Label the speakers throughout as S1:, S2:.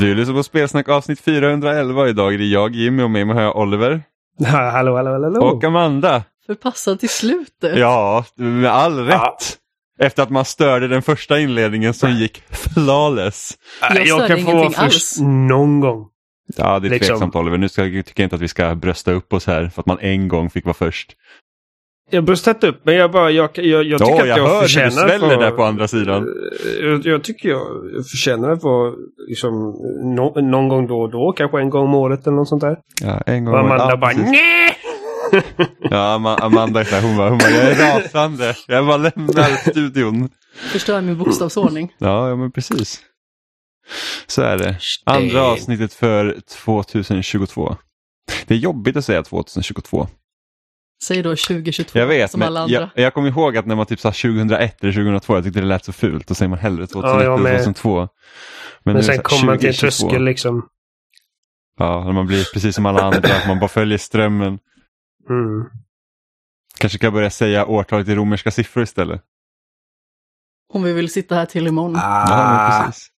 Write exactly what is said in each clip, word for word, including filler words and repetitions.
S1: Du lyssnar på Spelsnack avsnitt fyrahundraelva. Idag är det jag, Jimmy, och med mig har jag Oliver.
S2: Hallå, hallå, hallå.
S1: Och Amanda.
S3: Förpassad till slutet.
S1: Ja, med all rätt. Ja. Efter att man störde den första inledningen som gick flawless.
S2: Jag, jag kan få först alls. Någon gång.
S1: Ja, det är
S2: liksom.
S1: tveksamt, Oliver. Nu ska, tycker jag inte att vi ska brösta upp oss här för att man en gång fick vara först.
S2: Jag bröstat upp, men jag bara, jag, jag, jag tycker
S1: ja,
S2: att jag,
S1: jag
S2: förtjänar
S1: att du sväller där på andra sidan.
S2: Jag, jag tycker jag förtjänar att vara liksom, no, någon gång då och då, kanske en gång om året eller något sånt där.
S1: Ja, en gång
S2: och Amanda ja, bara, nej!
S1: Ja, Amanda är så här, hon bara, hon bara, jag är rasande. Jag bara lämnar studion.
S3: Förstör min bokstavsordning.
S1: Ja, ja, men precis. Så är det. Andra avsnittet för tjugohundratjugotvå. Det är jobbigt att säga tjugohundratjugotvå.
S3: Säg då tjugohundratjugotvå.
S1: Jag vet,
S3: som alla
S1: men
S3: andra.
S1: jag, jag kommer ihåg att när man typ sa tjugohundraett eller tjugohundratvå, jag tyckte det lät så fult. Då säger man hellre tjugohundraett ja, eller tjugohundratvå. Men,
S2: men sen kommer man till en tröskel liksom.
S1: Ja, när man blir precis som alla andra. Man bara följer strömmen.
S2: Mm.
S1: Kanske kan jag börja säga årtalet i romerska siffror istället.
S3: Om vi vill sitta här till imorgon.
S1: Ah. Ja, men precis.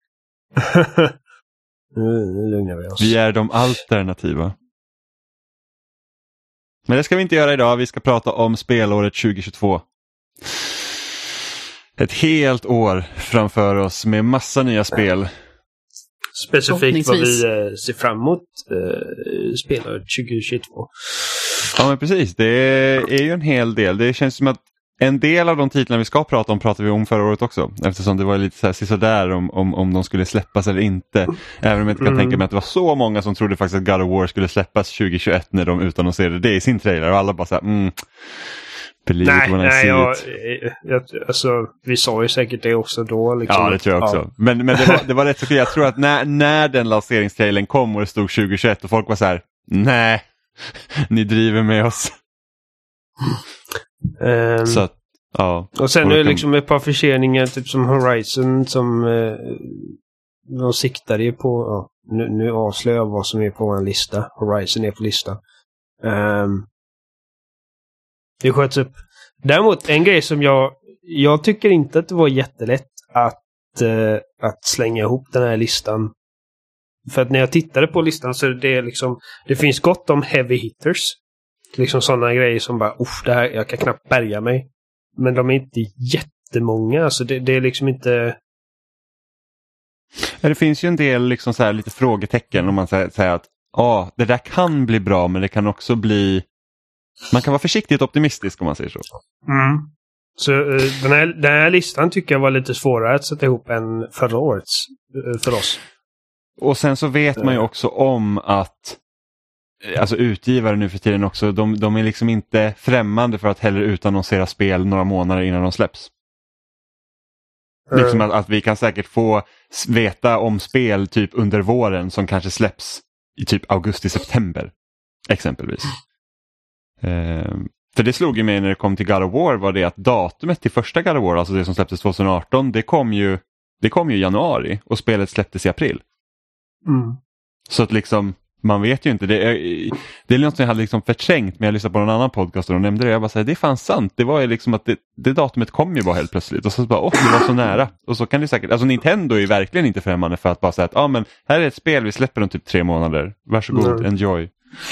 S2: nu, nu lugnar vi oss.
S1: Vi är de alternativa. Men det ska vi inte göra idag. Vi ska prata om spelåret tjugohundratjugotvå. Ett helt år framför oss med massa nya spel.
S2: Specifikt vad vi eh, ser fram emot eh, spelåret tjugohundratjugotvå.
S1: Ja, men precis. Det är ju en hel del. Det känns som att en del av de titlarna vi ska prata om pratade vi om förra året också. Eftersom det var lite så här sisådär om, om, om de skulle släppas eller inte. Även om jag inte kan mm. tänka mig att det var så många som trodde faktiskt att God of War skulle släppas tjugohundratjugoett när de utannonserade det i sin trailer. Och alla bara så här, mm, believe
S2: nej,
S1: it when
S2: nej,
S1: I see
S2: jag,
S1: it.
S2: Jag, alltså, vi sa ju säkert det också då. Liksom.
S1: Ja, det tror jag också. Ja. Men, men det, var, det var rätt så kul. Jag tror att när, när den lanseringstrailern kom och det stod tjugohundratjugoett och folk var så här, nej, ni driver med oss.
S2: Um,
S1: så att, ja.
S2: Och sen och är det liksom ett par förseningar typ som Horizon som eh, de siktade ju på, ja, nu, nu avslöjar jag vad som är på en lista. Horizon är på listan. Um, det sköts upp. Däremot en grej som jag jag tycker inte att det var jättelätt att, eh, att slänga ihop den här listan. För att när jag tittade på listan så är det liksom, det finns gott om heavy hitters. Liksom sådana grejer som bara, uff, det här, jag kan knappt bärga mig. Men de är inte jättemånga, alltså det, det är liksom inte...
S1: Ja, det finns ju en del liksom så här lite frågetecken om man säger, säger att ja, det där kan bli bra, men det kan också bli... Man kan vara försiktigt optimistisk om man säger så.
S2: Mm. Så uh, den, här, den här listan tycker jag var lite svårare att sätta ihop än förra årets uh, för oss.
S1: Och sen så vet man ju också om att alltså utgivare nu för tiden också, de, de är liksom inte främmande för att heller utannonsera spel några månader innan de släpps. Mm. Liksom att, att vi kan säkert få veta om spel typ under våren som kanske släpps i typ augusti-september exempelvis. Mm. För det slog ju mig när det kom till God of War var det att datumet till första God of War, alltså det som släpptes tjugoarton, det kom ju, det kom ju i januari och spelet släpptes i april.
S2: Mm.
S1: Så att liksom man vet ju inte, det är, det är något som jag hade liksom förträngt, men jag lyssnade på någon annan podcast och de nämnde det, jag bara säger det är fan sant, det var ju liksom att det, det datumet kom ju bara helt plötsligt och så bara, åh det var så nära, och så kan det säkert, alltså Nintendo är ju verkligen inte främmande för att bara säga att ja ah, men här är ett spel, vi släpper om typ tre månader, varsågod, mm. enjoy.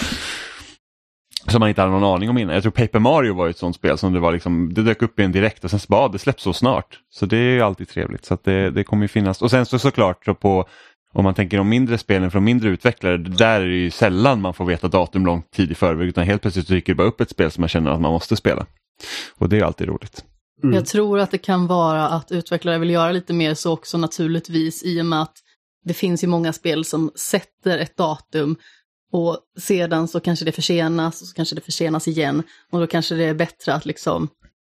S1: Som man inte hade någon aning om innan. Jag tror Paper Mario var ett sånt spel som det var liksom, det dök upp i en direkt och sen så bara, det släpps så snart, så det är ju alltid trevligt, så att det, det kommer ju finnas, och sen så såklart så på om man tänker om mindre spelen från mindre utvecklare, där är det ju sällan man får veta datum lång tid i förväg, utan helt plötsligt dyker det bara upp ett spel som man känner att man måste spela. Och det är alltid roligt.
S3: Mm. Jag tror att det kan vara att utvecklare vill göra lite mer så också naturligtvis, i och med att det finns ju många spel som sätter ett datum och sedan så kanske det försenas och så kanske det försenas igen, och då kanske det är bättre att liksom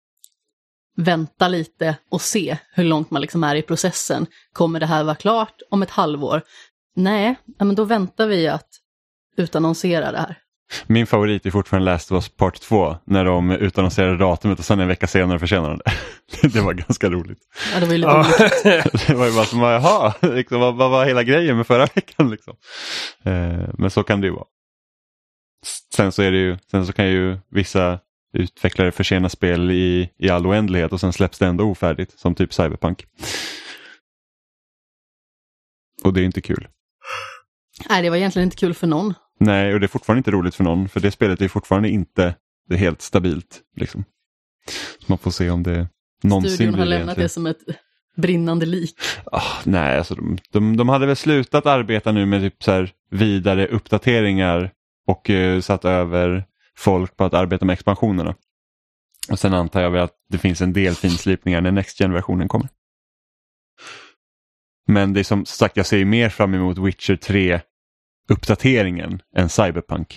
S3: vänta lite och se hur långt man liksom är i processen. Kommer det här vara klart om ett halvår? Nej, men då väntar vi att utannonsera det här.
S1: Min favorit är fortfarande Last of Us Part två, när de utannonserade datumet och sen en vecka senare försenade det. Det var ganska roligt.
S3: Ja, det var ju lite roligt.
S1: Det var ju bara som, jaha, liksom, vad, vad var hela grejen med förra veckan liksom? Eh, men så kan det ju vara. Sen så är det ju, sen så kan ju vissa utvecklare försena spel i, i all oändlighet och sen släpps det ändå ofärdigt, som typ Cyberpunk. Och det är inte kul.
S3: Nej, det var egentligen inte kul för någon.
S1: Nej, och det är fortfarande inte roligt för någon. För det spelet är fortfarande inte det är helt stabilt. Liksom. Så man får se om det någonsin
S3: Studion har
S1: blir
S3: lämnat
S1: det
S3: det som ett brinnande lik.
S1: Oh, nej, alltså de, de, de hade väl slutat arbeta nu med typ så här vidare uppdateringar och uh, satt över folk på att arbeta med expansionerna. Och sen antar jag väl att det finns en del finslipningar när Next Gen-versionen kommer. Men det är som sagt, jag ser ju mer fram emot Witcher tre-uppdateringen än Cyberpunk.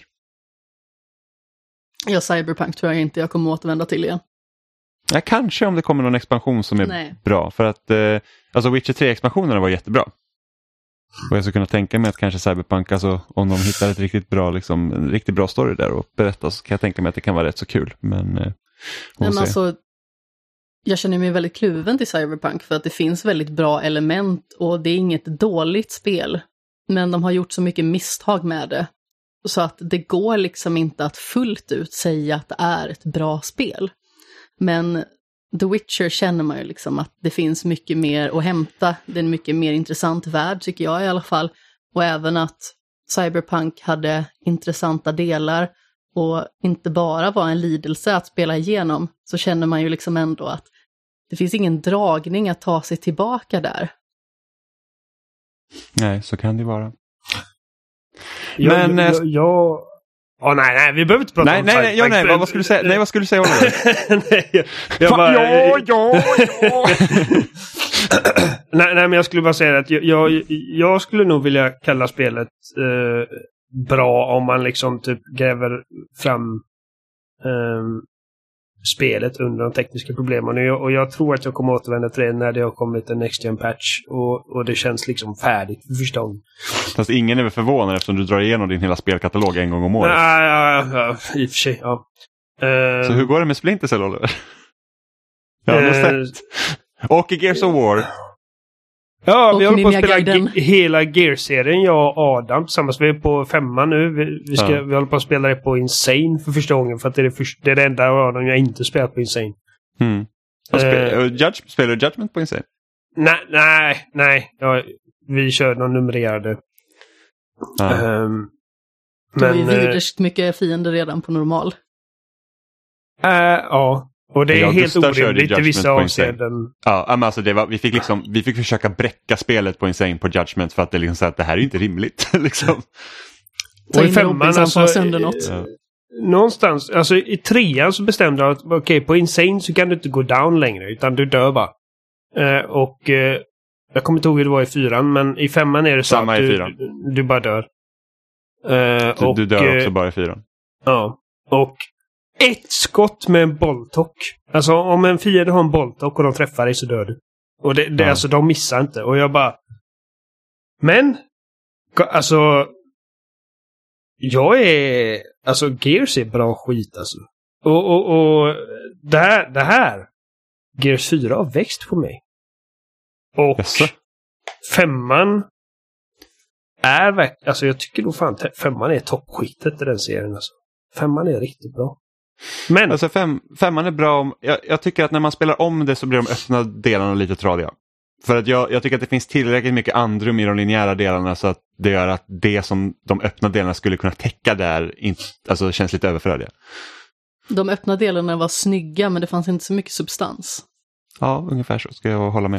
S3: Ja, Cyberpunk tror jag inte jag kommer återvända till igen.
S1: Ja, kanske om det kommer någon expansion som är
S3: Nej.
S1: bra. För att eh, alltså Witcher tre-expansionerna var jättebra. Och jag skulle kunna tänka mig att kanske Cyberpunk, alltså, om de hittar ett riktigt bra, liksom, en riktigt bra story där och berättar, så kan jag tänka mig att det kan vara rätt så kul. Men, eh,
S3: Men alltså, jag känner mig väldigt kluven till Cyberpunk för att det finns väldigt bra element och det är inget dåligt spel. Men de har gjort så mycket misstag med det. Så att det går liksom inte att fullt ut säga att det är ett bra spel. Men The Witcher känner man ju liksom att det finns mycket mer att hämta. Det är en mycket mer intressant värld tycker jag i alla fall. Och även att Cyberpunk hade intressanta delar och inte bara var en lidelse att spela igenom, så känner man ju liksom ändå att det finns ingen dragning att ta sig tillbaka där.
S1: Nej, så kan det vara.
S2: Jag, Men jag, jag... Oh, nej, nej, vi behöver inte prata
S1: nej,
S2: om
S1: nej, nej, ja, nej, vad, vad skulle du säga? Nej, vad skulle du säga om det?
S2: nej, jag, jag bara...
S1: Ja, ja, ja.
S2: nej, nej, men jag skulle bara säga att jag, jag, jag skulle nog vilja kalla spelet eh, bra om man liksom typ gräver fram eh, spelet under de tekniska problemen. Och jag, och jag tror att jag kommer återvända till det när det har kommit en Next Gen patch och, och det känns liksom färdigt för första gången.
S1: Fast ingen är väl förvånad eftersom du drar igenom din hela spelkatalog en gång om året.
S2: Nej, ja, ja, i och för sig, ja.
S1: Uh, Så hur går det med Splinter Cell, Oliver? Jag har uh, sett. Och i Gears of War.
S2: Ja,
S3: och
S2: vi håller på att spela ge- hela Gears-serien, jag och Adam tillsammans. Vi är på femman nu. Vi, vi, ska, ja. vi håller på att spela det på Insane för första gången. För att det är det, för, det, är det enda av dem jag inte spelat på Insane.
S1: Mm. Och spe- uh, Judge, spelar du Judgment på Insane?
S2: Nej, nej, nej. Ja, vi kör någon numrerade.
S1: Ja.
S3: Um, du har ju vidrigt mycket fiender redan på normal.
S2: Uh, ja. Och det är
S1: jag
S2: helt orimligt i vissa avseenden.
S1: Ja, men alltså det var, vi fick liksom, vi fick försöka bräcka spelet på Insane på Judgment för att det liksom så att det här är inte rimligt liksom.
S2: Och i femman alltså
S3: sönder något.
S2: Ja. Någonstans, alltså i trean så bestämde jag att okej, okay, på Insane så kan du inte gå down längre utan du dör bara. Uh, och uh, jag kommer inte ihåg hur det var i fyran, men i femman är det så
S1: Samma
S2: att
S1: i
S2: du, du bara dör. Uh,
S1: du,
S2: och,
S1: du dör också bara i fyran.
S2: Ja, och ett skott med en bolltock. Alltså om en fiende har en bolltock och de träffar dig så dör du. Och det, det ja. Alltså de missar inte. Och jag bara... Men... Alltså... Jag är... Alltså Gears är bra skit alltså. Och, och, och det här... Det här Gears fyra har växt på mig. Och... Yes. Femman... Är... Alltså jag tycker nog fan... Femman är toppskitet i den serien alltså. Femman är riktigt bra. Men
S1: alltså fem, femman är bra om, jag, jag tycker att när man spelar om det så blir de öppna delarna lite tradiga. För att jag, jag tycker att det finns tillräckligt mycket andrum i de linjära delarna så att det gör att det som de öppna delarna skulle kunna täcka där inte, alltså känns lite överflödiga.
S3: De öppna delarna var snygga men det fanns inte så mycket substans.
S1: Ja, ungefär så ska jag hålla med.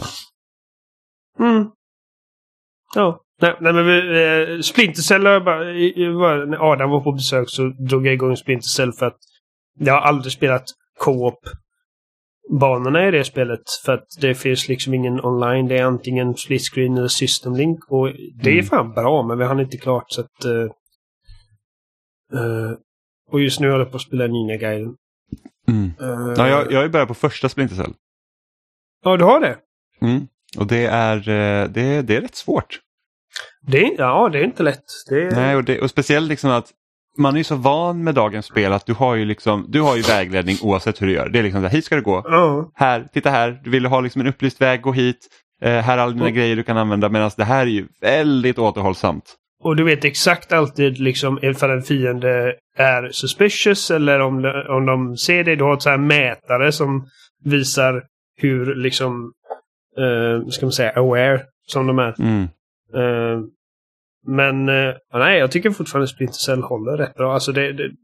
S2: Mm. Ja. Nej, nej men vi, Splinter Cell bara, när Adam var på besök så drog jag igång Splinter Cell för att jag har aldrig spelat co-op banorna i det spelet för att det finns liksom ingen online, det är antingen split screen eller system link och det är fan bra men vi har inte klart så att uh, uh, och just nu håller jag på att spela Ninja-guiden.
S1: Mm. Uh, ja, jag, jag är bara på första Splinter Cell.
S2: Ja, du har det?
S1: Mm. Och det är, det, är, det är rätt svårt.
S2: Det, ja, det är inte lätt. Det är...
S1: Nej, och, det, och speciellt liksom att man är ju så van med dagens spel att du har ju liksom, du har ju vägledning oavsett hur du gör. Det är liksom så här, hit ska du gå.
S2: Uh.
S1: Här, titta här. Du vill ha liksom en upplyst väg, gå hit. Eh, här är alla dina uh. grejer du kan använda. Medan det här är ju väldigt återhållsamt.
S2: Och du vet exakt alltid liksom ifall en fiende är suspicious eller om, de, om de ser dig. Du har ett så här mätare som visar hur liksom, uh, ska man säga, aware som de är.
S1: Mm.
S2: Uh, Men uh, nej, jag tycker fortfarande Splinter Cell håller rätt bra. Alltså det, det,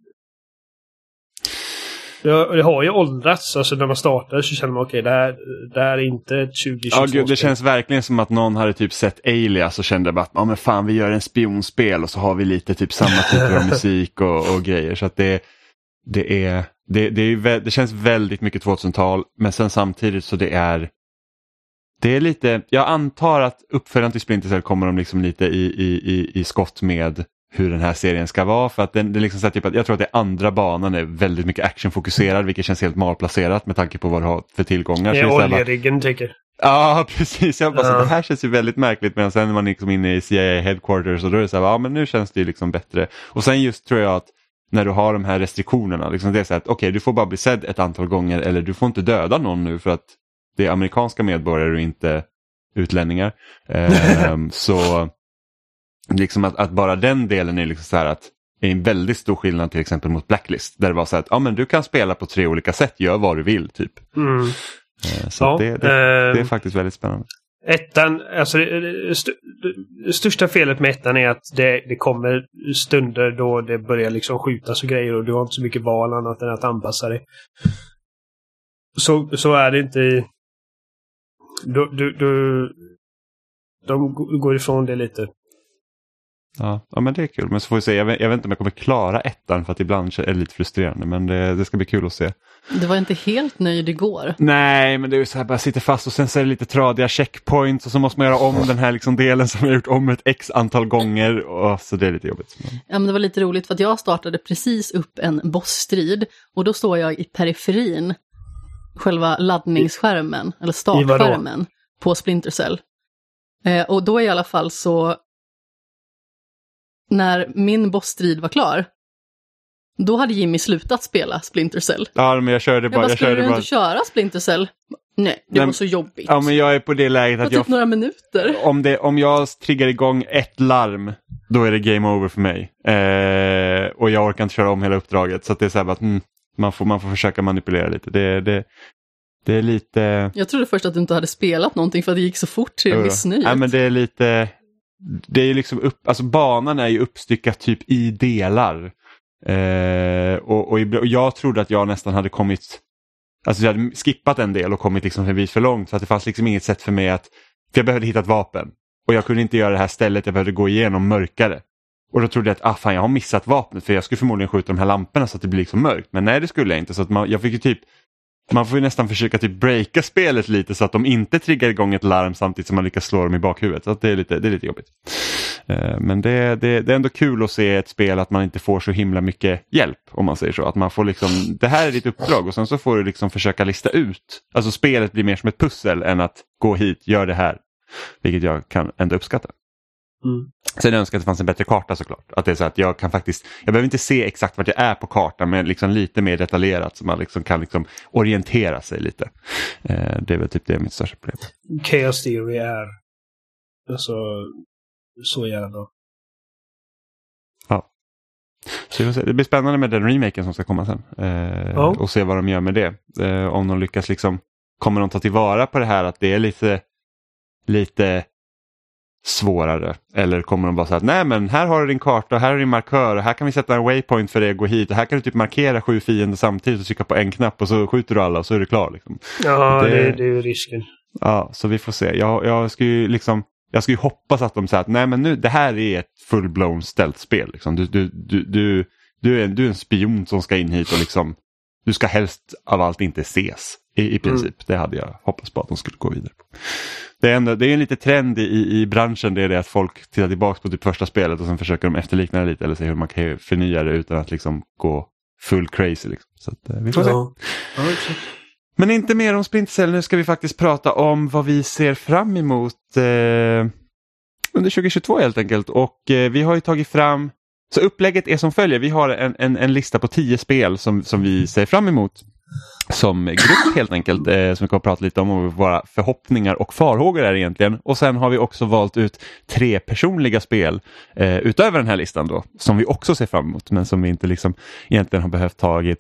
S2: det, det har ju åldrats. Alltså när man startar så känner man okej, okay, det, här, det här är inte ett tjugo tjugotvå.
S1: Ja, gud, det känns verkligen som att någon hade typ sett Alias och kände bara att ja, men fan, vi gör en spionspel och så har vi lite typ samma typer av musik och, och grejer. Så att det, det är det, det, är, det känns väldigt mycket tvåtusental, men sen samtidigt så det är det är lite, jag antar att uppföljaren till Splinter Cell kommer de liksom lite i, i, i, i skott med hur den här serien ska vara, för att den, det är liksom så att typ att jag tror att det andra banan är väldigt mycket actionfokuserad, vilket känns helt malplacerat med tanke på vad du har för tillgångar.
S2: Det är oljeriggen tycker.
S1: Ja, precis. Jag bara, uh. så, det här känns ju väldigt märkligt, men sen är man liksom inne i C I A headquarters och då är det så här, ja men nu känns det ju liksom bättre. Och sen just tror jag att när du har de här restriktionerna, liksom det är så att okej, okay, du får bara bli sedd ett antal gånger eller du får inte döda någon nu för att det är amerikanska medborgare och inte utlänningar. ehm, så liksom att, att bara den delen är liksom så här att är en väldigt stor skillnad till exempel mot Blacklist, där det var så att ja, men du kan spela på tre olika sätt, gör vad du vill typ.
S2: Mm.
S1: Ehm, så ja, det, det, det är faktiskt väldigt spännande.
S2: Ettan, alltså det, det, st- det största felet med ettan är att det, det kommer stunder då det börjar liksom skjutas och grejer och du har inte så mycket val annat än att anpassa dig. Så, så är det inte i... Du, du, du, de går ifrån det lite.
S1: Ja, ja, men det är kul. Men så får vi se. Jag vet, jag vet inte om jag kommer klara ettan för att ibland är det lite frustrerande. Men det, det ska bli kul att se.
S3: Du var inte helt nöjd igår.
S1: Nej, men det är ju så här, bara sitter fast och sen så är det lite tradiga checkpoints och så måste man göra om den här liksom delen som jag gjort om ett x antal gånger. Och så det är lite jobbigt.
S3: Ja, men det var lite roligt för att jag startade precis upp en bossstrid och då står jag i periferin, själva laddningsskärmen eller startskärmen på Splinter Cell. Eh, och då i alla fall så när min bossstrid var klar, då hade Jimmy slutat spela Splinter Cell.
S1: Ja, men jag körde bara...
S3: Jag bara,
S1: jag
S3: skulle
S1: körde
S3: du
S1: bara...
S3: inte köra Splinter Cell? Nej, det
S1: Nej,
S3: var så jobbigt.
S1: Ja, men jag är på det läget att
S3: typ
S1: jag...
S3: några minuter.
S1: Om, det, om jag triggar igång ett larm, då är det game over för mig. Eh, och jag orkar inte köra om hela uppdraget. Så att det är så här att mm, man, får, man får försöka manipulera lite. Det, det, det är lite...
S3: Jag trodde först att du inte hade spelat någonting för att det gick så fort till
S1: uh,
S3: missnöjet.
S1: Nej, men det är lite... Det är liksom upp... Alltså banan är ju uppstyckat typ i delar. Eh, och, och, och jag trodde att jag nästan hade kommit... Alltså jag hade skippat en del och kommit liksom en bit för långt. För att det fanns liksom inget sätt för mig att... För jag behövde hitta ett vapen. Och jag kunde inte göra det här stället. Jag behövde gå igenom mörkare. Och då trodde jag att ah, fan, jag har missat vapnet. För jag skulle förmodligen skjuta de här lamporna så att det blir liksom mörkt. Men nej, det skulle jag inte. Så att man, jag fick ju typ... Man får ju nästan försöka typ breaka spelet lite så att de inte triggar igång ett larm samtidigt som man lyckas slå dem i bakhuvudet. Så att det är lite, det är lite jobbigt. Uh, men det, det, det är ändå kul att se ett spel att man inte får så himla mycket hjälp, om man säger så. Att man får liksom, det här är ditt uppdrag och sen så får du liksom försöka lista ut. Alltså spelet blir mer som ett pussel än att gå hit, gör det här. Vilket jag kan ändå uppskatta.
S2: Mm.
S1: Sen önskar jag att det fanns en bättre karta såklart. Att det är så att jag kan faktiskt, jag behöver inte se exakt vart jag är på kartan, men liksom lite mer detaljerat så man liksom kan liksom orientera sig lite. Eh, det är väl typ det mitt största problem.
S2: Chaos Theory är alltså så jävla.
S1: Ja. Så det blir spännande med den remaken som ska komma sen. Eh, ja. Och se vad de gör med det. Eh, om de lyckas liksom, kommer de ta tillvara på det här att det är lite lite svårare, eller kommer de bara säga att nej, men här har du din karta, här har du din markör och här kan vi sätta en waypoint för dig att gå hit och här kan du typ markera sju fiender samtidigt och trycka på en knapp och så skjuter du alla och så är du klar liksom.
S2: Ja, det, det, det är ju risken.
S1: Ja, så vi får se. Jag, jag ska ju liksom jag ska ju hoppas att de säger att nej, men nu, det här är ett full-blown stealth-spel liksom. Du, du, du, du, du, är en, du är en spion som ska in hit och liksom du ska helst av allt inte ses i, i princip. Mm. Det hade jag hoppats på att de skulle gå vidare på. Det är, ändå, det är en lite trend i, i branschen, det är det att folk tittar tillbaka på typ första spelet och sen försöker de efterlikna det lite eller se hur man kan förnya det utan att liksom gå full crazy. Liksom. Så att, eh, vi får
S2: ja.
S1: se. Ja, men inte mer om Splinter Cell, nu ska vi faktiskt prata om vad vi ser fram emot eh, under tjugohundratjugotvå helt enkelt. Och eh, vi har ju tagit fram, så upplägget är som följer, vi har en, en, en lista på tio spel som, som vi ser fram emot. Som grupp helt enkelt, eh, som vi kommer att prata lite om och våra förhoppningar och farhågor är egentligen. Och sen har vi också valt ut tre personliga spel eh, utöver den här listan då, som vi också ser fram emot men som vi inte liksom egentligen har behövt tagit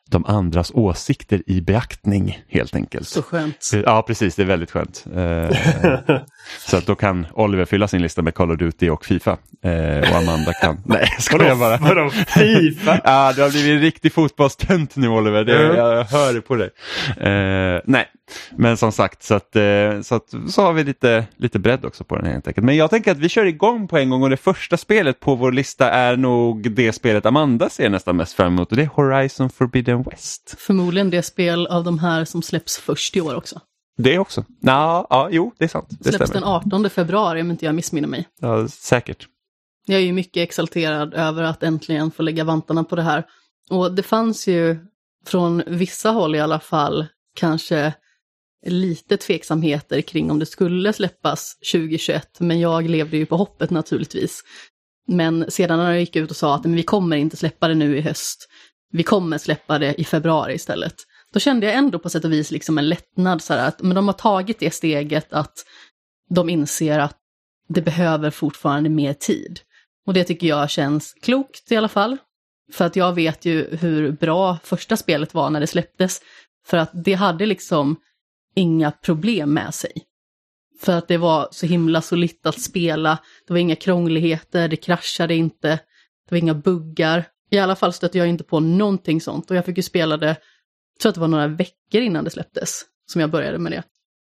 S1: de andras åsikter i beaktning helt enkelt.
S3: Så skönt.
S1: Ja, precis. Det är väldigt skönt. Eh, så att då kan Oliver fylla sin lista med Call of Duty och FIFA. Eh, och Amanda kan... Nej, ska jag bara...
S2: Vadå? FIFA?
S1: Ja, du har blivit en riktig fotbollstönt nu, Oliver. Det,
S2: Mm.
S1: Jag hör det på dig. Eh, nej, men som sagt så, att, eh, så, att, så har vi lite, lite bredd också på den helt enkelt. Men jag tänker att vi kör igång på en gång och det första spelet på vår lista är nog det spelet Amanda ser nästan mest fram emot och det är Horizon Forbidden West.
S3: Förmodligen det spel av de här som släpps först i år också.
S1: Det också. Nå, ja, jo, det är sant. Det
S3: Släpps
S1: stämmer.
S3: den artonde februari om inte jag missminner mig.
S1: Ja, säkert.
S3: Jag är ju mycket exalterad över att äntligen få lägga vantarna på det här. Och det fanns ju från vissa håll i alla fall kanske lite tveksamheter kring om det skulle släppas tjugohundratjugoett. Men jag levde ju på hoppet naturligtvis. Men sedan när jag gick ut och sa att men vi kommer inte släppa det nu i höst. Vi kommer släppa det i februari istället. Då kände jag ändå på sätt och vis liksom en lättnad. Så här att, men de har tagit det steget att de inser att det behöver fortfarande mer tid. Och det tycker jag känns klokt i alla fall. För att jag vet ju hur bra första spelet var när det släpptes. För att det hade liksom inga problem med sig. För att det var så himla solitt att spela. Det var inga krångligheter, det kraschade inte. Det var inga buggar. I alla fall stötte jag inte på någonting sånt. Och jag fick ju spela det, jag tror att det var några veckor innan det släpptes. Som jag började med det.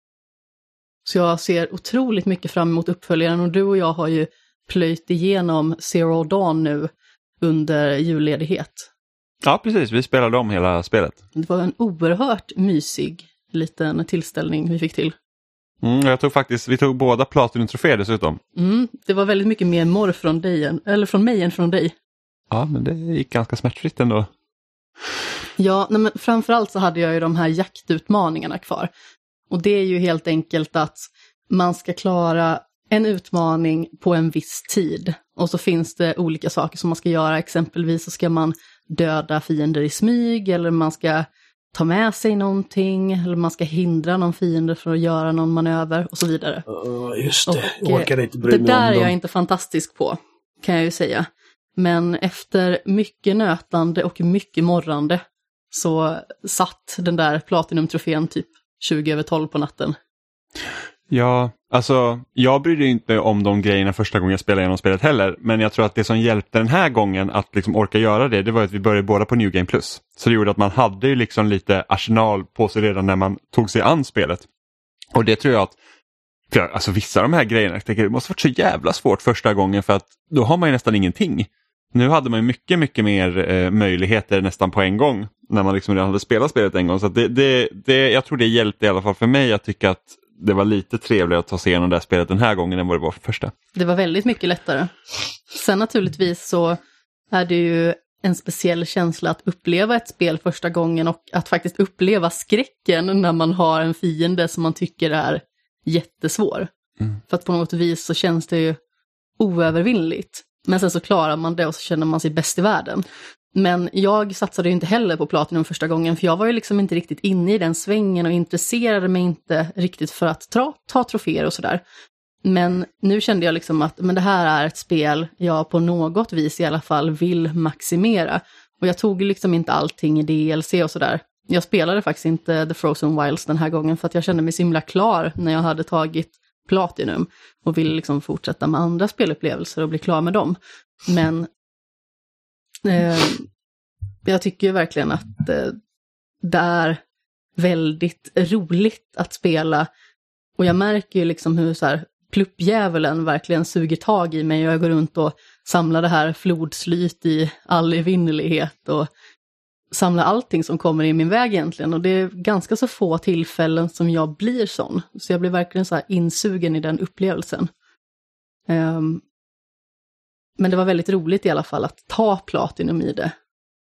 S3: Så jag ser otroligt mycket fram emot uppföljaren. Och du och jag har ju plöjt igenom Zero Dawn nu under julledighet.
S1: Ja, precis. Vi spelade om hela spelet.
S3: Det var en oerhört mysig liten tillställning vi fick till.
S1: Mm, jag tog faktiskt, vi tog båda Platinum-troféer dessutom.
S3: Mm, det var väldigt mycket mer morr från dig än, eller från mig än från dig.
S1: Ja, men det gick ganska smärtfritt ändå.
S3: Ja, nej, men framförallt så hade jag ju de här jaktutmaningarna kvar. Och det är ju helt enkelt att man ska klara en utmaning på en viss tid. Och så finns det olika saker som man ska göra. Exempelvis så ska man döda fiender i smyg. Eller man ska ta med sig någonting. Eller man ska hindra någon fiende från att göra någon manöver. Och så vidare.
S2: Uh, just det,
S3: och,
S2: jag orkar inte bry
S3: det
S2: mig
S3: där
S2: om
S3: är
S2: dem.
S3: jag inte fantastisk på. Kan jag ju säga. Men efter mycket nötande och mycket morrande. Så satt den där Platinum-trofén typ tjugo över tolv på natten.
S1: Ja, alltså jag brydde inte om de grejerna första gången jag spelade igenom spelet heller. Men jag tror att det som hjälpte den här gången att liksom orka göra det, det var att vi började båda på New Game Plus. Så det gjorde att man hade ju liksom lite arsenal på sig redan när man tog sig an spelet. Och det tror jag att, för alltså vissa av de här grejerna, jag tänker, det måste varit så jävla svårt första gången för att då har man ju nästan ingenting. Nu hade man ju mycket, mycket mer eh, möjligheter nästan på en gång när man liksom redan hade spelat spelet en gång. Så att det, det, det, jag tror det hjälpte i alla fall för mig att tycka att det var lite trevligare att ta sig igenom det här spelet den här gången än vad det var för första.
S3: Det var väldigt mycket lättare. Sen naturligtvis så är det ju en speciell känsla att uppleva ett spel första gången och att faktiskt uppleva skräcken när man har en fiende som man tycker är jättesvår. Mm. För att på något vis så känns det ju oövervinnligt. Men sen så klarar man det och så känner man sig bäst i världen. Men jag satsade ju inte heller på Platinum första gången för jag var ju liksom inte riktigt inne i den svängen och intresserade mig inte riktigt för att ta, ta troféer och sådär. Men nu kände jag liksom att men det här är ett spel jag på något vis i alla fall vill maximera. Och jag tog liksom inte allting i D L C och sådär. Jag spelade faktiskt inte The Frozen Wilds den här gången för att jag kände mig så himla klar när jag hade tagit Platinum och ville liksom fortsätta med andra spelupplevelser och bli klar med dem. Men eh, jag tycker ju verkligen att eh, det är väldigt roligt att spela och jag märker ju liksom hur så här pluppdjävulen verkligen suger tag i mig och jag går runt och samlar det här flodslyt i all evinnerlighet och samlar allting som kommer i min väg egentligen och det är ganska så få tillfällen som jag blir sån. Så jag blir verkligen så här insugen i den upplevelsen. Um, men det var väldigt roligt i alla fall att ta Platinum i det.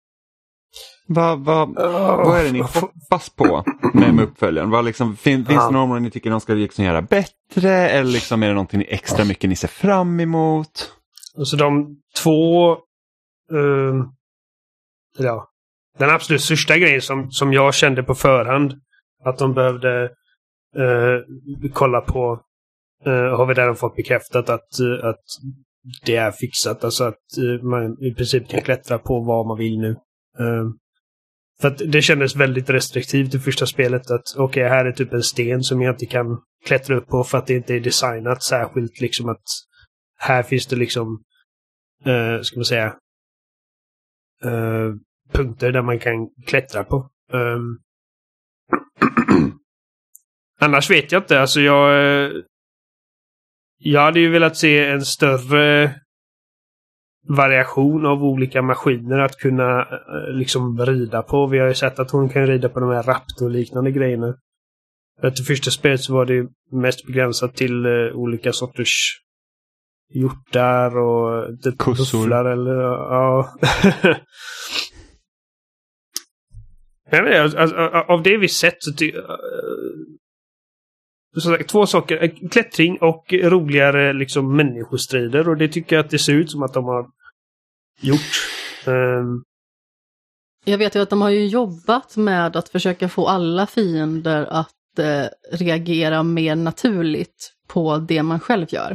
S1: Vad, vad, oh, vad är det ni hoppas på med, med uppföljaren? Vad liksom, fin, finns det någon ni tycker de ska liksom göra bättre eller liksom är det någonting extra mycket ni ser fram emot?
S2: Alltså de två uh, ja den absolut största grejen som, som jag kände på förhand att de behövde uh, kolla på uh, har vi redan fått bekräftat att, uh, att det är fixat. Alltså att uh, man i princip kan klättra på vad man vill nu. Uh, För att det kändes väldigt restriktivt i första spelet att okej, okay, här är typ en sten som jag inte kan klättra upp på för att det inte är designat särskilt liksom att här finns det liksom uh, ska man säga uh, punkter där man kan klättra på. Um, annars vet jag inte, alltså jag jag hade ju velat se en större variation av olika maskiner att kunna liksom rida på. Vi har ju sett att hon kan rida på de här raptor-liknande grejerna. För det första spelet så var det mest begränsat till uh, olika sorters hjortar och bufflar eller ja. Jag vet, alltså, alltså, av det vi sett så ty- uh, så sagt, två saker, klättring och roligare liksom människostrider, och det tycker jag att det ser ut som att de har gjort. Um...
S3: Jag vet ju att de har ju jobbat med att försöka få alla fiender att eh, reagera mer naturligt på det man själv gör.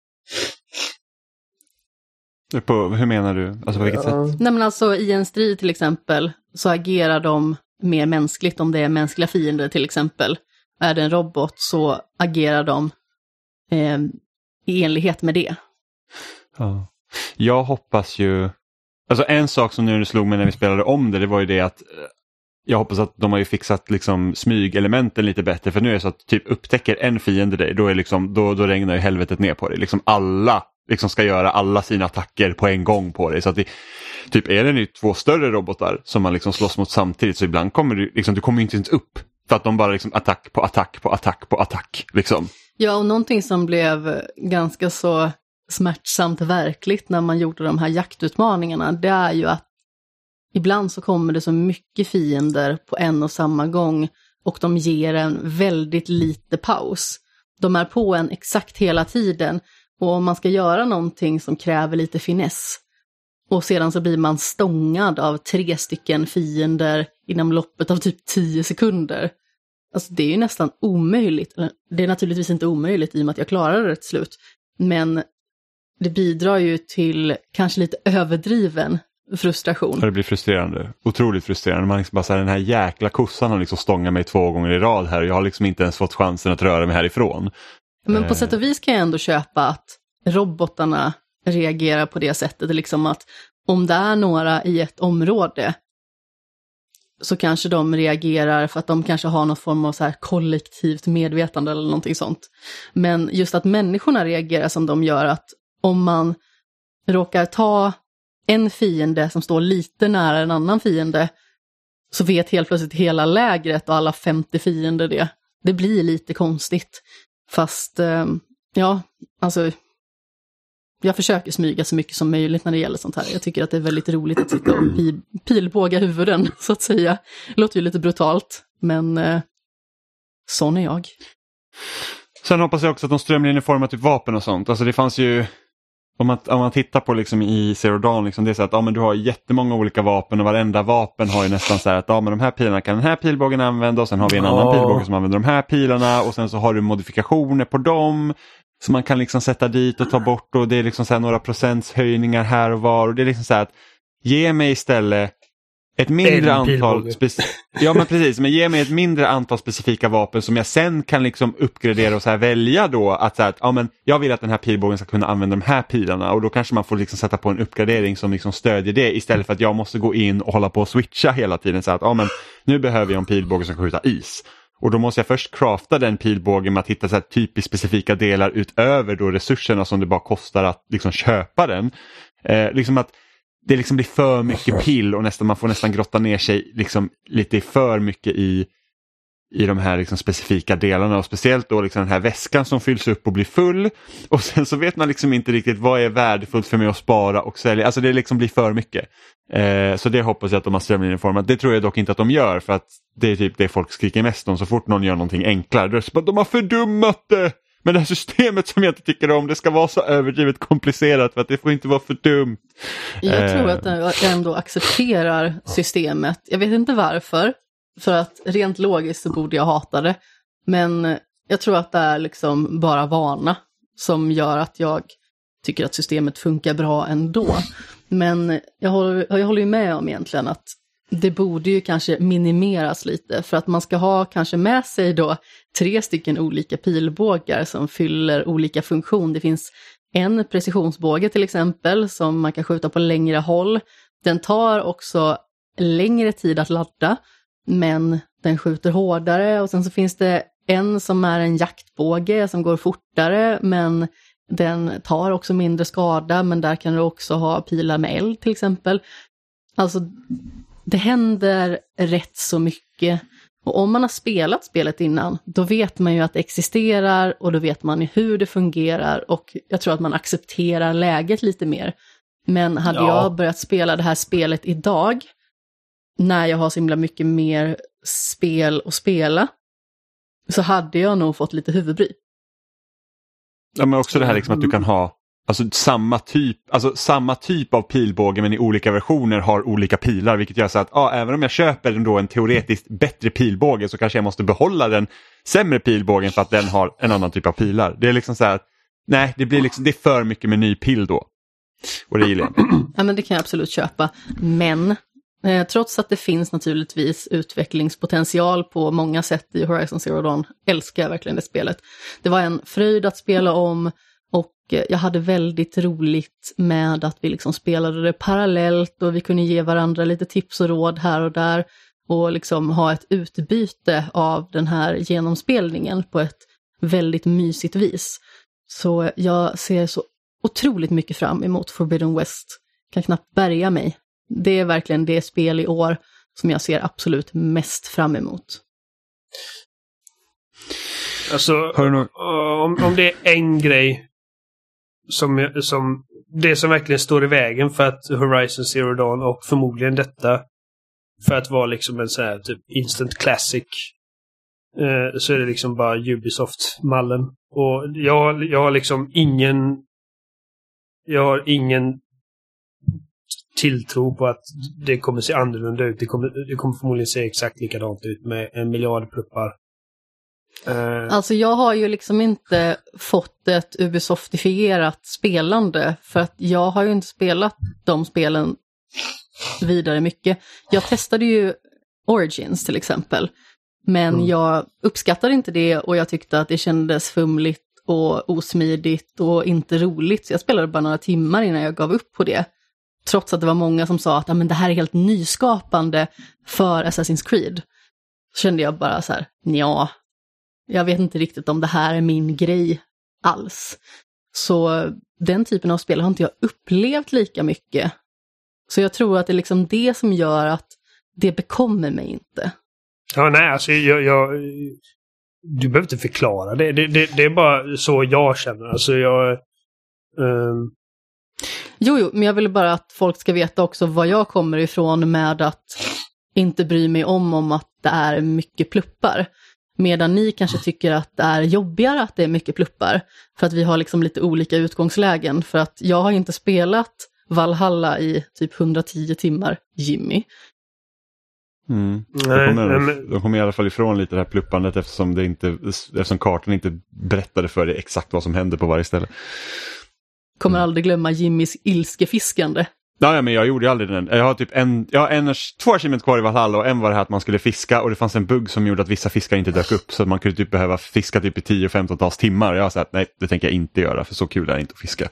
S1: På, hur menar du? Alltså på vilket
S2: ja.
S1: sätt?
S3: Nej, men alltså i en strid till exempel så agerar de mer mänskligt om det är mänskliga fiender till exempel. Är det en robot så agerar de eh, i enlighet med det.
S1: Ja. Jag hoppas ju... Alltså en sak som nu slog mig när vi spelade om det, det var ju det att jag hoppas att de har ju fixat liksom smygelementen lite bättre. För nu är det så att typ upptäcker en fiende dig, då, är liksom, då, då regnar ju helvetet ner på dig. Liksom alla liksom ska göra alla sina attacker på en gång på dig. Så att det, typ är det nu två större robotar som man liksom slåss mot samtidigt, så ibland kommer du, liksom, du kommer ju inte ens upp. För att de bara liksom attack på attack på attack på attack. Liksom.
S3: Ja, och någonting som blev ganska så smärtsamt verkligt när man gjorde de här jaktutmaningarna, det är ju att ibland så kommer det så mycket fiender på en och samma gång och de ger en väldigt lite paus. De är på en exakt hela tiden, och om man ska göra någonting som kräver lite finess och sedan så blir man stångad av tre stycken fiender inom loppet av typ tio sekunder. Alltså det är ju nästan omöjligt. Det är naturligtvis inte omöjligt i och med att jag klarade det till slut. Men det bidrar ju till kanske lite överdriven frustration.
S1: Det blir frustrerande. Otroligt frustrerande. Man liksom bara så här, den här jäkla kossan har liksom stångat mig två gånger i rad här. Och jag har liksom inte ens fått chansen att röra mig härifrån.
S3: Men på
S1: eh.
S3: sätt och vis kan jag ändå köpa att robotarna reagerar på det sättet. Liksom att om det är några i ett område så kanske de reagerar för att de kanske har någon form av så här kollektivt medvetande eller någonting sånt. Men just att människorna reagerar som de gör, att om man råkar ta en fiende som står lite nära en annan fiende så vet helt plötsligt hela lägret och alla femtio fiender det. Det blir lite konstigt. Fast, ja, alltså jag försöker smyga så mycket som möjligt när det gäller sånt här. Jag tycker att det är väldigt roligt att sitta och pilbåga huvuden, så att säga. Det låter ju lite brutalt, men eh, sån är jag.
S1: Sen hoppas jag också att de strömlinjeformar typ vapen och sånt. Alltså det fanns ju, om man, om man tittar på liksom i Zero Dawn, liksom det är så att ja, men du har jättemånga olika vapen och varenda vapen har ju nästan så här att ja, men de här pilarna kan den här pilbågen använda, och sen har vi en oh. annan pilbåge som använder de här pilarna, och sen så har du modifikationer på dem. Så man kan liksom sätta dit och ta bort, och det är liksom så här några procentshöjningar här och var. Och det är liksom så här att ge mig istället ett mindre antal speci- ja, men precis, men ge mig ett mindre antal specifika vapen som jag sen kan liksom uppgradera och så här välja då att, så här, att ja, men jag vill att den här pilbågen ska kunna använda de här pilarna, och då kanske man får liksom sätta på en uppgradering som liksom stödjer det, istället för att jag måste gå in och hålla på och switcha hela tiden så att ja, men nu behöver jag en pilbåge som kan skjuta is. Och då måste jag först crafta den pilbågen med att hitta så här typiskt specifika delar utöver då resurserna som det bara kostar att liksom köpa den. Eh, liksom att det liksom blir för mycket pill, och nästan, man får nästan grotta ner sig liksom lite för mycket i, i de här liksom specifika delarna. Och speciellt då liksom den här väskan som fylls upp och blir full. Och sen så vet man liksom inte riktigt vad är värdefullt för mig att spara och sälja. Alltså det liksom blir för mycket. Eh, så det hoppas jag att de har strömlinjeformat. Det tror jag dock inte att de gör, för att det är typ det folk skriker mest om. Så fort någon gör någonting enklare, då är det så att de har fördummat det. Men det här systemet som jag inte tycker om, det ska vara så överdrivet komplicerat för att det får inte vara för dumt.
S3: Jag
S1: eh.
S3: tror att jag ändå accepterar systemet. Jag vet inte varför. För att rent logiskt så borde jag hata det. Men jag tror att det är liksom bara vana som gör att jag tycker att systemet funkar bra ändå. Men jag håller, jag håller ju med om egentligen att det borde ju kanske minimeras lite för att man ska ha kanske med sig då tre stycken olika pilbågar som fyller olika funktion. Det finns en precisionsbåge till exempel som man kan skjuta på längre håll. Den tar också längre tid att ladda, men den skjuter hårdare. Och sen så finns det en som är en jaktbåge som går fortare, men den tar också mindre skada, men där kan du också ha pilar med eld till exempel. Alltså det händer rätt så mycket. Och om man har spelat spelet innan, då vet man ju att det existerar och då vet man ju hur det fungerar, och jag tror att man accepterar läget lite mer. Men hade ja. jag börjat spela det här spelet idag, när jag har så himla mycket mer spel att spela, så hade jag nog fått lite huvudbry.
S1: Ja, men också det här liksom att du kan ha alltså samma typ, alltså samma typ av pilbåge men i olika versioner har olika pilar, vilket gör så att ja, även om jag köper ändå en teoretiskt bättre pilbåge så kanske jag måste behålla den sämre pilbågen för att den har en annan typ av pilar. Det är liksom så här, nej, det blir liksom, det är för mycket med ny pil då. Och det gillar jag inte.
S3: Ja, men det kan jag absolut köpa. Men eh, trots att det finns naturligtvis utvecklingspotential på många sätt i Horizon Zero Dawn, älskar jag verkligen det spelet. Det var en fröjd att spela om. Och jag hade väldigt roligt med att vi liksom spelade det parallellt och vi kunde ge varandra lite tips och råd här och där och liksom ha ett utbyte av den här genomspelningen på ett väldigt mysigt vis. Så jag ser så otroligt mycket fram emot Forbidden West. Kan knappt bärga mig. Det är verkligen det spel i år som jag ser absolut mest fram emot.
S2: Alltså, om, om det är en grej Som, som det som verkligen står i vägen för att Horizon Zero Dawn och förmodligen detta för att vara liksom en sån här typ instant classic, eh, så är det liksom bara Ubisoft-mallen. Och jag, jag har liksom ingen jag har ingen tilltro på att det kommer se annorlunda ut. Det kommer, det kommer förmodligen se exakt likadant ut med en miljard pluppar.
S3: Uh. Alltså jag har ju liksom inte fått ett Ubisoftifierat spelande för att jag har ju inte spelat de spelen vidare mycket. Jag testade ju Origins till exempel, men mm. jag uppskattade inte det och jag tyckte att det kändes fumligt och osmidigt och inte roligt, så jag spelade bara några timmar innan jag gav upp på det. Trots att det var många som sa att ah, men det här är helt nyskapande för Assassin's Creed. Så kände jag bara så här, ja. Jag vet inte riktigt om det här är min grej alls. Så den typen av spel har inte jag upplevt lika mycket. Så jag tror att det är liksom det som gör att det bekommer mig inte.
S2: Ja, nej, alltså jag... jag du behöver inte förklara det. Det, det. det är bara så jag känner. Alltså jag... Um...
S3: Jo, jo, men jag vill bara att folk ska veta också vad jag kommer ifrån med att inte bry mig om, om att det är mycket pluppar. Medan ni kanske tycker att det är jobbigare att det är mycket pluppar. För att vi har liksom lite olika utgångslägen. För att jag har inte spelat Valhalla i typ hundratio timmar, Jimmy.
S1: Mm. De, kommer, de kommer i alla fall ifrån lite det här pluppandet eftersom, det inte, eftersom kartan inte berättade för dig exakt vad som händer på varje ställe.
S3: Kommer aldrig glömma Jimmys ilskefiskande.
S1: Ja, men jag gjorde ju aldrig den. Jag har typ en, jag har en, två achievements kvar i Valhalla och en var det här att man skulle fiska och det fanns en bugg som gjorde att vissa fiskar inte dök upp så man kunde typ behöva fiska typ i tio femton tals timmar. Jag har sagt nej, det tänker jag inte göra för så kul är det inte att fiska.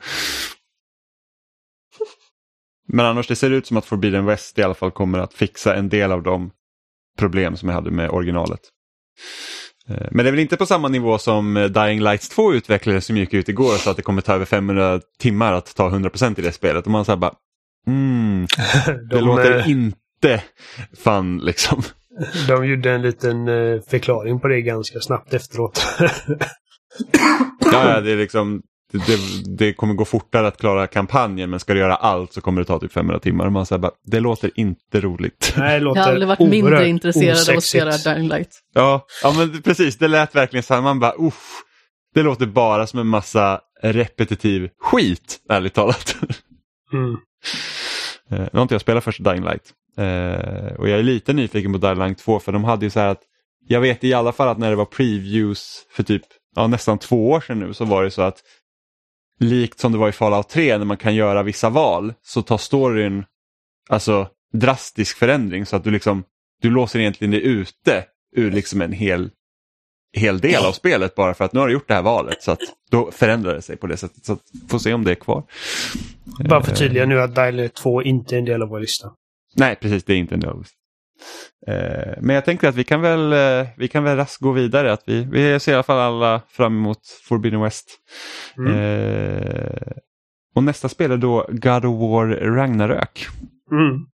S1: Men annars det ser ut som att Forbidden West i alla fall kommer att fixa en del av de problem som jag hade med originalet. Men det är väl inte på samma nivå som Dying Light två utvecklades som gick ut igår så att det kommer ta över femhundra timmar att ta hundra procent i det spelet. Och man säger bara Mm, det de, låter inte fan liksom.
S2: De gjorde en liten uh, förklaring på det ganska snabbt efteråt.
S1: Ja, det är liksom det, det, det kommer gå fortare att klara kampanjen, men ska du göra allt så kommer det ta typ femhundra timmar. Och man säger bara, det låter inte roligt.
S2: Nej, det låter
S3: jag har aldrig varit mindre intresserad av att spela Dying Light.
S1: Ja, ja, men precis, det lät verkligen så här, man bara, uff, det låter bara som en massa repetitiv skit, ärligt talat.
S2: Mm.
S1: Uh, nu har inte jag spelat först Dying Light uh, och jag är lite nyfiken på Dying Light två för de hade ju så här att jag vet i alla fall att när det var previews för typ ja, nästan två år sedan nu så var det så att likt som det var i Fallout tre när man kan göra vissa val så tar storyn alltså drastisk förändring så att du liksom du låser egentligen det ute ur liksom en hel hel del av spelet bara för att nu har du gjort det här valet, så att då förändrar det sig på det sättet, så att får se om det är kvar.
S2: Bara för tydliga nu att Dying Light två inte är en del av vår lista.
S1: Nej, precis, det är inte en del av vår lista. Men jag tänker att vi kan väl vi kan väl raskt gå vidare, att vi, vi ser i alla fall alla fram emot Forbidden West. Mm. Eh, och nästa spel är då God of War Ragnarök.
S2: Mm.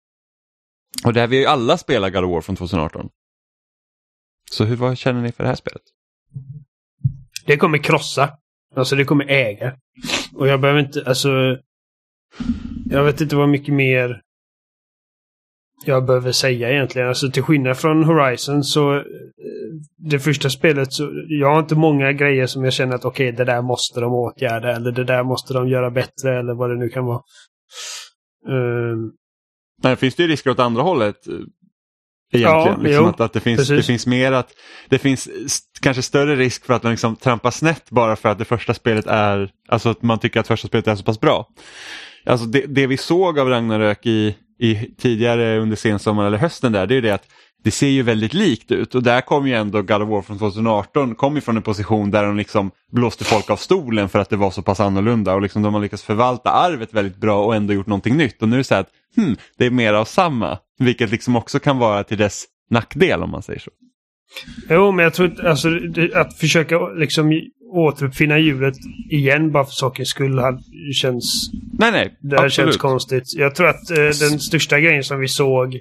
S1: Och det här, vi har ju alla spelat God of War från tjugo arton. Så hur, vad känner ni för det här spelet?
S2: Det kommer krossa. Alltså det kommer äga. Och jag behöver inte, alltså jag vet inte vad mycket mer jag behöver säga egentligen. Alltså till skillnad från Horizon så det första spelet så jag har inte många grejer som jag känner att okej, okay, det där måste de åtgärda eller det där måste de göra bättre eller vad det nu kan vara. Um,
S1: Men finns det ju risker åt andra hållet egentligen,
S2: ja,
S1: liksom
S2: jo,
S1: att, att det, finns, det finns mer att det finns kanske större risk för att man liksom trampar snett bara för att det första spelet är, alltså att man tycker att första spelet är så pass bra. Alltså det, det vi såg av Ragnarök i, i tidigare under sensommaren eller hösten där, det är ju det att det ser ju väldigt likt ut, och där kom ju ändå God of War från tjugo arton kom ju från en position där de liksom blåste folk av stolen för att det var så pass annorlunda, och liksom de har lyckats förvalta arvet väldigt bra och ändå gjort någonting nytt, och nu är det så här att hmm, det är mer av samma, vilket liksom också kan vara till dess nackdel om man säger så.
S2: Jo, men jag tror att, alltså, att försöka liksom återuppfinna djuret igen bara för sakens skull känns,
S1: nej, nej,
S2: det här känns konstigt. Jag tror att eh, den största grejen som vi såg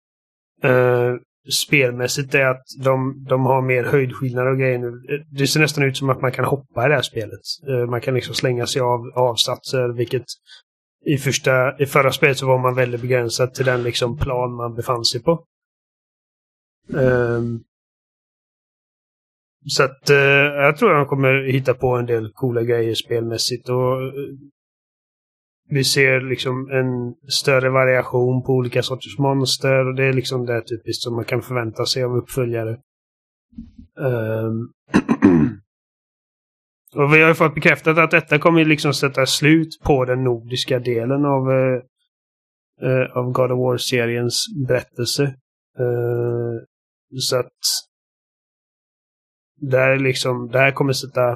S2: eh, spelmässigt är att de, de har mer höjdskillnader och grejer nu. Det ser nästan ut som att man kan hoppa i det här spelet. Eh, man kan liksom slänga sig av avsatser, vilket i, första, i förra spelet så var man väldigt begränsad till den liksom plan man befann sig på. Um, så att uh, jag tror att de kommer hitta på en del coola grejer spelmässigt, och uh, vi ser liksom en större variation på olika sorters monster, och det är liksom det typiskt som man kan förvänta sig av uppföljare. Um, och vi har ju fått bekräftat att detta kommer liksom sätta slut på den nordiska delen av uh, uh, av God of War-seriens berättelse. Uh, så att där liksom, där kommer sätta.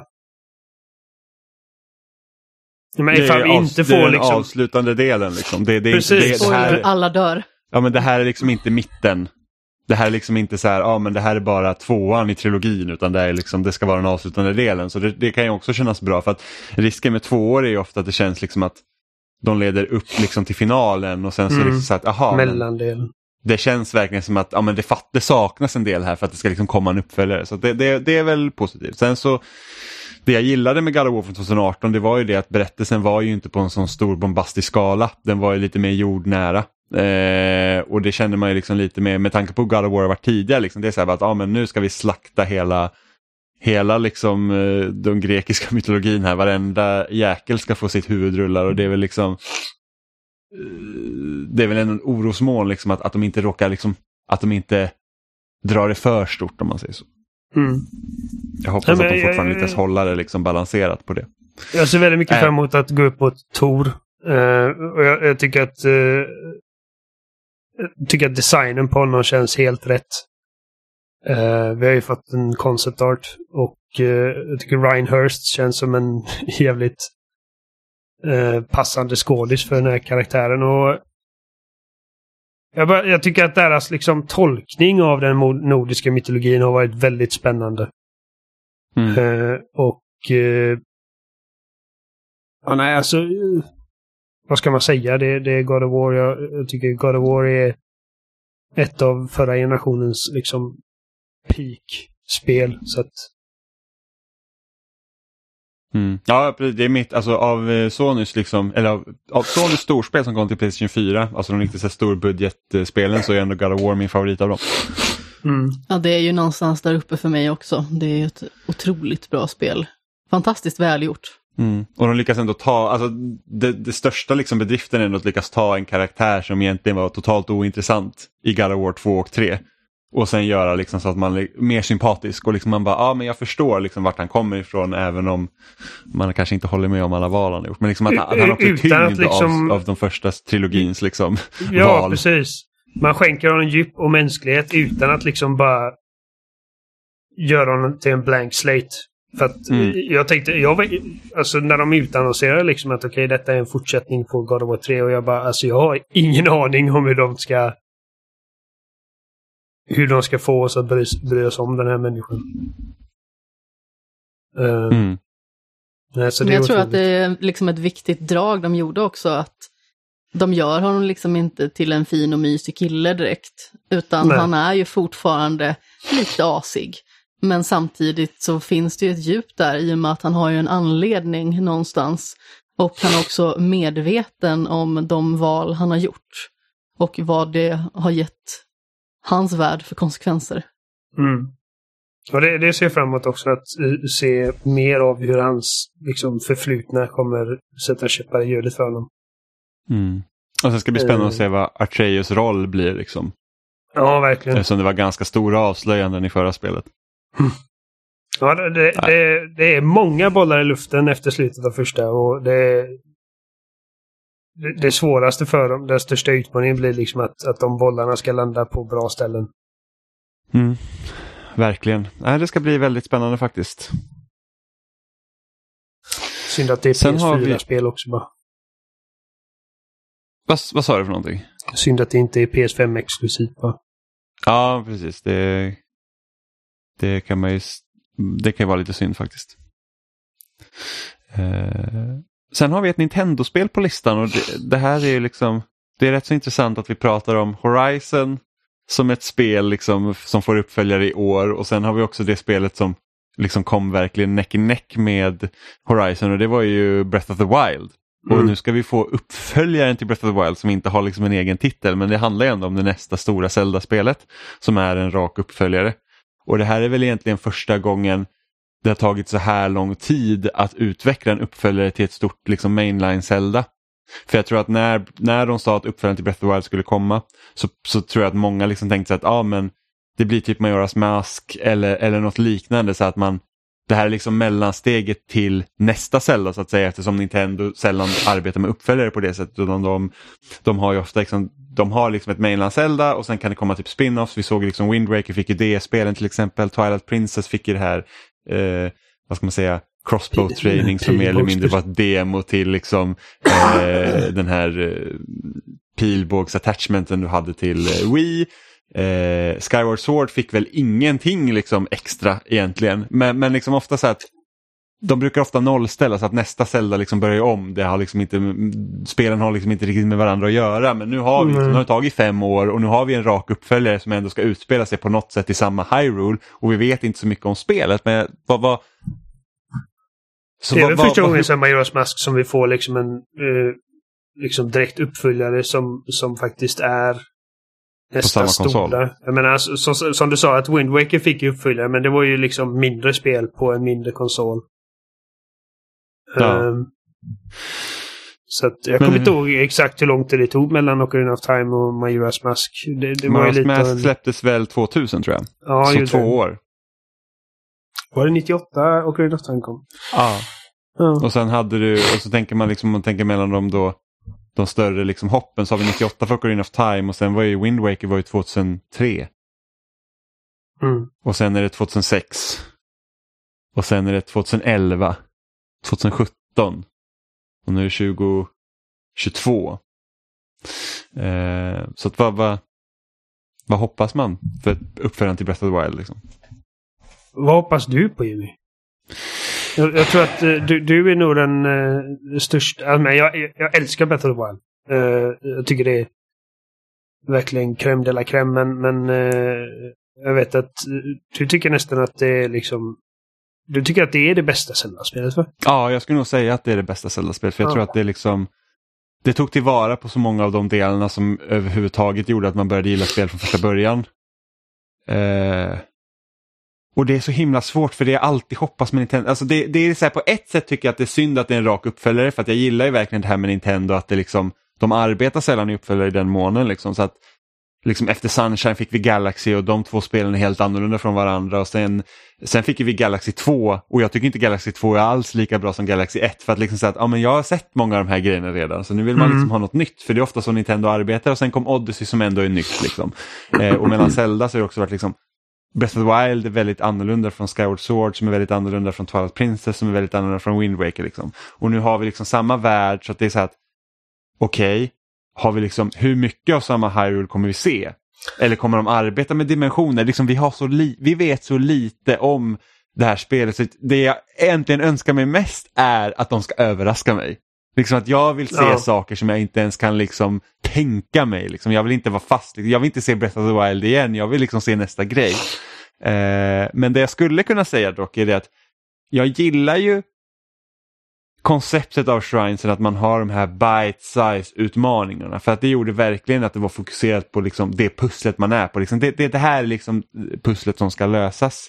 S2: Men ifall vi inte får
S1: det är den
S2: liksom
S1: avslutande delen liksom. Det, det är
S2: precis.
S1: Inte, det, det här,
S3: alla dör.
S1: Ja, men det här är liksom inte mitten. Det här är liksom inte så här, ja men det här är bara tvåan i trilogin, utan det är liksom, det ska vara den avslutande delen. Så det, det kan ju också kännas bra, för att risken med två år är ju ofta att det känns liksom att de leder upp liksom till finalen, och sen så mm. är det så att aha,
S2: mellandel.
S1: Det känns verkligen som att ja, men det, fatt, det saknas en del här för att det ska liksom komma en uppföljare. Så det, det, det är väl positivt. Sen så, det jag gillade med God of War från tjugo arton, det var ju det att berättelsen var ju inte på en sån stor bombastisk skala. Den var ju lite mer jordnära. Eh, och det kände man ju liksom lite mer med tanke på God of War var tidigare. Liksom, det är så här att ja, men nu ska vi slakta hela, hela liksom, eh, den grekiska mytologin här. Varenda jäkel ska få sitt huvudrullar, och det är väl liksom det är väl en orosmål liksom att, att de inte råkar liksom, att de inte drar det för stort, om man säger så.
S2: Mm.
S1: Jag hoppas ja, att de fortfarande lyckas hålla det liksom balanserat på det.
S2: Jag ser väldigt mycket äh. fram emot att gå upp mot Tor. Uh, och jag, jag tycker att uh, jag tycker att designen på honom känns helt rätt. Uh, vi har ju fått en concept art, och uh, jag tycker Ryan Hurst känns som en jävligt Uh, passande skådis för den här karaktären, och jag, bara, jag tycker att deras liksom tolkning av den nordiska mytologin har varit väldigt spännande. Mm. Uh, och uh, ja, nej, alltså uh, vad ska man säga, det, det är God of War. Jag, jag tycker God of War är ett av förra generationens liksom peak-spel, så att
S1: Mm. Ja, det är mitt, alltså av Sonys liksom, eller av, av Sonys storspel som kom till PlayStation fyra, alltså de riktigt så storbudgetspelen, så är ändå God of War min favorit av dem.
S3: Mm. Ja, det är ju någonstans där uppe för mig också. Det är ju ett otroligt bra spel. Fantastiskt välgjort.
S1: Mm. Och de lyckas ändå ta, alltså det, det största liksom bedriften är ändå att lyckas ta en karaktär som egentligen var totalt ointressant i God of War två och tre. och sen göra liksom så att man är mer sympatisk och liksom man bara, ja ah, men jag förstår liksom vart han kommer ifrån även om man kanske inte håller med om alla val han har gjort. Men liksom att, att han också är tyngd liksom... av, av de första trilogins liksom
S2: ja,
S1: val.
S2: Precis. Man skänker honom djup och mänsklighet utan att liksom bara göra honom till en blank slate. För att mm. jag tänkte, jag, alltså när de utannonserade liksom att okej, okay, detta är en fortsättning på God of War tre och jag bara, alltså jag har ingen aning om hur de ska hur de ska få oss att bry, bry oss om den här människan. Uh,
S1: mm.
S2: nej, så det
S3: Men jag
S2: är
S3: tror
S2: otroligt.
S3: att det är liksom ett viktigt drag de gjorde också, att de gör honom liksom inte till en fin och mysig kille direkt, utan
S2: nej.
S3: han är ju fortfarande lite asig. Men samtidigt så finns det ju ett djup där i och med att han har ju en anledning någonstans. Och han är också medveten om de val han har gjort. Och vad det har gett hans värld för konsekvenser.
S2: Mm. Och det, det ser jag fram emot också, att uh, se mer av hur hans liksom, förflutna kommer sätta käppar i hjulet för honom.
S1: Mm. Och sen ska det bli spännande
S2: uh.
S1: att se vad Atreus roll blir liksom.
S2: Ja, verkligen.
S1: Eftersom det var ganska stora avslöjanden i förra spelet.
S2: Ja, det, det, det, det är många bollar i luften efter slutet av första och det, det, det svåraste för dem, den största utmaningen blir liksom att, att de bollarna ska landa på bra ställen.
S1: Mm. Verkligen. Nej, det ska bli väldigt spännande faktiskt.
S2: Synd att det är P S fyra-spel vi... också bara.
S1: Vad, vad sa du för någonting?
S2: Synd att det inte är P S fem-exklusivt bara.
S1: Ja, precis. Det, det kan man ju, det kan ju vara lite synd faktiskt. Eh, sen har vi ett Nintendo-spel på listan och det, det här är ju liksom, det är rätt så intressant att vi pratar om Horizon som ett spel liksom som får uppföljare i år, och sen har vi också det spelet som liksom kom verkligen neck i neck med Horizon, och det var ju Breath of the Wild. Mm. Och nu ska vi få uppföljaren till Breath of the Wild som inte har liksom en egen titel, men det handlar ju ändå om det nästa stora Zelda-spelet som är en rak uppföljare. Och det här är väl egentligen första gången det har tagit så här lång tid att utveckla en uppföljare till ett stort liksom mainline Zelda. För jag tror att när, när de sa att uppföljaren till Breath of the Wild skulle komma, så, så tror jag att många liksom tänkte att ah, men det blir typ Majora's Mask eller, eller något liknande, så att man, det här är liksom mellansteget till nästa Zelda så att säga, eftersom Nintendo sällan arbetar med uppföljare på det sättet, utan de, de har ju ofta liksom, de har liksom ett mainland Zelda och sen kan det komma typ spin-offs. Vi såg liksom Wind Waker fick ju D-spelen till exempel, Twilight Princess fick ju det här eh, vad ska man säga, crossbow training som mer eller mindre var ett demo till liksom eh, den här eh, pilbågs attachmenten du hade till eh, Wii. Eh, Skyward Sword fick väl ingenting liksom extra egentligen, men, men liksom ofta så att de brukar ofta nollställa så att nästa Zelda liksom börjar om. Det har liksom inte, spelen har liksom inte riktigt med varandra att göra, men nu har vi liksom, nu har det tagit fem år och nu har vi en rak uppföljare som ändå ska utspela sig på något sätt i samma Hyrule, och vi vet inte så mycket om spelet, men vad, vad
S2: så det är väl första gången som Majora's Mask som vi får liksom en eh, liksom direkt uppföljare som, som faktiskt är nästa stora. Jag menar, så, så, som du sa, att Wind Waker fick ju uppföljare, men det var ju liksom mindre spel på en mindre konsol.
S1: Ja.
S2: Um, så att jag kommer inte ihåg exakt hur långt det tog mellan Ocarina of Time och Majora's Mask. Det, det
S1: Majora's
S2: lite
S1: Mask
S2: en...
S1: släpptes väl tvåtusen tror jag.
S2: Ja,
S1: så två det. år.
S2: Var det nittioåtta Ocarina of Time kom?
S1: Ja.
S2: ja.
S1: Och sen hade du, och så tänker man liksom, man tänker mellan dem då, de större liksom hoppen, så har vi nittioåtta för Ocarina of Time, och sen var ju Wind Waker var ju tjugohundratre.
S2: Mm.
S1: Och sen är det tjugohundrasex. Och sen är det tjugoelva. tjugosjutton. Och nu är det tjugo tjugotvå. Eh, så att vad, vad, vad hoppas man för uppföljaren till Breath of the Wild liksom?
S2: Vad hoppas du på, Jimmy? Jag, jag tror att uh, du, du är nog den uh, största... Alltså, jag, jag älskar Breath of the Wild. Uh, jag tycker det är verkligen crème de la crème, men, men uh, jag vet att uh, du tycker nästan att det är liksom... Du tycker att det är det bästa Zelda-spelet, va?
S1: Ja, jag skulle nog säga att det är det bästa Zelda-spelet, för jag ja. tror att det är liksom... Det tog tillvara på så många av de delarna som överhuvudtaget gjorde att man började gilla spel från första början. Uh... Och det är så himla svårt, för det är alltid hoppas med Nintendo. Alltså det, det är så här, på ett sätt tycker jag att det är synd att det är en rak uppföljare, för att jag gillar ju verkligen det här med Nintendo, att det liksom, de arbetar sällan i uppföljare i den månen liksom, så att liksom efter Sunshine fick vi Galaxy och de två spelen är helt annorlunda från varandra och sen, sen fick vi Galaxy två och jag tycker inte Galaxy två är alls lika bra som Galaxy ett för att liksom säga att ja, men jag har sett många av de här grejerna redan så nu vill man liksom mm. ha något nytt för det är ofta så Nintendo arbetar och sen kom Odyssey som ändå är nytt liksom. Eh, och mellan Zelda så har det också varit liksom Breath of the Wild är väldigt annorlunda från Skyward Sword som är väldigt annorlunda från Twilight Princess som är väldigt annorlunda från Wind Waker liksom. Och nu har vi liksom samma värld så att det är så att okej, okay, har vi liksom hur mycket av samma Hyrule kommer vi se? Eller kommer de arbeta med dimensioner? Liksom vi, har så li- vi vet så lite om det här spelet så det jag egentligen önskar mig mest är att de ska överraska mig. Liksom att jag vill se ja. saker som jag inte ens kan liksom tänka mig. Liksom. Jag vill inte vara fast. Jag vill inte se Breath of the Wild igen. Jag vill liksom se nästa grej. Eh, men det jag skulle kunna säga dock är det att jag gillar ju konceptet av Shrinesen att man har de här bite-size utmaningarna. För att det gjorde verkligen att det var fokuserat på liksom det pusslet man är på. Liksom det, det, det här är liksom pusslet som ska lösas.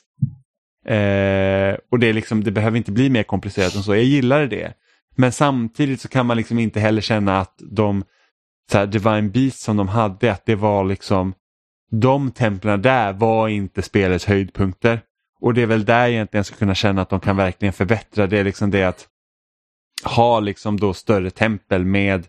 S1: Eh, och det, är liksom, det behöver inte bli mer komplicerat än så. Jag gillar det. Men samtidigt så kan man liksom inte heller känna att de så här, Divine Beast som de hade, att det var liksom de templarna där var inte spelets höjdpunkter. Och det är väl där egentligen jag ska kunna känna att de kan verkligen förbättra. Det är liksom det att ha liksom då större tempel med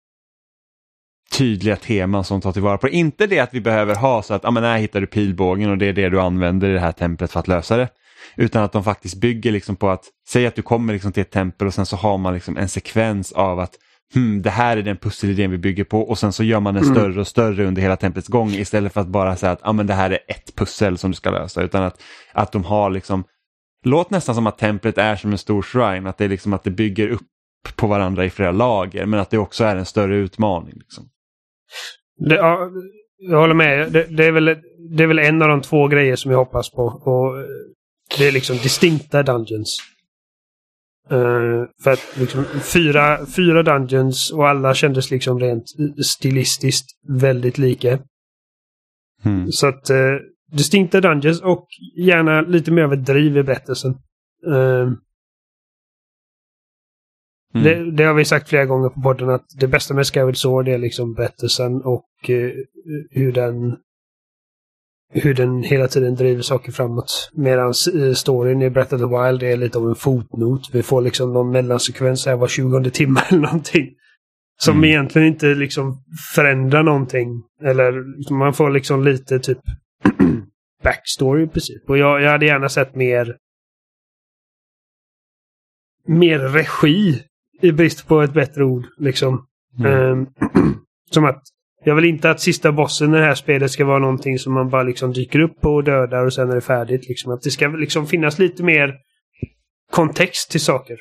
S1: tydliga teman som tar tillvara på. Inte det att vi behöver ha så att ah, men här hittar du pilbågen och det är det du använder i det här templet för att lösa det. Utan att de faktiskt bygger liksom på att säga att du kommer liksom till ett tempel och sen så har man liksom en sekvens av att hmm, det här är den pusselidén vi bygger på och sen så gör man den mm. större och större under hela templets gång istället för att bara säga att ah, men det här är ett pussel som du ska lösa. Utan att, att de har liksom låt nästan som att templet är som en stor shrine. Att det är liksom att det bygger upp på varandra i flera lager men att det också är en större utmaning. Liksom.
S2: Det, ja, jag håller med. Det, det, är väl, det är väl en av de två grejer som jag hoppas på. Och det är liksom distinkta dungeons. Uh, för att liksom fyra, fyra dungeons och alla kändes liksom rent stilistiskt väldigt lika. Mm. Så att uh, distinkta dungeons och gärna lite mer av ett driv i berättelsen. Uh, mm. det, det har vi sagt flera gånger på podden att det bästa med Skyward Sword är liksom berättelsen och uh, hur den hur den hela tiden driver saker framåt. Medan storyn i Breath of the Wild är lite av en fotnot. Vi får liksom någon mellansekvens här var tjugonde timme eller någonting. Som mm. egentligen inte liksom förändrar någonting. Eller liksom man får liksom lite typ backstory i princip. Och jag, jag hade gärna sett mer mer regi i brist på ett bättre ord. Liksom. Mm. Um, som att jag vill inte att sista bossen i det här spelet ska vara någonting som man bara liksom dyker upp på och dödar och sen är det färdigt. Liksom. Att det ska liksom finnas lite mer kontext till saker.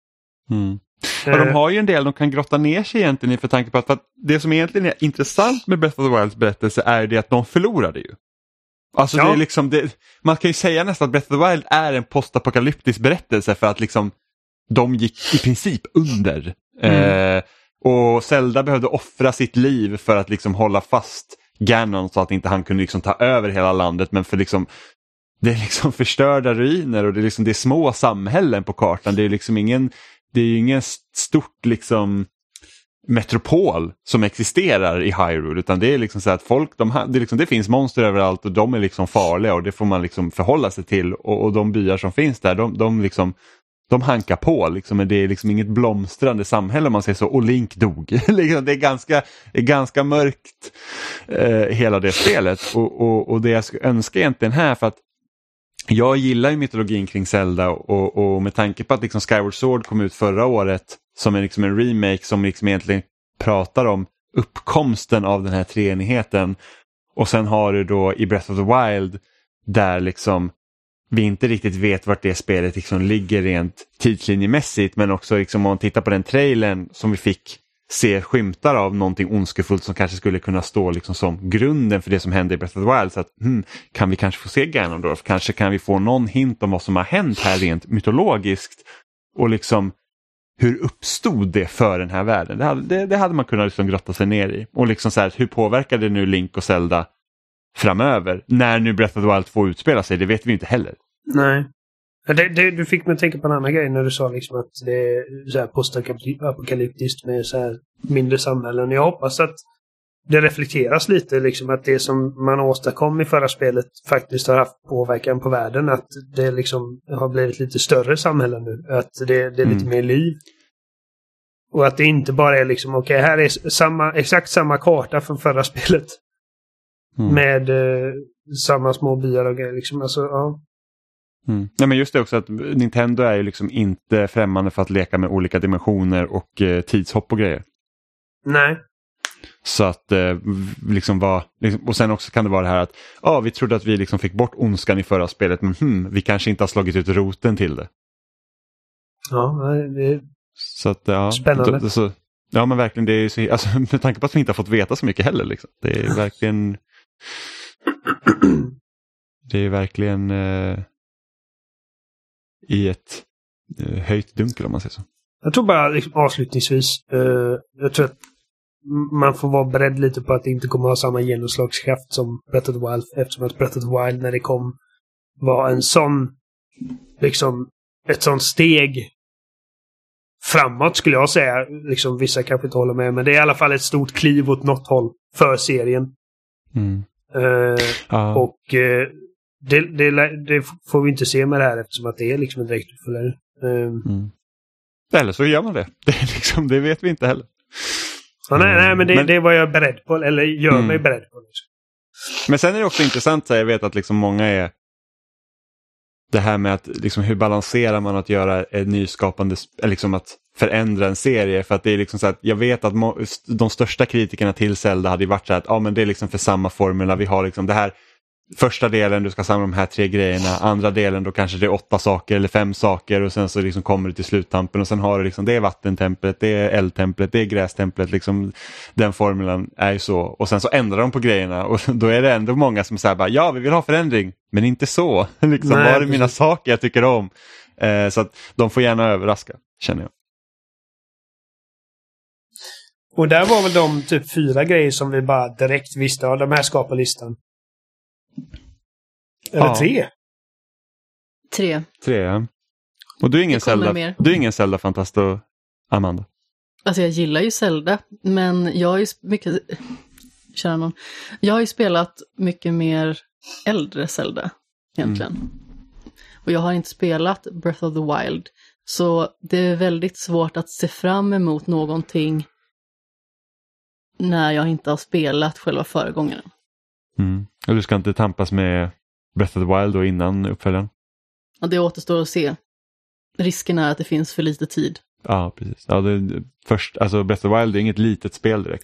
S1: Mm. Ja, de har ju en del de kan grotta ner sig egentligen i för tanke på att, för att det som egentligen är intressant med Breath of the Wilds berättelse är det att de förlorade ju. Alltså ja. det är liksom det, man kan ju säga nästan att Breath of the Wild är en postapokalyptisk berättelse för att liksom de gick i princip under. Mm. Eh, Och Zelda behövde offra sitt liv för att liksom hålla fast Ganon så att inte han kunde liksom ta över hela landet. Men för liksom det är liksom förstörda ruiner och det är liksom det är små samhällen på kartan. Det är liksom ingen det är ju ingen stort liksom metropol som existerar i Hyrule utan det är liksom så att folk de det, liksom, det finns monster överallt och de är liksom farliga och det får man liksom förhålla sig till och, och de byar som finns där de de liksom De hankar på, liksom, men det är liksom inget blomstrande samhälle om man säger så. Och Link dog. Det är ganska, det är ganska mörkt eh, hela det spelet. Och, och, och det jag skulle önska egentligen här, för att jag gillar ju mytologin kring Zelda och, och med tanke på att liksom Skyward Sword kom ut förra året som är liksom en remake som liksom egentligen pratar om uppkomsten av den här treenigheten. Och sen har du då i Breath of the Wild där liksom vi inte riktigt vet vart det spelet liksom ligger rent tidslinjemässigt men också liksom om man tittar på den trailern som vi fick se skymtar av någonting ondskefullt som kanske skulle kunna stå liksom som grunden för det som hände i Breath of the Wild så att hmm, kan vi kanske få se Ganondorf, kanske kan vi få någon hint om vad som har hänt här rent mytologiskt och liksom hur uppstod det för den här världen, det hade, det, det hade man kunnat liksom grotta sig ner i och liksom så här, hur påverkar det nu Link och Zelda framöver. När nu Breath of the Wild två utspelar sig, det vet vi inte heller.
S2: Nej. Det, det, du fick mig tänka på en annan grej när du sa liksom att det är så här postapokalyptiskt med så här mindre samhällen. Jag hoppas att det reflekteras lite liksom att det som man åstadkom i förra spelet faktiskt har haft påverkan på världen. Att det liksom har blivit lite större samhälle nu. Att det, det är lite mm. mer liv. Och att det inte bara är liksom, okej, okay, här är samma, exakt samma karta från förra spelet. Mm. Med eh, samma små byar och grejer. Liksom. Alltså, ja.
S1: Mm. Ja, men just det också att Nintendo är ju liksom inte främmande för att leka med olika dimensioner och eh, tidshopp och grejer.
S2: Nej.
S1: Så att eh, liksom var, liksom, och sen också kan det vara det här att ja, ah, vi trodde att vi liksom fick bort ondskan i förra spelet, men hmm, vi kanske inte har slagit ut roten till det.
S2: Ja, det är
S1: så att, ja,
S2: spännande.
S1: Det, det, så, ja, men verkligen, det är så, alltså, med tanke på att vi inte har fått veta så mycket heller. Liksom. Det är verkligen det är verkligen eh, i ett eh, höjt dunkel om man säger så.
S2: Jag tror bara liksom, avslutningsvis eh, jag tror att man får vara beredd lite på att det inte kommer ha samma genomslagskraft som Breath of the Wild, eftersom att Breath of the Wild när det kom var en sån liksom ett sånt steg framåt skulle jag säga. Liksom, vissa kanske inte håller med, men det är i alla fall ett stort kliv åt något håll för serien.
S1: Mm.
S2: Uh,
S1: ah.
S2: Och uh, det, det, det får vi inte se med det här eftersom att det är liksom en direkt uppföljare. Uh,
S1: mm. Eller så gör man det. Det, är liksom, det vet vi inte heller.
S2: Ja, nej, nej, men det, men det är vad jag är beredd på, eller gör mm. mig beredd på. Liksom.
S1: Men sen är det också intressant, så jag vet att liksom många är det här med att liksom, hur balanserar man att göra ett nyskapande, liksom att förändra en serie, för att det är liksom så att jag vet att må, de största kritikerna till Zelda hade ju varit så att ja, men det är liksom för samma formula, vi har liksom det här första delen, du ska samla de här tre grejerna, andra delen då kanske det är åtta saker eller fem saker och sen så liksom kommer du till sluttampen och sen har du liksom det är vattentemplet, det är eldtemplet, det är grästemplet, liksom den formulan är ju så, och sen så ändrar de på grejerna och då är det ändå många som säger bara ja, vi vill ha förändring, men inte så liksom, vad är mina saker jag tycker om, eh, så att de får gärna överraska, känner jag.
S2: Och där var väl de typ fyra grejer som vi bara direkt visste, ja, de här skapar listan. Eller ja. tre?
S3: Tre.
S1: Tre, ja. Och du är ingen Zelda, du är ingen Zelda-fantast då, Amanda?
S3: Alltså jag gillar ju Zelda, men jag har ju mycket... Kära någon. Jag har ju spelat mycket mer äldre Zelda, egentligen. Mm. Och jag har inte spelat Breath of the Wild. Så det är väldigt svårt att se fram emot någonting när jag inte har spelat själva föregångaren.
S1: Mm. Och du ska inte tampas med Breath of the Wild då innan uppföljaren?
S3: Ja, det återstår att se. Risken är att det finns för lite tid.
S1: Ja, precis. Ja, det, först, alltså Breath of the Wild är inget litet spel direkt.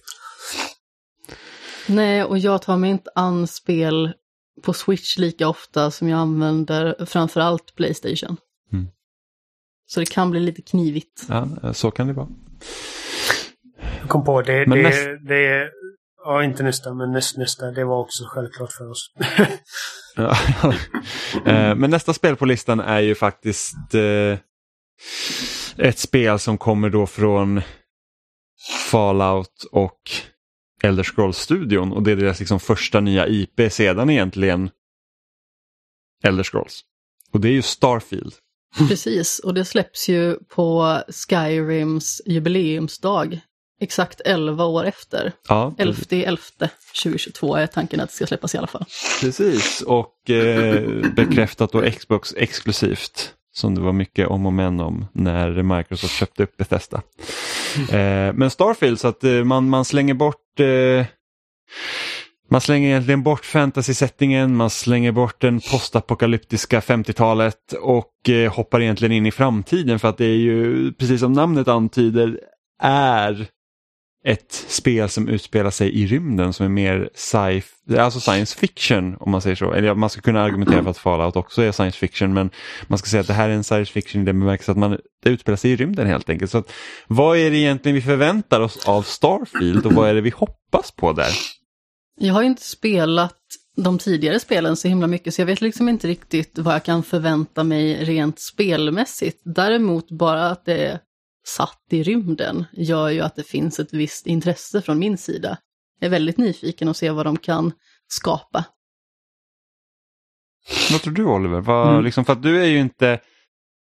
S3: Nej, och jag tar mig inte an spel på Switch lika ofta som jag använder framförallt PlayStation. Mm. Så det kan bli lite knivigt.
S1: Ja, så kan det vara.
S2: Jag kom på det. Men det, näst... det ja, inte nästa, men näst, nästa. Det var också självklart för oss.
S1: Ja, men nästa spel på listan är ju faktiskt eh, ett spel som kommer då från Fallout och Elder Scrolls-studion. Och det är deras liksom första nya I P sedan egentligen Elder Scrolls. Och det är ju Starfield.
S3: Precis, och det släpps ju på Skyrims jubileumsdag. Exakt elva år efter.
S1: Ja,
S3: elfte elfte tjugohundratjugotvå är tanken att det ska släppas i alla fall.
S1: Precis, och eh, bekräftat då Xbox exklusivt. Som det var mycket om och men om när Microsoft köpte upp Bethesda. Eh, men Starfield, så att eh, man, man slänger bort... Eh, man slänger egentligen bort fantasy-settingen, man slänger bort den postapokalyptiska femtiotalet och eh, hoppar egentligen in i framtiden, för att det är ju, precis som namnet antyder, är ett spel som utspelar sig i rymden som är mer sci- alltså science fiction, om man säger så. Eller man ska kunna argumentera för att Fallout också är science fiction, men man ska säga att det här är en science fiction i det bemärkelsen att man, det utspelar sig i rymden helt enkelt. Så att, vad är det egentligen vi förväntar oss av Starfield och vad är det vi hoppas på där?
S3: Jag har ju inte spelat de tidigare spelen så himla mycket, så jag vet liksom inte riktigt vad jag kan förvänta mig rent spelmässigt. Däremot bara att det är satt i rymden gör ju att det finns ett visst intresse från min sida. Jag är väldigt nyfiken att se vad de kan skapa.
S1: Vad tror du, Oliver? Vad,
S2: mm.
S1: liksom, för att du är ju inte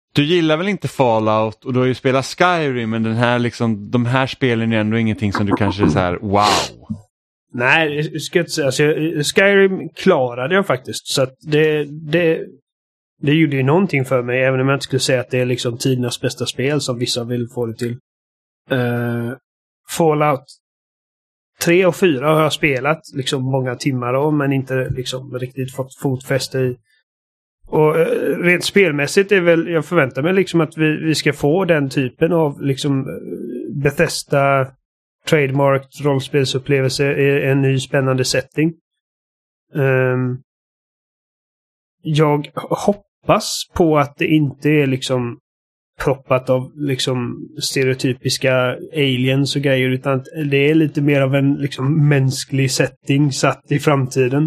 S1: Du gillar väl inte Fallout och du har ju spelat Skyrim, men den här liksom, de här spelen är ändå ingenting som du kanske är så här wow.
S2: Nej, jag ska inte säga. Alltså, Skyrim klarade jag faktiskt. Så att det, det, det gjorde ju någonting för mig. Även om jag inte skulle säga att det är liksom tidernas bästa spel som vissa vill få det till. Uh, Fallout tre och fyra har jag spelat liksom många timmar om, men inte liksom riktigt fått fotfäste i. Och uh, rent spelmässigt är väl, jag förväntar mig liksom att vi, vi ska få den typen av liksom Bethesda trademark rollspelsupplevelse i en ny spännande setting. Um, jag hoppas på att det inte är liksom proppat av liksom stereotypiska aliens och grejer, utan att det är lite mer av en liksom mänsklig setting satt i framtiden.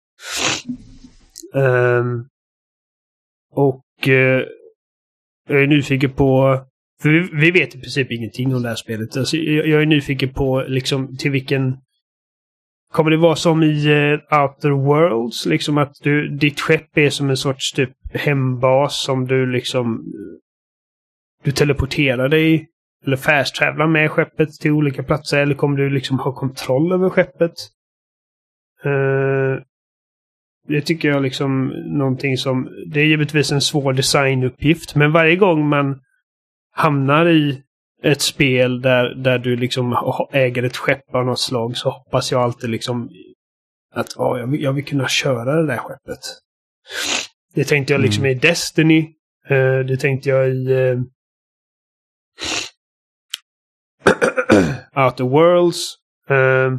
S2: Um, och uh, jag är nyfiken på, för vi, vi vet i princip ingenting om det här spelet. Alltså, jag, jag är nyfiken på liksom till vilken, kommer det vara som i uh, Outer Worlds, liksom att du, ditt skepp är som en sorts typ hembas som du liksom du teleporterar dig eller fast-travlar med skeppet till olika platser, eller kommer du liksom ha kontroll över skeppet? Uh, det tycker jag liksom någonting som, det är givetvis en svår designuppgift, men varje gång man hamnar i ett spel där, där du liksom äger ett skepp av något slag, så hoppas jag alltid liksom att oh, jag, vill, jag vill kunna köra det där skeppet. Det tänkte jag liksom mm. i Destiny. Uh, det tänkte jag i uh, Outer Worlds. Uh,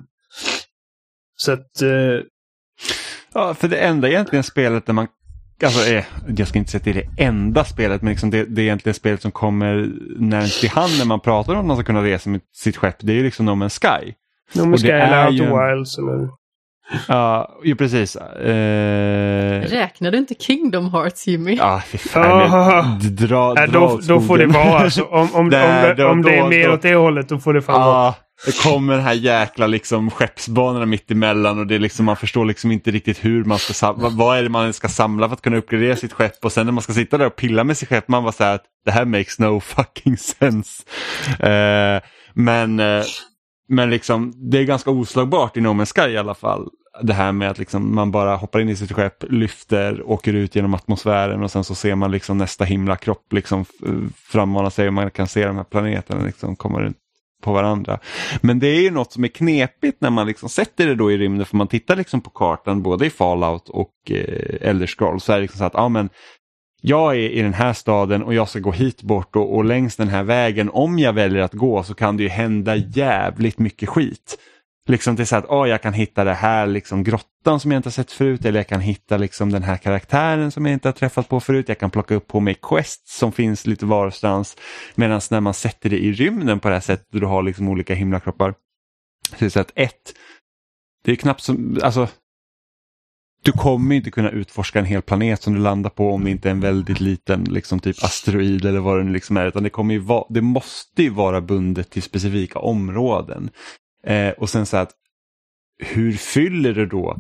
S2: så att uh,
S1: ja, för det enda egentligen spelet där man, alltså är, jag ska inte säga att det är det enda spelet, men liksom det, det är egentligen spelet som kommer närmast i hand när man pratar om att man ska kunna resa med sitt skepp. Det är ju liksom No Man's Sky.
S2: No Man's Sky eller Outer Wilds eller...
S1: Ja, ju precis. Uh...
S3: Räknar du inte Kingdom Hearts, Jimmy?
S1: Ja, fy fan. Oh. Dra, dra
S2: äh, då, då får det vara. Alltså, om om, Där, om, det, om då, det är mer då, åt det hållet, då får det fan vara.
S1: Ja, det kommer den här jäkla liksom, skeppsbanorna mitt emellan och det är liksom, man förstår liksom inte riktigt hur man ska samla. Vad är det man ska samla för att kunna uppgradera sitt skepp? Och sen när man ska sitta där och pilla med sitt skepp, man bara säger att det här makes no fucking sense. Uh, men... Uh, Men liksom, det är ganska oslagbart i No Man's Sky i alla fall. Det här med att liksom man bara hoppar in i sitt skepp, lyfter, åker ut genom atmosfären och sen så ser man liksom nästa himlakropp liksom frammana sig och man kan se de här planeterna liksom kommer på varandra. Men det är ju något som är knepigt när man liksom sätter det då i rymden, för man tittar liksom på kartan både i Fallout och eh, Elder Scrolls, så är det liksom så att ja men jag är i den här staden och jag ska gå hit bort och, och längs den här vägen, om jag väljer att gå så kan det ju hända jävligt mycket skit. Liksom till så att oh, jag kan hitta det här liksom grottan som jag inte har sett förut, eller jag kan hitta liksom den här karaktären som jag inte har träffat på förut. Jag kan plocka upp på mig quests som finns lite varstans, medan när man sätter det i rymden på det här sättet och du har liksom olika himlakroppar. Så det är att ett, det är knappt som, alltså du kommer inte kunna utforska en hel planet som du landar på om det inte är en väldigt liten liksom typ asteroid eller vad det nu liksom är, utan det kommer ju vara, det måste ju vara bundet till specifika områden. Eh, och sen så att hur fyller det då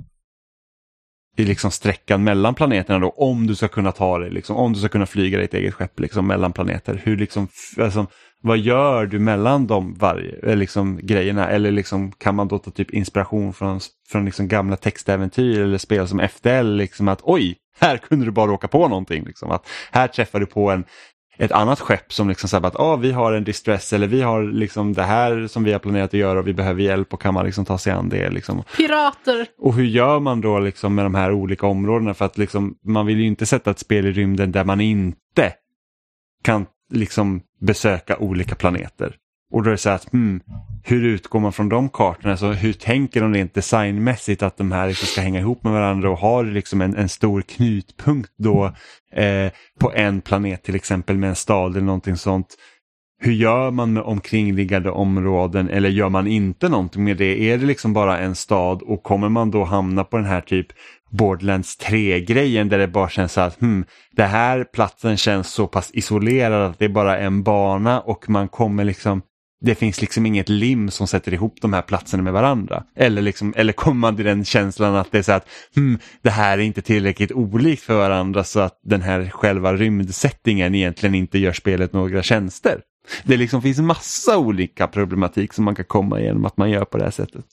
S1: i liksom sträckan mellan planeterna då, om du ska kunna ta det liksom, om du ska kunna flyga ditt eget skepp liksom mellan planeter, hur liksom, alltså, vad gör du mellan de varje liksom grejerna, eller liksom kan man då ta typ inspiration från från liksom gamla textäventyr eller spel som F T L liksom, att oj, här kunde du bara åka på någonting liksom, att här träffar du på en ett annat skepp som liksom säger att ah, vi har en distress, eller vi har liksom det här som vi har planerat att göra och vi behöver hjälp, och kan man liksom ta sig an det liksom.
S3: Pirater!
S1: Och hur gör man då liksom med de här olika områdena, för att liksom, man vill ju inte sätta ett spel i rymden där man inte kan liksom besöka olika planeter. Och då är det så att hmm, hur utgår man från de kartorna? Alltså, hur tänker de rent designmässigt att de här liksom ska hänga ihop med varandra, och har liksom en, en stor knutpunkt då eh, på en planet till exempel med en stad eller någonting sånt. Hur gör man med omkringliggande områden, eller gör man inte någonting med det? Är det liksom bara en stad, och kommer man då hamna på den här typ Borderlands tre-grejen där det bara känns så att hmm, det här platsen känns så pass isolerad att det är bara en bana och man kommer liksom, det finns liksom inget lim som sätter ihop de här platserna med varandra. Eller, liksom, eller kommer man till den känslan att det är så att hmm, det här är inte tillräckligt olikt för varandra så att den här själva rymdsättningen egentligen inte gör spelet några tjänster. Det liksom finns massa olika problematik som man kan komma igenom att man gör på det här sättet.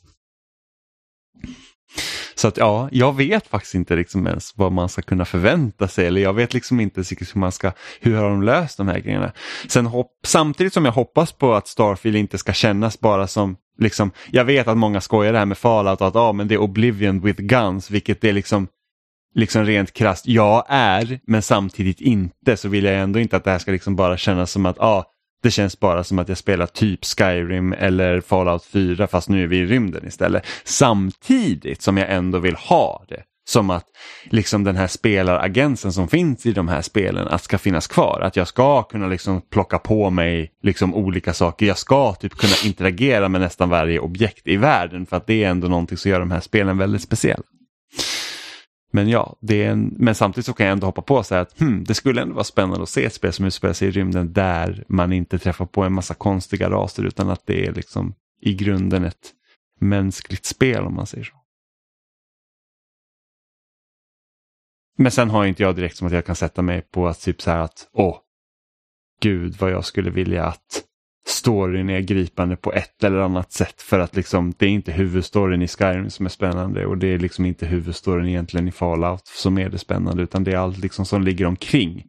S1: Så att ja, jag vet faktiskt inte liksom ens vad man ska kunna förvänta sig, eller jag vet liksom inte hur man ska, hur har de löst de här grejerna. Sen hopp, samtidigt som jag hoppas på att Starfield inte ska kännas bara som liksom, jag vet att många skojar det här med Fallout och att ja, men det är Oblivion with guns, vilket det är liksom liksom rent krasst, jag är, men samtidigt inte, så vill jag ändå inte att det här ska liksom bara kännas som att ja, det känns bara som att jag spelar typ Skyrim eller Fallout fyra fast nu är vi i rymden istället. Samtidigt som jag ändå vill ha det. Som att liksom den här spelaragensen som finns i de här spelen att ska finnas kvar. Att jag ska kunna liksom plocka på mig liksom olika saker. Jag ska typ kunna interagera med nästan varje objekt i världen. För att det är ändå någonting som gör de här spelen väldigt speciella. Men ja, det är en, men samtidigt så kan jag ändå hoppa på och säga att hmm, det skulle ändå vara spännande att se ett spel som utspelar sig i rymden där man inte träffar på en massa konstiga raser utan att det är liksom i grunden ett mänskligt spel om man säger så. Men sen har inte jag direkt som att jag kan sätta mig på att typ så här att åh, gud vad jag skulle vilja att storyn är gripande på ett eller annat sätt för att liksom det är inte huvudstoryn i Skyrim som är spännande och det är liksom inte huvudstoryn egentligen i Fallout som är det spännande utan det är allt liksom som ligger omkring.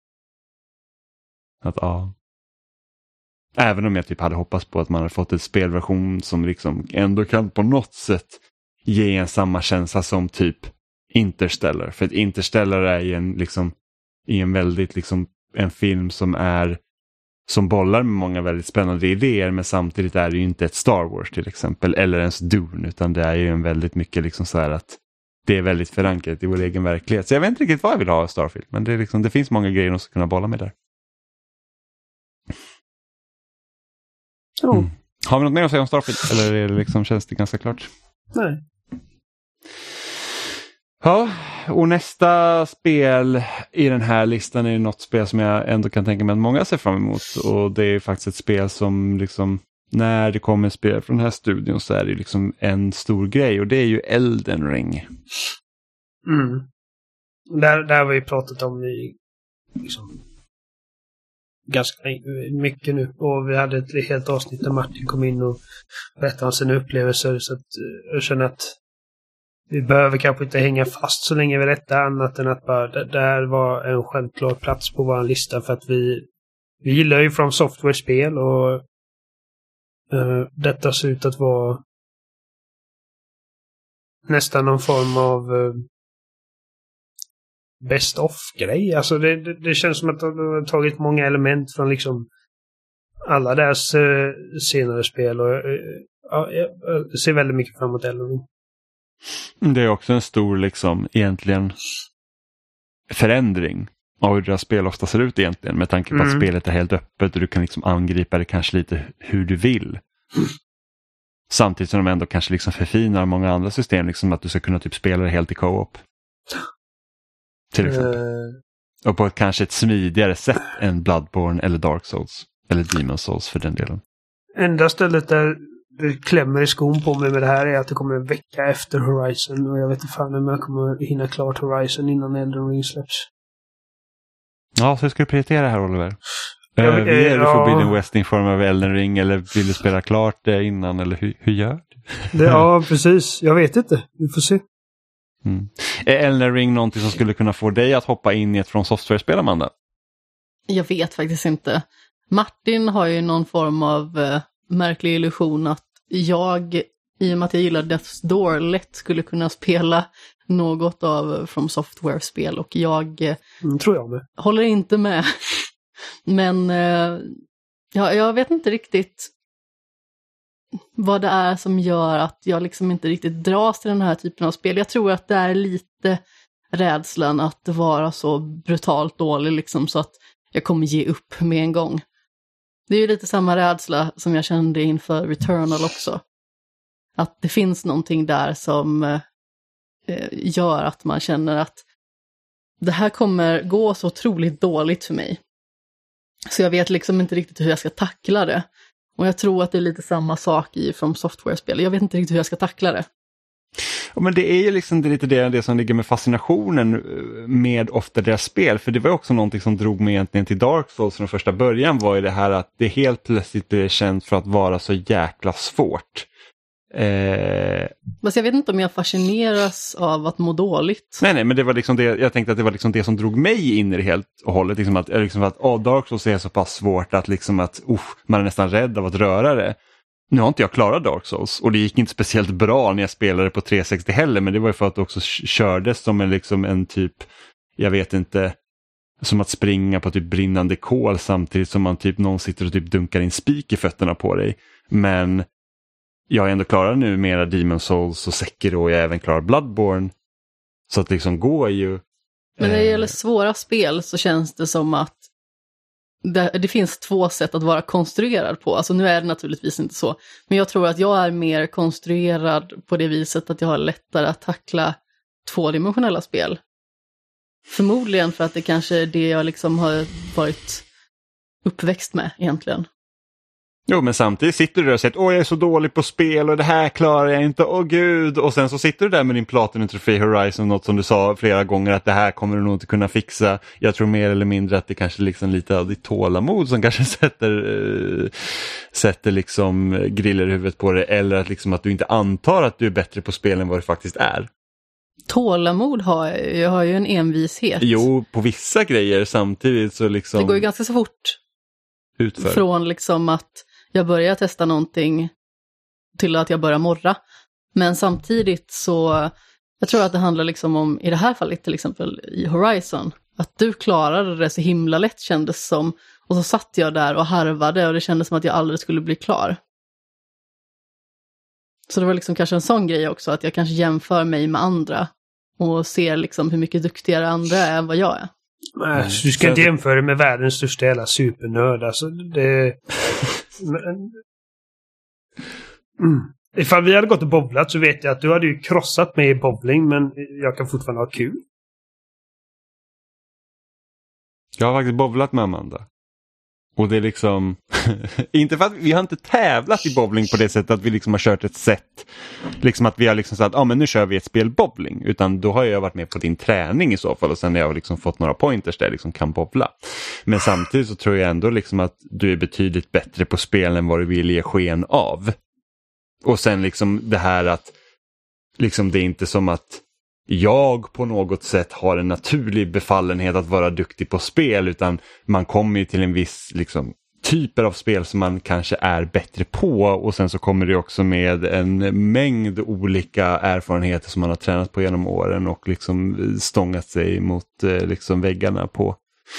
S1: Att ja. Även om jag typ hade hoppats på att man hade fått ett spelversion som liksom ändå kan på något sätt ge en samma känsla som typ Interstellar. För att Interstellar är i en liksom i en väldigt liksom en film som är som bollar med många väldigt spännande idéer men samtidigt är det ju inte ett Star Wars till exempel eller ens Dune utan det är ju en väldigt mycket liksom så här att det är väldigt förankrat i vår egen verklighet. Så jag vet inte riktigt vad jag vill ha av Starfield men det, är liksom, det finns många grejer som ska kunna bolla med där. Mm. Har vi något mer att säga om Starfield eller är det liksom, känns det ganska klart?
S2: Nej.
S1: Ja, och nästa spel i den här listan är något spel som jag ändå kan tänka mig att många ser fram emot. Och det är faktiskt ett spel som liksom, när det kommer spel från den här studion så är det liksom en stor grej. Och det är ju Elden Ring.
S2: Mm. Där, där har vi pratat om i liksom, ganska mycket nu. Och vi hade ett helt avsnitt där Martin kom in och berättade om sina upplevelser. Så att jag känner att vi behöver kanske inte hänga fast så länge vid detta annat än att bara det där var en självklar plats på vår lista för att vi, vi gillar ju From Software-spel och uh, detta ser ut att vara nästan någon form av uh, best of-grej. Alltså det, det, det känns som att de har tagit många element från liksom alla deras uh, senare spel och uh, uh, jag ser väldigt mycket fram emot Elden Ring.
S1: Det är också en stor liksom egentligen förändring av hur deras spel ofta ser ut egentligen med tanke på mm. att spelet är helt öppet och du kan liksom angripa det kanske lite hur du vill. Mm. Samtidigt som de ändå kanske liksom förfinar många andra system liksom att du ska kunna typ spela det helt i co-op. Till exempel. Uh... Och på ett kanske ett smidigare sätt än Bloodborne eller Dark Souls eller Demon Souls för den delen.
S2: Enda stället där det klämmer i skon på mig med det här är att det kommer en vecka efter Horizon och jag vet inte fan om jag kommer hinna klart Horizon innan Elden Ring släpps.
S1: Ja, så hur ska du prioritera här, Oliver? Jag, uh, vi är du ja. Forbidden West i form av Elden Ring eller vill du spela klart det innan eller hur, hur gör du?
S2: Det, ja, precis. Jag vet inte. Vi får se.
S1: Mm. Är Elden Ring någonting som skulle kunna få dig att hoppa in i ett From Software-spel, Amanda?
S3: Jag vet faktiskt inte. Martin har ju någon form av uh, märklig illusion att jag, i och med att jag gillar Death's Door, lätt skulle kunna spela något av From Software-spel och jag
S2: mm, tror jag med.
S3: håller inte med. Men uh, ja, jag vet inte riktigt vad det är som gör att jag liksom inte riktigt dras till den här typen av spel. Jag tror att det är lite rädslan att vara så brutalt dålig liksom så att jag kommer ge upp med en gång. Det är ju lite samma rädsla som jag kände inför Returnal också. Att det finns någonting där som eh, gör att man känner att det här kommer gå så otroligt dåligt för mig. Så jag vet liksom inte riktigt hur jag ska tackla det. Och jag tror att det är lite samma sak i From Software-spel. Jag vet inte riktigt hur jag ska tackla det.
S1: Ja, men det är ju liksom det, lite det, det som ligger med fascinationen med ofta deras spel. För det var också någonting som drog mig egentligen till Dark Souls från första början, var ju det här att det helt plötsligt blev känt för att vara så jäkla svårt. Eh...
S3: Fast jag vet inte om jag fascineras av att må dåligt.
S1: Nej, nej, men det var liksom det, jag tänkte att det var liksom det som drog mig in i det helt och hållet. Liksom att, liksom att oh, Dark Souls är så pass svårt att, liksom att uh, man är nästan rädd av att röra det. Nu har inte jag klarat Dark Souls och det gick inte speciellt bra när jag spelade på tre sextio heller, men det var ju för att det också kördes som en, liksom en typ, jag vet inte, som att springa på typ brinnande kol samtidigt som man typ någon sitter och typ dunkar in spik i fötterna på dig. Men jag har ändå klarat nu mera Demon's Souls och Sekiro och jag har även klarat Bloodborne. Så att liksom gå är ju...
S3: Men när det gäller svåra spel så känns det som att det, det finns två sätt att vara konstruerad på. Alltså nu är det naturligtvis inte så. Men jag tror att jag är mer konstruerad på det viset att jag har lättare att tackla tvådimensionella spel. Förmodligen för att det kanske är det jag liksom har varit uppväxt med egentligen.
S1: Jo, men samtidigt sitter du där och säger åh, jag är så dålig på spel och det här klarar jag inte, åh gud. Och sen så sitter du där med din Platinum Trophy Horizon, något som du sa flera gånger att det här kommer du nog inte kunna fixa. Jag tror mer eller mindre att det kanske liksom lite av ditt tålamod som kanske sätter, äh, sätter liksom griller i huvudet på det. Eller att, liksom att du inte antar att du är bättre på spel än vad du faktiskt är.
S3: Tålamod har jag, jag har ju en envishet.
S1: Jo, på vissa grejer samtidigt så liksom...
S3: Det går ju ganska så fort.
S1: Utför.
S3: Från liksom att jag börjar testa någonting till att jag börjar morra. Men samtidigt så, jag tror att det handlar liksom om, i det här fallet till exempel i Horizon, att du klarade det så himla lätt kändes som. Och så satt jag där och harvade och det kändes som att jag aldrig skulle bli klar. Så det var liksom kanske en sån grej också, att jag kanske jämför mig med andra och ser liksom hur mycket duktigare andra är än vad jag är.
S2: Nej, mm. Du ska inte jämföra med världens största jävla supernörd. Alltså, det... Men... Mm. Ifall vi hade gått och bowlat så vet jag att du hade ju krossat mig i bowling, men jag kan fortfarande ha kul.
S1: Jag har faktiskt bowlat med Amanda. Och det är liksom... inte för att vi har inte tävlat i bowling på det sättet att vi liksom har kört ett sätt. Liksom att vi har liksom sagt, ja ah, men nu kör vi ett spel bowling. Utan då har jag varit med på din träning i så fall. Och sen har jag liksom fått några pointers där jag liksom kan bowla. Men samtidigt så tror jag ändå liksom att du är betydligt bättre på spel än vad du vill ge sken av. Och sen liksom det här att liksom det är inte som att jag på något sätt har en naturlig befallenhet att vara duktig på spel, utan man kommer ju till en viss liksom, typer av spel som man kanske är bättre på, och sen så kommer det också med en mängd olika erfarenheter som man har tränat på genom åren och liksom stångat sig mot liksom väggarna på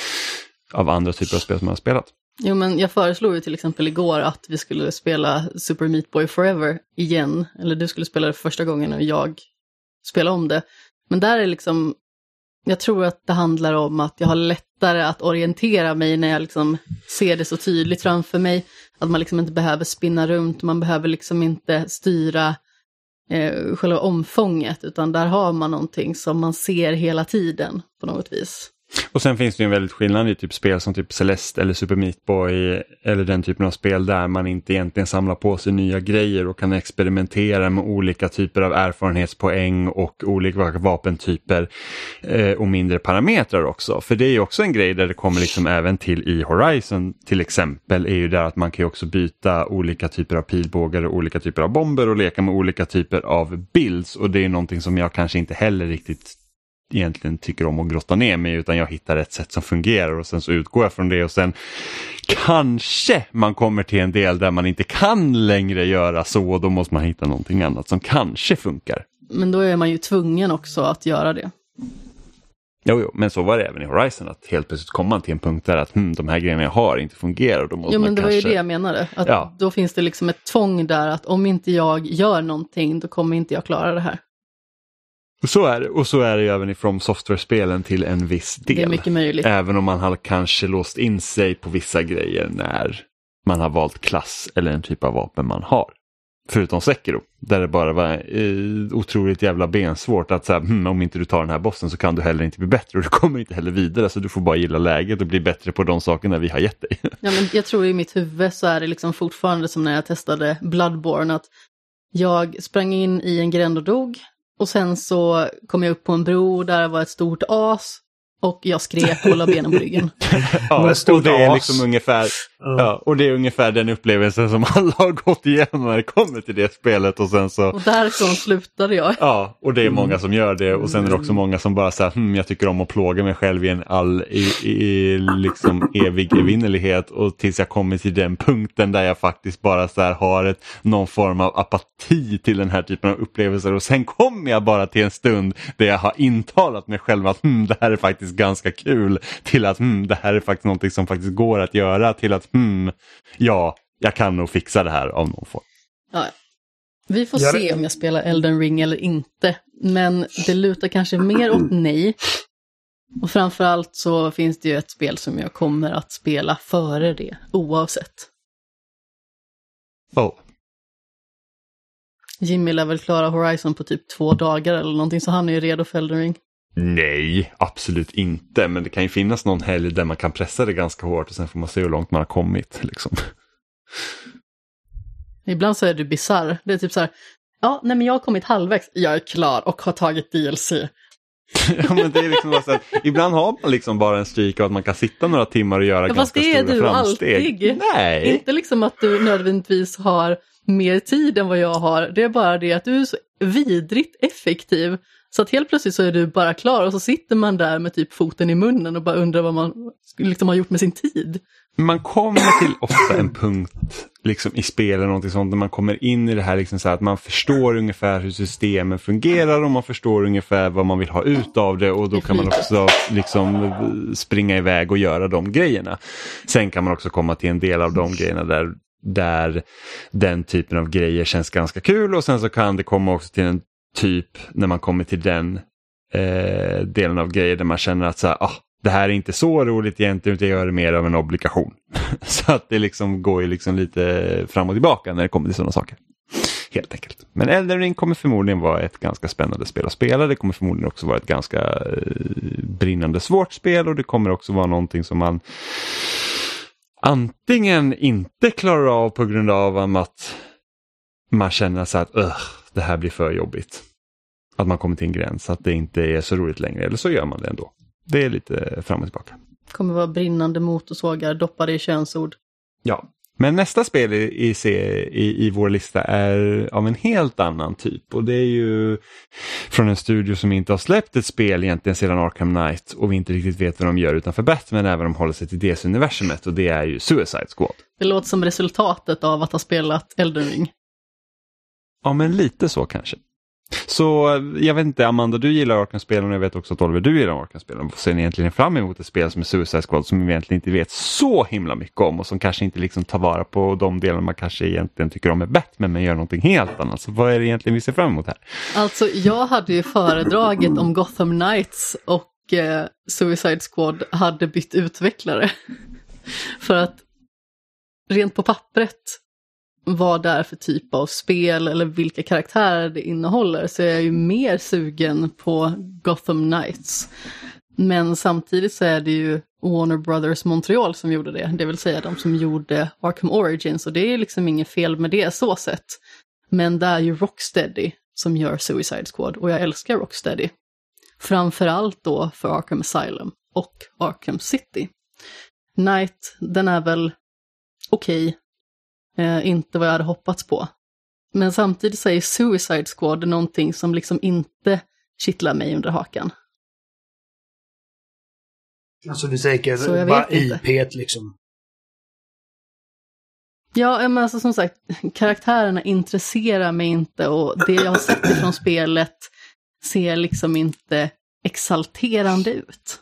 S1: av andra typer av spel som man har spelat.
S3: Jo, men jag föreslog ju till exempel igår att vi skulle spela Super Meat Boy Forever igen, eller du skulle spela det första gången och jag spela om det. Men där är liksom, jag tror att det handlar om att jag har lättare att orientera mig när jag liksom ser det så tydligt framför mig. Att man liksom inte behöver spinna runt, man behöver liksom inte styra eh, själva omfånget, utan där har man någonting som man ser hela tiden på något vis.
S1: Och sen finns det ju en väldigt skillnad i typ spel som typ Celeste eller Super Meat Boy eller den typen av spel där man inte egentligen samlar på sig nya grejer och kan experimentera med olika typer av erfarenhetspoäng och olika vapentyper eh, och mindre parametrar också. För det är ju också en grej där det kommer liksom även till i Horizon till exempel, är ju där att man kan ju också byta olika typer av pilbågar och olika typer av bomber och leka med olika typer av builds, och det är någonting som jag kanske inte heller riktigt egentligen tycker om att grotta ner mig, utan jag hittar ett sätt som fungerar och sen så utgår jag från det, och sen kanske man kommer till en del där man inte kan längre göra så, och då måste man hitta någonting annat som kanske funkar.
S3: Men då är man ju tvungen också att göra det.
S1: Jo, jo, men så var det även i Horizon, att helt plötsligt kommer man till en punkt där att hm, de här grejerna jag har inte fungerar. Och då måste
S3: jo, men
S1: man
S3: det
S1: kanske...
S3: var ju det jag menade. Att
S1: ja.
S3: Då finns det liksom ett tvång där att om inte jag gör någonting, då kommer inte jag klara det här.
S1: Och så är det, och så är det ju även i From Software-spelen till en viss del.
S3: Det är mycket möjligt.
S1: Även om man har kanske låst in sig på vissa grejer när man har valt klass eller en typ av vapen man har. Förutom Sekiro, där det bara var eh, otroligt jävla bensvårt att så här, hm, om inte du tar den här bossen så kan du heller inte bli bättre och du kommer inte heller vidare, så du får bara gilla läget och bli bättre på de sakerna vi har gett dig.
S3: Ja, men jag tror i mitt huvud så är det liksom fortfarande som när jag testade Bloodborne, att jag sprang in i en gränd och dog och sen så kom jag upp på en bro där det var ett stort as. Och jag skrek och la benen på ryggen.
S1: Ja, och det är liksom ungefär, mm. ja, och det är ungefär den upplevelsen som alla har gått igenom när det kommer till det spelet. Och sen så...
S3: Och därifrån slutade jag.
S1: Ja, och det är många som gör det. Och sen är det också många som bara säger, hm, jag tycker om att plåga mig själv i en all i, i, liksom evig evinnerlighet. Och tills jag kommer till den punkten där jag faktiskt bara så här har ett, någon form av apati till den här typen av upplevelser. Och sen kommer jag bara till en stund där jag har intalat mig själv att hm, det här är faktiskt ganska kul, till att hmm, det här är faktiskt någonting som faktiskt går att göra, till att hmm, ja, jag kan nog fixa det här av någon form.
S3: Ja, vi får ja, se det... om jag spelar Elden Ring eller inte, men det lutar kanske mer åt nej. Och framförallt så finns det ju ett spel som jag kommer att spela före det, oavsett.
S1: Oh.
S3: Jimmy lär väl klara Horizon på typ två dagar eller någonting, så han är ju redo för Elden Ring.
S1: Nej, absolut inte. Men det kan ju finnas någon helg där man kan pressa det ganska hårt och sen får man se hur långt man har kommit. Liksom.
S3: Ibland så är det bizarr. Det är typ så här, ja, nej men jag har kommit halvvägs. Jag är klar och har tagit D L C.
S1: Ja, men det är liksom så här, ibland har man liksom bara en streak av att man kan sitta några timmar och göra ja, ganska stora framsteg. Fast det är du alltid. Nej.
S3: Inte liksom att du nödvändigtvis har mer tid än vad jag har. Det är bara det att du är så vidrigt effektiv. Så att helt plötsligt så är du bara klar och så sitter man där med typ foten i munnen och bara undrar vad man liksom har gjort med sin tid.
S1: Man kommer till ofta en punkt liksom i spel eller någonting sånt, när man kommer in i det här liksom så här att man förstår ungefär hur systemen fungerar och man förstår ungefär vad man vill ha ut av det, och då kan man också liksom springa iväg och göra de grejerna. Sen kan man också komma till en del av de grejerna där, där den typen av grejer känns ganska kul, och sen så kan det komma också till en typ när man kommer till den eh, delen av grejer där man känner att så här, ah, det här är inte så roligt egentligen, utan jag gör det mer av en obligation. Så att det liksom går ju liksom lite fram och tillbaka när det kommer till sådana saker. Helt enkelt. Men Elden Ring kommer förmodligen vara ett ganska spännande spel att spela. Det kommer förmodligen också vara ett ganska eh, brinnande svårt spel, och det kommer också vara någonting som man antingen inte klarar av på grund av att man känner så att uh, det här blir för jobbigt. Att man kommer till en gräns, att det inte är så roligt längre. Eller så gör man det ändå. Det är lite fram och tillbaka.
S3: Kommer vara brinnande motorsågar, doppade i könsord.
S1: Ja, men nästa spel i, i, i, i vår lista är av en helt annan typ. Och det är ju från en studio som inte har släppt ett spel egentligen sedan Arkham Knight. Och vi inte riktigt vet vad de gör utanför Batman, även om de håller sig till D C-universumet. Och det är ju Suicide Squad.
S3: Det låter som resultatet av att ha spelat Elden Ring.
S1: Ja, men lite så kanske. Så jag vet inte, Amanda, du gillar Arkham-spelen, och jag vet också att Oliver, du gillar Arkham-spelen. Vad ser ni egentligen fram emot ett spel som är Suicide Squad som vi egentligen inte vet så himla mycket om, och som kanske inte liksom tar vara på de delar man kanske egentligen tycker om med Batman, men gör någonting helt annat. Så vad är det egentligen vi ser fram emot här?
S3: Alltså, jag hade ju föredraget om Gotham Knights och eh, Suicide Squad hade bytt utvecklare. För att rent på pappret, vad det är för typ av spel eller vilka karaktärer det innehåller, så är jag ju mer sugen på Gotham Knights. Men samtidigt så är det ju Warner Brothers Montreal som gjorde det. Det vill säga de som gjorde Arkham Origins, och det är liksom inget fel med det så sett. Men det är ju Rocksteady som gör Suicide Squad, och jag älskar Rocksteady. Framförallt då för Arkham Asylum och Arkham City. Knight, den är väl okej. Okay. Eh, inte vad jag hade hoppats på. Men samtidigt säger Suicide Squad någonting som liksom inte kittlar mig under hakan.
S2: Alltså du säger bara I P liksom.
S3: Ja, men alltså som sagt, karaktärerna intresserar mig inte, och det jag har sett ifrån spelet ser liksom inte exalterande ut.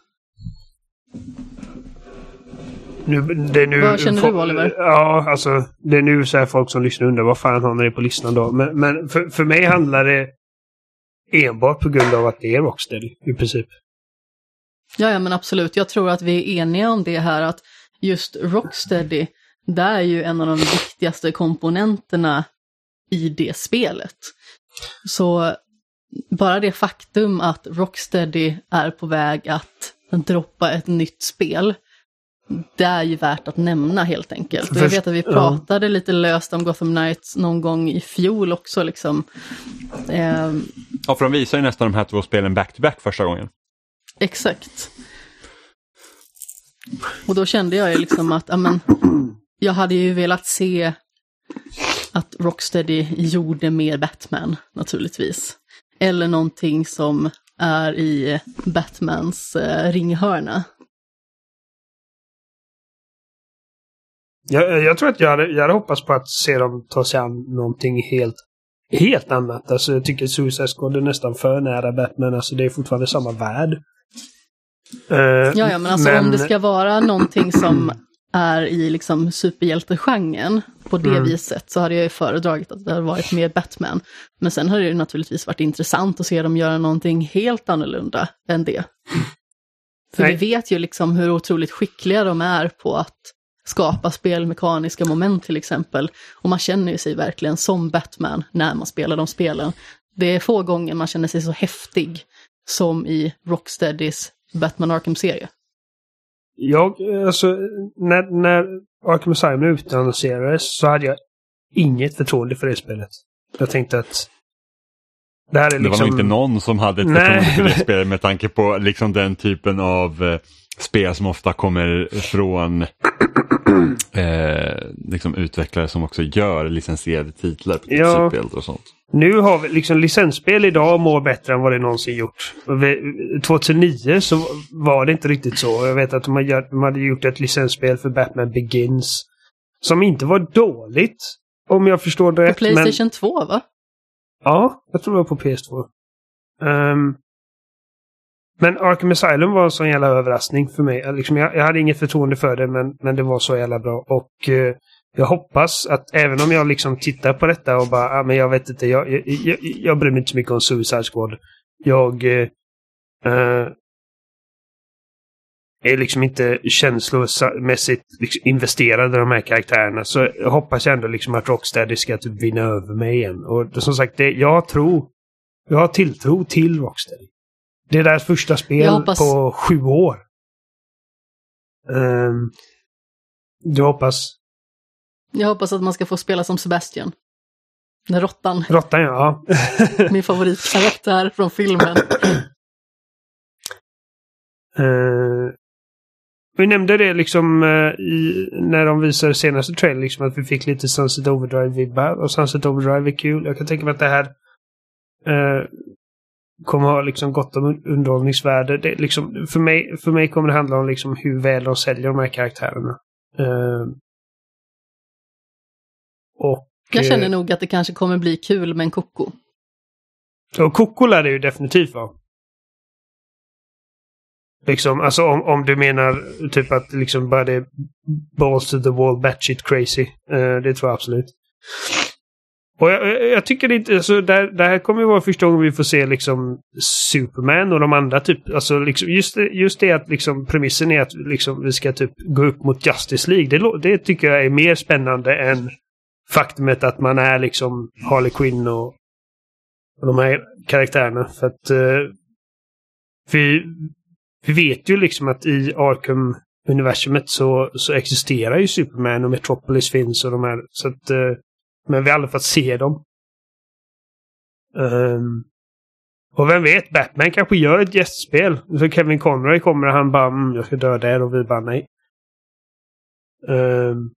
S2: Nu, det är nu,
S3: vad känner
S2: folk,
S3: du, Oliver?
S2: Ja, alltså det är nu så här folk som lyssnar undrar vad fan har ni på listan då. Men, men för, för mig handlar det enbart på grund av att det är Rocksteady i princip.
S3: Ja, ja, men absolut. Jag tror att vi är eniga om det här, att just Rocksteady, det är ju en av de viktigaste komponenterna i det spelet. Så bara det faktum att Rocksteady är på väg att droppa ett nytt spel, det är ju värt att nämna helt enkelt. Och jag vet att vi pratade ja. lite löst om Gotham Knights någon gång i fjol också. Liksom. Eh,
S1: ja, för de visar ju nästan de här två spelen back-to-back första gången.
S3: Exakt. Och då kände jag ju liksom att amen, jag hade ju velat se att Rocksteady gjorde mer Batman, naturligtvis. Eller någonting som är i Batmans eh, ringhörna.
S2: Jag, jag tror att jag hade, jag hade hoppats på att se dem ta sig an någonting helt, helt annat. Alltså jag tycker Suicide Squad är nästan för nära Batman. Alltså det är fortfarande samma värld. Uh,
S3: ja, ja, men alltså
S2: men...
S3: om det ska vara någonting som är i liksom superhjältegenren på det mm. viset, så hade jag ju föredragit att det hade varit mer Batman. Men sen hade det ju naturligtvis varit intressant att se dem göra någonting helt annorlunda än det. För Nej. vi vet ju liksom hur otroligt skickliga de är på att skapa spelmekaniska moment till exempel. Och man känner ju sig verkligen som Batman när man spelar de spelen. Det är få gånger man känner sig så häftig som i Rocksteadys Batman Arkham-serie.
S2: Jag, alltså, när, när Arkham Asylum utannonserades så hade jag inget förtroende för det spelet. Jag tänkte att det här är liksom...
S1: Det var nog inte någon som hade ett förtroende för det spelet med tanke på liksom den typen av eh, spel som ofta kommer från eh, liksom utvecklare som också gör licensierade titlar på
S2: ja.
S1: superspel och sånt.
S2: Nu har vi liksom licensspel idag mår bättre än vad det någonsin gjort. tjugohundranio så var det inte riktigt så. Jag vet att de hade, de hade gjort ett licensspel för Batman Begins som inte var dåligt, om jag förstår det rätt.
S3: På PlayStation men... två, va?
S2: Ja, jag tror det var på P S två. Um, men Arkham Asylum var en sån jävla överraskning för mig. Liksom jag, jag hade inget förtroende för det, men, men det var så jävla bra. Och uh, jag hoppas att även om jag liksom tittar på detta och bara, ah, men jag vet inte, jag, jag, jag, jag bryr mig inte så mycket om Suicide Squad. Jag uh, är liksom inte känslomässigt liksom investerad i de här karaktärerna. Så jag hoppas ändå liksom att Rocksteady ska typ vinna över mig igen. Och som sagt, det, jag tror, jag har tilltro till Rocksteady. Det är deras första spel hoppas... på sju år. Um, du hoppas?
S3: Jag hoppas att man ska få spela som Sebastian. Den råttan.
S2: Råttan, ja.
S3: Min favoritkaraktär från filmen.
S2: Uh, vi nämnde det liksom uh, i, när de visade senaste trailern liksom att vi fick lite Sunset Overdrive-vibbar. Och Sunset Overdrive är kul. Jag kan tänka mig att det här uh, kommer ha liksom gott om underhållningsvärde. Det, liksom, för, mig, för mig kommer det handla om liksom hur väl de säljer de här karaktärerna. Uh, och,
S3: jag känner uh, nog att det kanske kommer bli kul med en Koko.
S2: Och Koko lär det ju definitivt vara. Liksom, alltså om, om du menar typ att liksom bara det balls to the wall batshit crazy. Uh, det tror jag absolut. Och jag, jag tycker inte, alltså det, det här kommer ju vara första gången vi får se liksom Superman och de andra typ, alltså liksom just det, just det att liksom premissen är att liksom vi ska typ gå upp mot Justice League. Det, det tycker jag är mer spännande än faktumet att man är liksom Harley Quinn och, och de här karaktärerna. För att uh, vi Vi vet ju liksom att i Arkham-universumet så, så existerar ju Superman och Metropolis finns och de här. Så att, uh, men vi har aldrig fått se dem. Um, och vem vet, Batman kanske gör ett gästspel. Så Kevin Conroy kommer och han bara, mm, jag ska dö där, och vi bara nej. Um,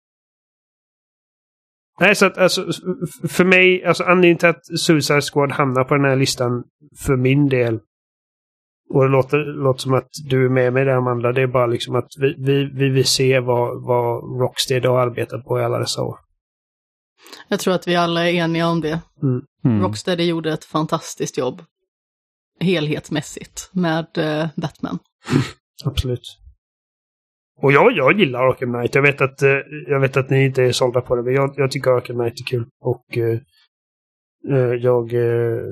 S2: nej, så att alltså, för mig, alltså anledningen till att Suicide Squad hamnar på den här listan för min del. Och det låter, låter som att du är med mig där, Amanda. Det är bara liksom att vi, vi, vi vill se vad, vad Rocksteady har arbetat på i alla dessa år.
S3: Jag tror att vi alla är eniga om det.
S2: Mm.
S1: Mm.
S3: Rocksteady gjorde ett fantastiskt jobb. Helhetsmässigt med uh, Batman.
S2: Absolut. Och jag, jag gillar Arkham Knight. Jag vet att, uh, jag vet att ni inte är sålda på det. Men jag, jag tycker Arkham Knight är kul. Och uh, uh, jag... Uh,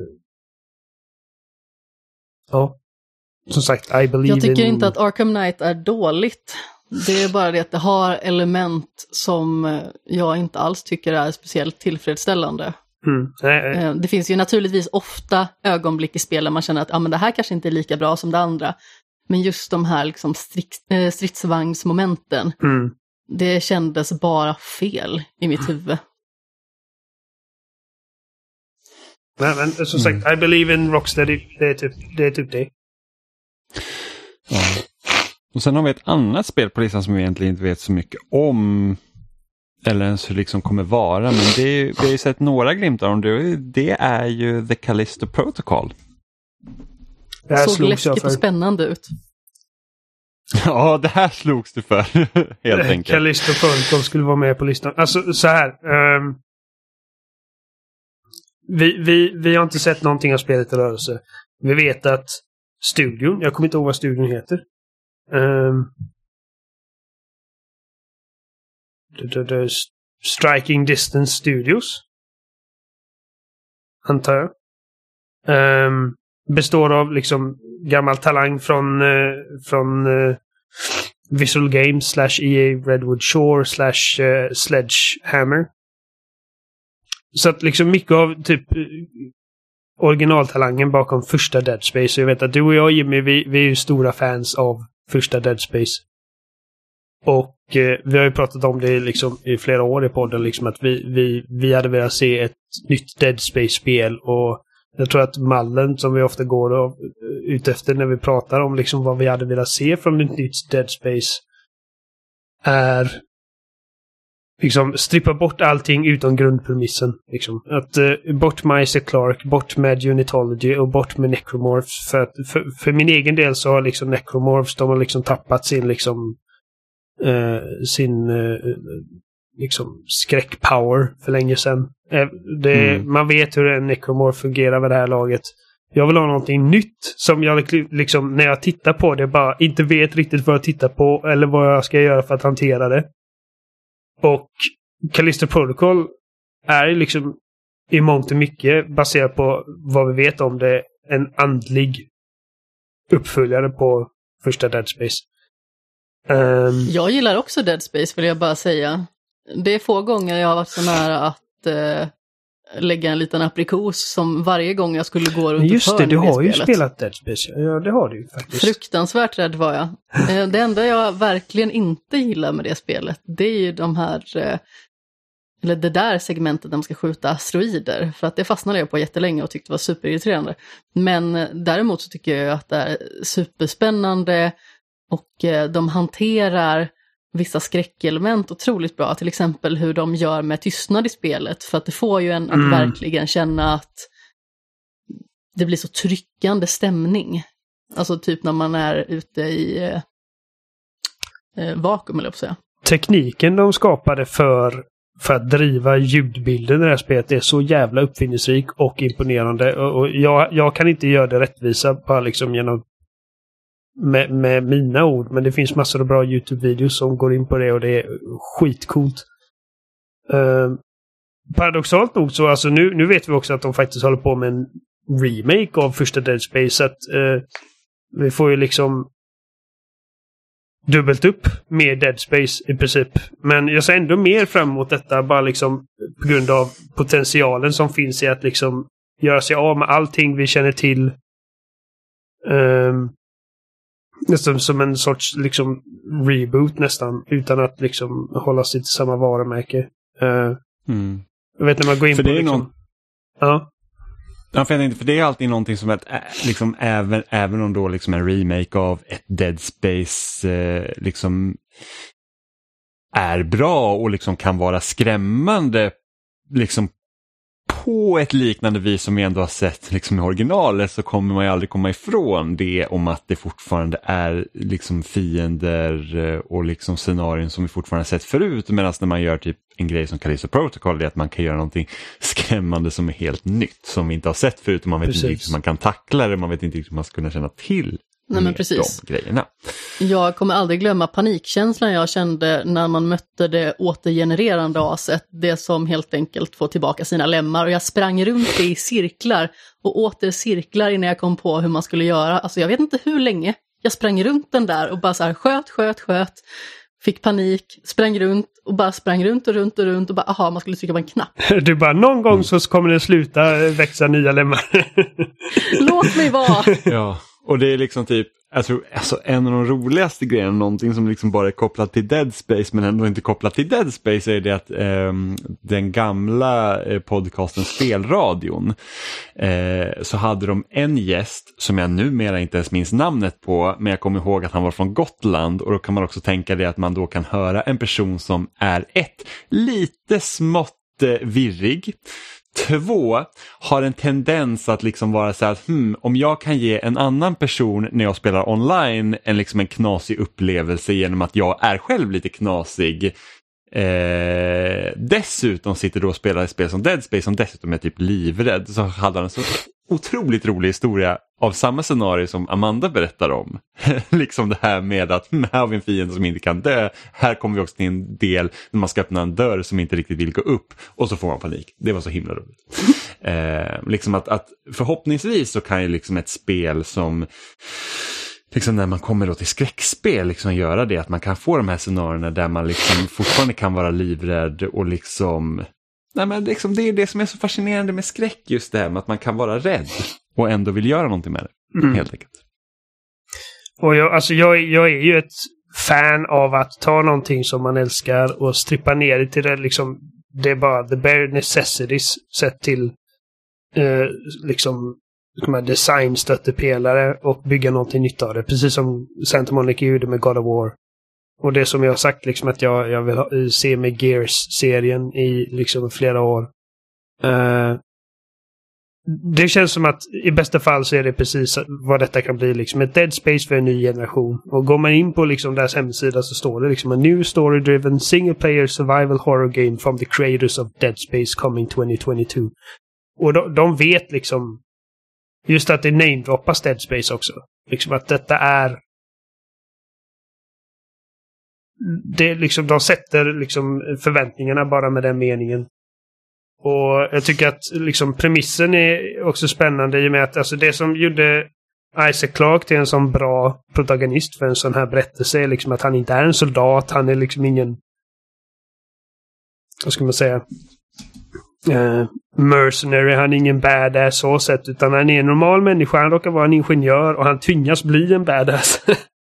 S2: ja. Som sagt, I believe
S3: Jag tycker
S2: in...
S3: inte att Arkham Knight är dåligt. Det är bara det att det har element som jag inte alls tycker är speciellt tillfredsställande.
S2: Mm.
S3: Eh, det finns ju naturligtvis ofta ögonblick i spel där man känner att ah, men det här kanske inte är lika bra som det andra. Men just de här liksom strikt, eh, stridsvagnsmomenten,
S2: mm.
S3: det kändes bara fel i mitt huvud.
S2: Men, men som sagt, mm. I believe in Rocksteady. Det är typ det. Är typ det.
S1: Ja. Och sen har vi ett annat spel på listan som vi egentligen inte vet så mycket om. Eller ens hur det liksom kommer vara. Men det är, vi har ju sett några glimtar om det. Det är ju The Callisto Protocol.
S3: Det såg läskigt och spännande ut.
S1: Ja, det här slogs du för. Helt enkelt.
S2: Callisto Protocol skulle vara med på listan. Alltså så här. Um, vi, vi, vi har inte sett någonting av spelet i rörelse. Vi vet att studion, jag kommer inte ihåg vad studion heter. Um, the, the, the Striking Distance Studios. Antar jag. Um, består av liksom gammal talang från uh, från uh, Visual Games slash E A Redwood Shore slash uh, Sledgehammer. Så att liksom mycket av typ uh, originaltalangen bakom första Dead Space. Jag vet att du och jag, Jimmy, vi, vi är ju stora fans av första Dead Space. Och eh, vi har ju pratat om det liksom i flera år i podden, liksom att vi, vi, vi hade velat se ett nytt Dead Space-spel, och jag tror att mallen som vi ofta går och, ut efter när vi pratar om liksom vad vi hade velat se från ett nytt Dead Space är liksom strippa bort allting utom grundpremissen. Liksom. Att uh, bort med Isaac Clarke, bort med Unitology och bort med Necromorphs. För, att, för, för min egen del så har liksom Necromorphs, de har liksom tappat sin liksom uh, sin uh, liksom skräckpower för länge sedan. Uh, det, mm. Man vet hur en Necromorph fungerar vid det här laget. Jag vill ha någonting nytt som jag liksom, när jag tittar på det, bara inte vet riktigt vad jag tittar på eller vad jag ska göra för att hantera det. Och Callisto Protocol är liksom i mångt och mycket, baserat på vad vi vet om det, en andlig uppföljare på första Dead Space. Um,
S3: jag gillar också Dead Space, vill jag bara säga. Det är få gånger jag har varit så nära att eh, lägga en liten aprikos som varje gång jag skulle gå runt.
S2: Just det, du har ju
S3: spelet.
S2: spelat Dead Space. Ja, det har du ju faktiskt.
S3: Fruktansvärt rädd var jag. Det enda jag verkligen inte gillar med det spelet, det är ju de här, eller det där segmentet där man ska skjuta asteroider. För att det fastnade jag på jättelänge och tyckte var superirriterande. Men däremot så tycker jag att det är superspännande och de hanterar vissa skräckelement otroligt bra. Till exempel hur de gör med tystnad i spelet. För att det får ju en att mm. verkligen känna att det blir så tryckande stämning. Alltså typ när man är ute i eh, vakuum, eller jag får säga.
S2: Tekniken de skapade för, för att driva ljudbilden i det här spelet är så jävla uppfinningsrik och imponerande. Och, och jag, jag kan inte göra det rättvisa bara liksom genom Med, med mina ord, men det finns massor av bra YouTube-videos som går in på det och det är skitcoolt. Uh, paradoxalt nog så, alltså nu, nu vet vi också att de faktiskt håller på med en remake av första Dead Space, så att uh, vi får ju liksom dubbelt upp med Dead Space i princip. Men jag ser ändå mer fram emot detta, bara liksom på grund av potentialen som finns i att liksom göra sig av med allting vi känner till. Um, Nästan som en sorts liksom reboot nästan, utan att liksom hålla sig till samma varumärke. Uh, mm. Jag vet när man går in
S1: för
S2: på
S1: det är
S2: liksom...
S1: någon...
S2: Ja.
S1: Ja, för jag tänkte, för det är alltid någonting som att liksom även, även om då liksom en remake av ett Dead Space eh, liksom är bra och liksom kan vara skrämmande liksom på ett liknande vis som vi ändå har sett liksom i originalet, så kommer man ju aldrig komma ifrån det om att det fortfarande är liksom fiender och liksom scenarion som vi fortfarande har sett förut, medan när man gör typ en grej som Callisto Protocol, det är att man kan göra någonting skrämmande som är helt nytt, som vi inte har sett förut, och man vet precis. Inte riktigt hur man kan tackla det, man vet inte riktigt hur man ska kunna känna till
S3: Nej, men precis.
S1: de grejerna.
S3: Jag kommer aldrig glömma panikkänslan jag kände när man mötte det återgenererande aset, det som helt enkelt får tillbaka sina lemmar, och jag sprang runt i cirklar och åter cirklar innan jag kom på hur man skulle göra. Alltså jag vet inte hur länge jag sprang runt den där och bara så här sköt, sköt, sköt. fick panik, sprang runt och bara sprang runt och runt och runt och bara, aha, man skulle trycka på en knapp.
S2: Du bara, någon gång så kommer det sluta växa nya lemmar.
S3: Låt mig vara!
S1: Ja, och det är liksom typ, jag tror, alltså en av de roligaste grejerna, någonting som liksom bara är kopplat till Dead Space men ändå inte kopplat till Dead Space, är det att eh, den gamla eh, podcasten Spelradion, eh, så hade de en gäst som jag numera inte ens minns namnet på, men jag kommer ihåg att han var från Gotland, och då kan man också tänka det att man då kan höra en person som är ett, lite smått eh, virrig, två, har en tendens att liksom vara så här att hmm, om jag kan ge en annan person när jag spelar online en, liksom en knasig upplevelse genom att jag är själv lite knasig, eh, dessutom sitter då och spelar ett spel som Dead Space som dessutom är typ livrädd, så hade han en så otroligt rolig historia av samma scenario som Amanda berättar om. Liksom det här med att hmm, här har vi en fiende som inte kan dö. Här kommer vi också till en del när man ska öppna en dörr som inte riktigt vill gå upp. Och så får man panik. Det var så himla roligt. eh, liksom att, att förhoppningsvis så kan ju liksom ett spel som liksom när man kommer då till skräckspel liksom göra det, att man kan få de här scenarierna där man liksom fortfarande kan vara livrädd och liksom... Nej, men liksom, det är det som är så fascinerande med skräck, just det här med att man kan vara rädd och ändå vill göra någonting med det, mm. helt enkelt.
S2: Och jag, alltså jag, jag är ju ett fan av att ta någonting som man älskar och strippa ner det till det, liksom, det är bara the bare necessities sett till eh, liksom designstöttepelare och bygga någonting nytt av det, precis som Santa Monica gjorde med God of War. Och det som jag har sagt, liksom, att jag, jag vill ha, se med Gears-serien i liksom flera år. Uh, det känns som att i bästa fall så är det precis vad detta kan bli. Liksom ett Dead Space för en ny generation. Och går man in på liksom deras hemsida så står det liksom a new story-driven single-player survival horror game from the creators of Dead Space coming twenty twenty-two. Och de, de vet liksom just att det namedroppas Dead Space också. Liksom att detta är det liksom, de sätter liksom förväntningarna bara med den meningen. Och jag tycker att liksom premissen är också spännande i och med att alltså det som gjorde Isaac Clarke till en sån bra protagonist för en sån här berättelse är liksom att han inte är en soldat, han är liksom ingen, vad ska man säga, uh, mercenary, han är ingen badass så sätt, utan han är en normal människa, han råkar vara en ingenjör och han tvingas bli en badass.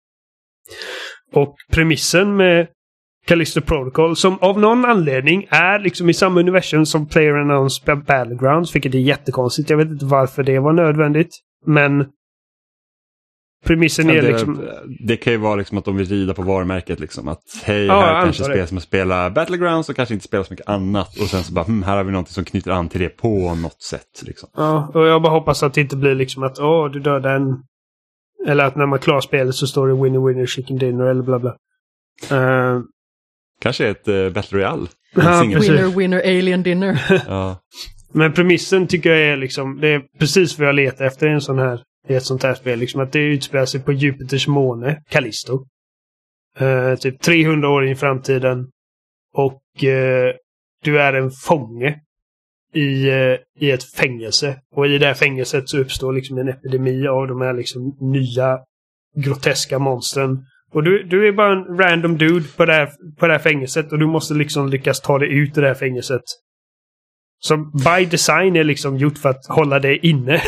S2: Och premissen med Callisto Protocol, som av någon anledning är liksom i samma universum som PlayerUnknown's Battlegrounds, vilket är jättekonstigt. Jag vet inte varför det var nödvändigt, men premissen är
S1: ja, det,
S2: liksom...
S1: Det kan ju vara liksom att de vill rida på varumärket, liksom att hej, ja, här kanske spel som spelar Battlegrounds och kanske inte spelar så mycket annat, och sen så bara, hm, här har vi något som knyter an till det på något sätt liksom.
S2: Ja, och jag bara hoppas att det inte blir liksom att åh, du dödar en... Eller att när man klarar spelet så står det winner, winner, chicken dinner eller bla bla. Uh,
S1: Kanske ett uh, Battle Royale.
S3: Ja, winner, winner, alien dinner.
S1: Ja.
S2: Men premissen tycker jag är liksom, det är precis vad jag letar efter i en sån här, i ett sånt här spel. Liksom att det utspelar sig på Jupiters måne, Callisto. Uh, typ trehundra år in i framtiden. Och uh, du är en fånge i, i ett fängelse. Och i det här fängelset så uppstår liksom en epidemi av de här liksom nya groteska monstren. Och du, du är bara en random dude på det, här, på det här fängelset, och du måste liksom lyckas ta dig ut ur det här fängelset. Som by design är liksom gjort för att hålla dig inne.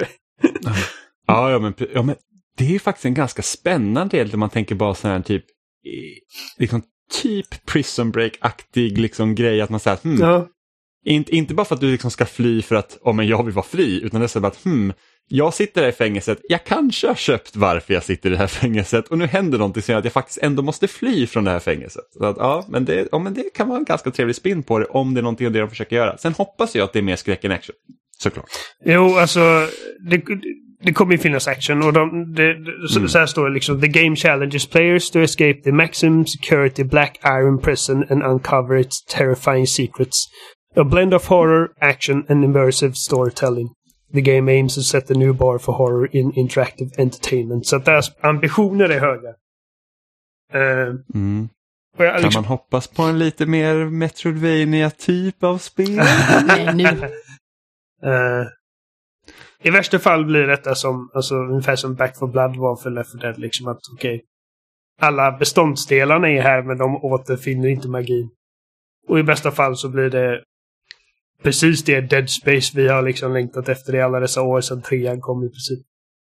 S1: ja, ja, men, ja, men det är ju faktiskt en ganska spännande del där man tänker bara sån här typ liksom typ Prison Break-aktig liksom grej, att man säger att hmm,
S2: ja.
S1: Inte, inte bara för att du liksom ska fly för att oh, men jag vill vara fri, utan det är så att hmm, jag sitter där i fängelset, jag kanske har köpt varför jag sitter i det här fängelset, och nu händer någonting som gör att jag faktiskt ändå måste fly från det här fängelset. Så att, ja, men det, ja, men det kan vara en ganska trevlig spin på det om det är någonting av det de försöker göra. Sen hoppas jag att det är mer skräck än action, såklart.
S2: Jo, alltså det, det kommer ju finnas action, och de, det, så, mm. så här står det liksom: the game challenges players to escape the maximum security Black Iron prison and uncover its terrifying secrets. A blend of horror, action and immersive storytelling. The game aims to set the new bar for horror in interactive entertainment. Så att deras ambitioner är höga. Uh,
S1: mm.
S2: jag,
S1: kan
S2: liksom...
S1: man hoppas på en lite mer Metroidvania-typ av spel?
S3: Nej, nu.
S2: Uh, I värsta fall blir detta som, alltså, ungefär som Back four Blood var för Left four Dead. Liksom att, okej, okay, alla beståndsdelarna är här men de återfinner inte magin. Och i bästa fall så blir det precis det Dead Space vi har liksom längtat efter i alla dessa år sedan trean kom i princip.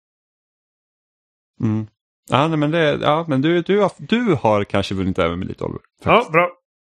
S1: Mm. Ja, men, det, ja, men du, du, har, du har kanske vunnit över med lite, Oliver.
S2: Ja, bra.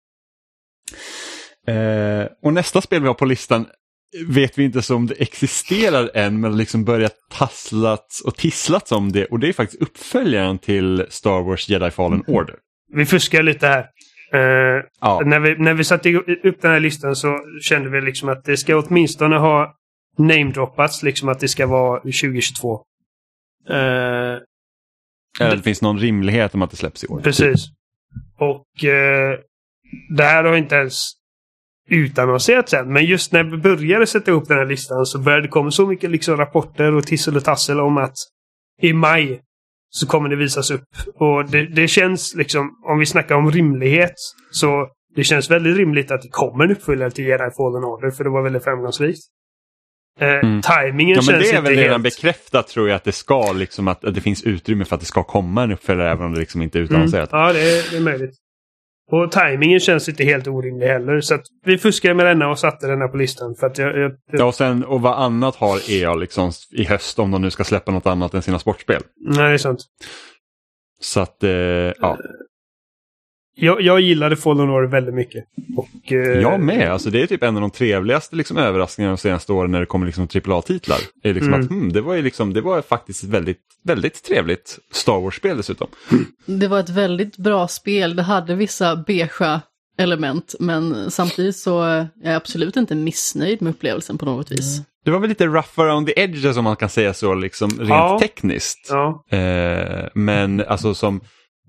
S1: Eh, och nästa spel vi har på listan vet vi inte så om det existerar än, men liksom börjat tasslats och tisslats om det. Och det är faktiskt uppföljaren till Star Wars Jedi Fallen Order.
S2: Vi fuskar lite här. Uh,
S1: ja.
S2: när, vi, när vi satte upp den här listan så kände vi liksom att det ska åtminstone ha namedroppats, liksom att det ska vara tjugo tjugotvå. Uh,
S1: Eller det finns någon rimlighet om att det släpps i år.
S2: Precis. Och uh, det här har inte ens utannonserats än. Men just när vi började sätta upp den här listan så började det komma så mycket liksom rapporter och tissel och tassel om att i maj så kommer det visas upp. Och det, det känns liksom, om vi snackar om rimlighet, så det känns väldigt rimligt att det kommer en uppföljare till Jedi Fallen Order, för det var väldigt framgångsrikt. Eh,
S1: mm.
S2: Timingen
S1: ja,
S2: känns
S1: men det är
S2: inte
S1: väl redan
S2: helt...
S1: bekräftat, tror jag, att det ska liksom, att, att det finns utrymme för att det ska komma en uppföljare även om det liksom inte är utannonserat.
S2: Mm. Ja, det är, det är möjligt. Och timingen känns inte helt orimlig heller. Så att vi fuskade med denna och satte denna på listan. För att jag, jag, jag...
S1: Ja, och, sen, och vad annat har E A liksom i höst, om de nu ska släppa något annat än sina sportspel?
S2: Nej, det är sant.
S1: Så att, eh, ja.
S2: Jag, jag gillade Fallen Order väldigt mycket. Och, eh...
S1: Jag med. Alltså, det är typ en av de trevligaste liksom, överraskningarna de senaste åren när det kommer liksom, trippel A-titlar. Det, är liksom mm. att, hmm, det, var ju liksom, det var faktiskt ett väldigt, väldigt trevligt Star Wars-spel dessutom.
S3: Det var ett väldigt bra spel. Det hade vissa beiga element, men samtidigt så är jag absolut inte missnöjd med upplevelsen på något vis. Mm.
S1: Det var väl lite rough around the edges, som man kan säga så, liksom, rent
S2: ja.
S1: tekniskt.
S2: Ja.
S1: Eh, men alltså som...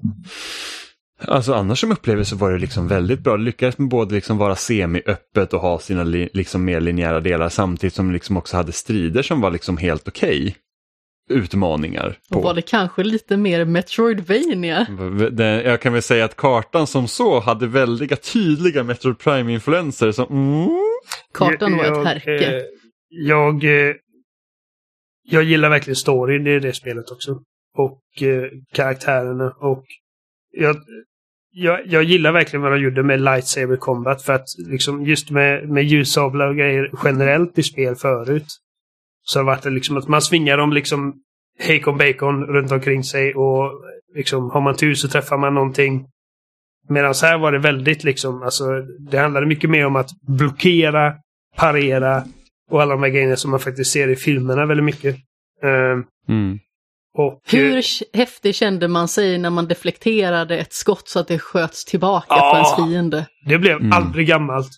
S1: Alltså annars som upplevelse var det liksom väldigt bra. Lyckades med både liksom vara semi-öppet och ha sina li- liksom mer linjära delar, samtidigt som liksom också hade strider som var liksom helt okej. Okay. Utmaningar. På.
S3: Och var det kanske lite mer Metroidvania?
S1: Det, jag kan väl säga att kartan som så hade väldiga tydliga Metroid Prime-influenser. Som, mm.
S3: Kartan var
S2: jag,
S3: ett härke.
S2: Eh, jag, eh, jag gillar verkligen storyn i det spelet också. Och eh, karaktärerna. Och jag, jag, jag gillar verkligen vad de gjorde med lightsaber combat, för att liksom just med, med ljussablar och grejer generellt i spel förut, så har det varit det liksom att man svingar dem liksom hejkon bacon runt omkring sig, och liksom har man tur så träffar man någonting. Medan här var det väldigt liksom, alltså det handlade mycket mer om att blockera, parera och alla de här grejerna som man faktiskt ser i filmerna väldigt mycket. Uh,
S1: mm.
S2: Och,
S3: hur häftig kände man sig när man deflekterade ett skott så att det sköts tillbaka ah, på ens fiende?
S2: Det blev mm. aldrig gammalt.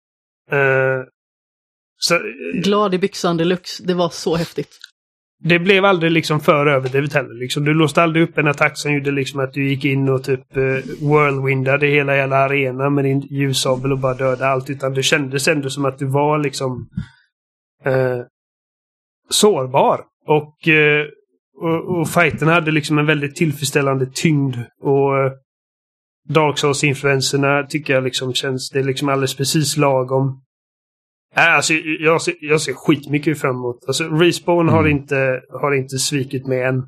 S2: Uh, så,
S3: Glad i byxan deluxe, det var så häftigt.
S2: Det blev aldrig liksom för överdrivet heller. Liksom. Du låste aldrig upp en attack som gjorde liksom att du gick in och typ uh, whirlwindade hela jävla arena med din ljussabel och bara dödade allt. Utan det kändes ändå som att du var liksom uh, sårbar. Och uh, Och, och fighterna hade liksom en väldigt tillfredsställande tyngd. Och uh, Dark Souls-influenserna tycker jag liksom känns... Det är liksom alldeles precis lagom. Äh, alltså, jag, ser, jag ser skitmycket fram emot. Alltså, Respawn mm. har, inte, har inte svikit med än.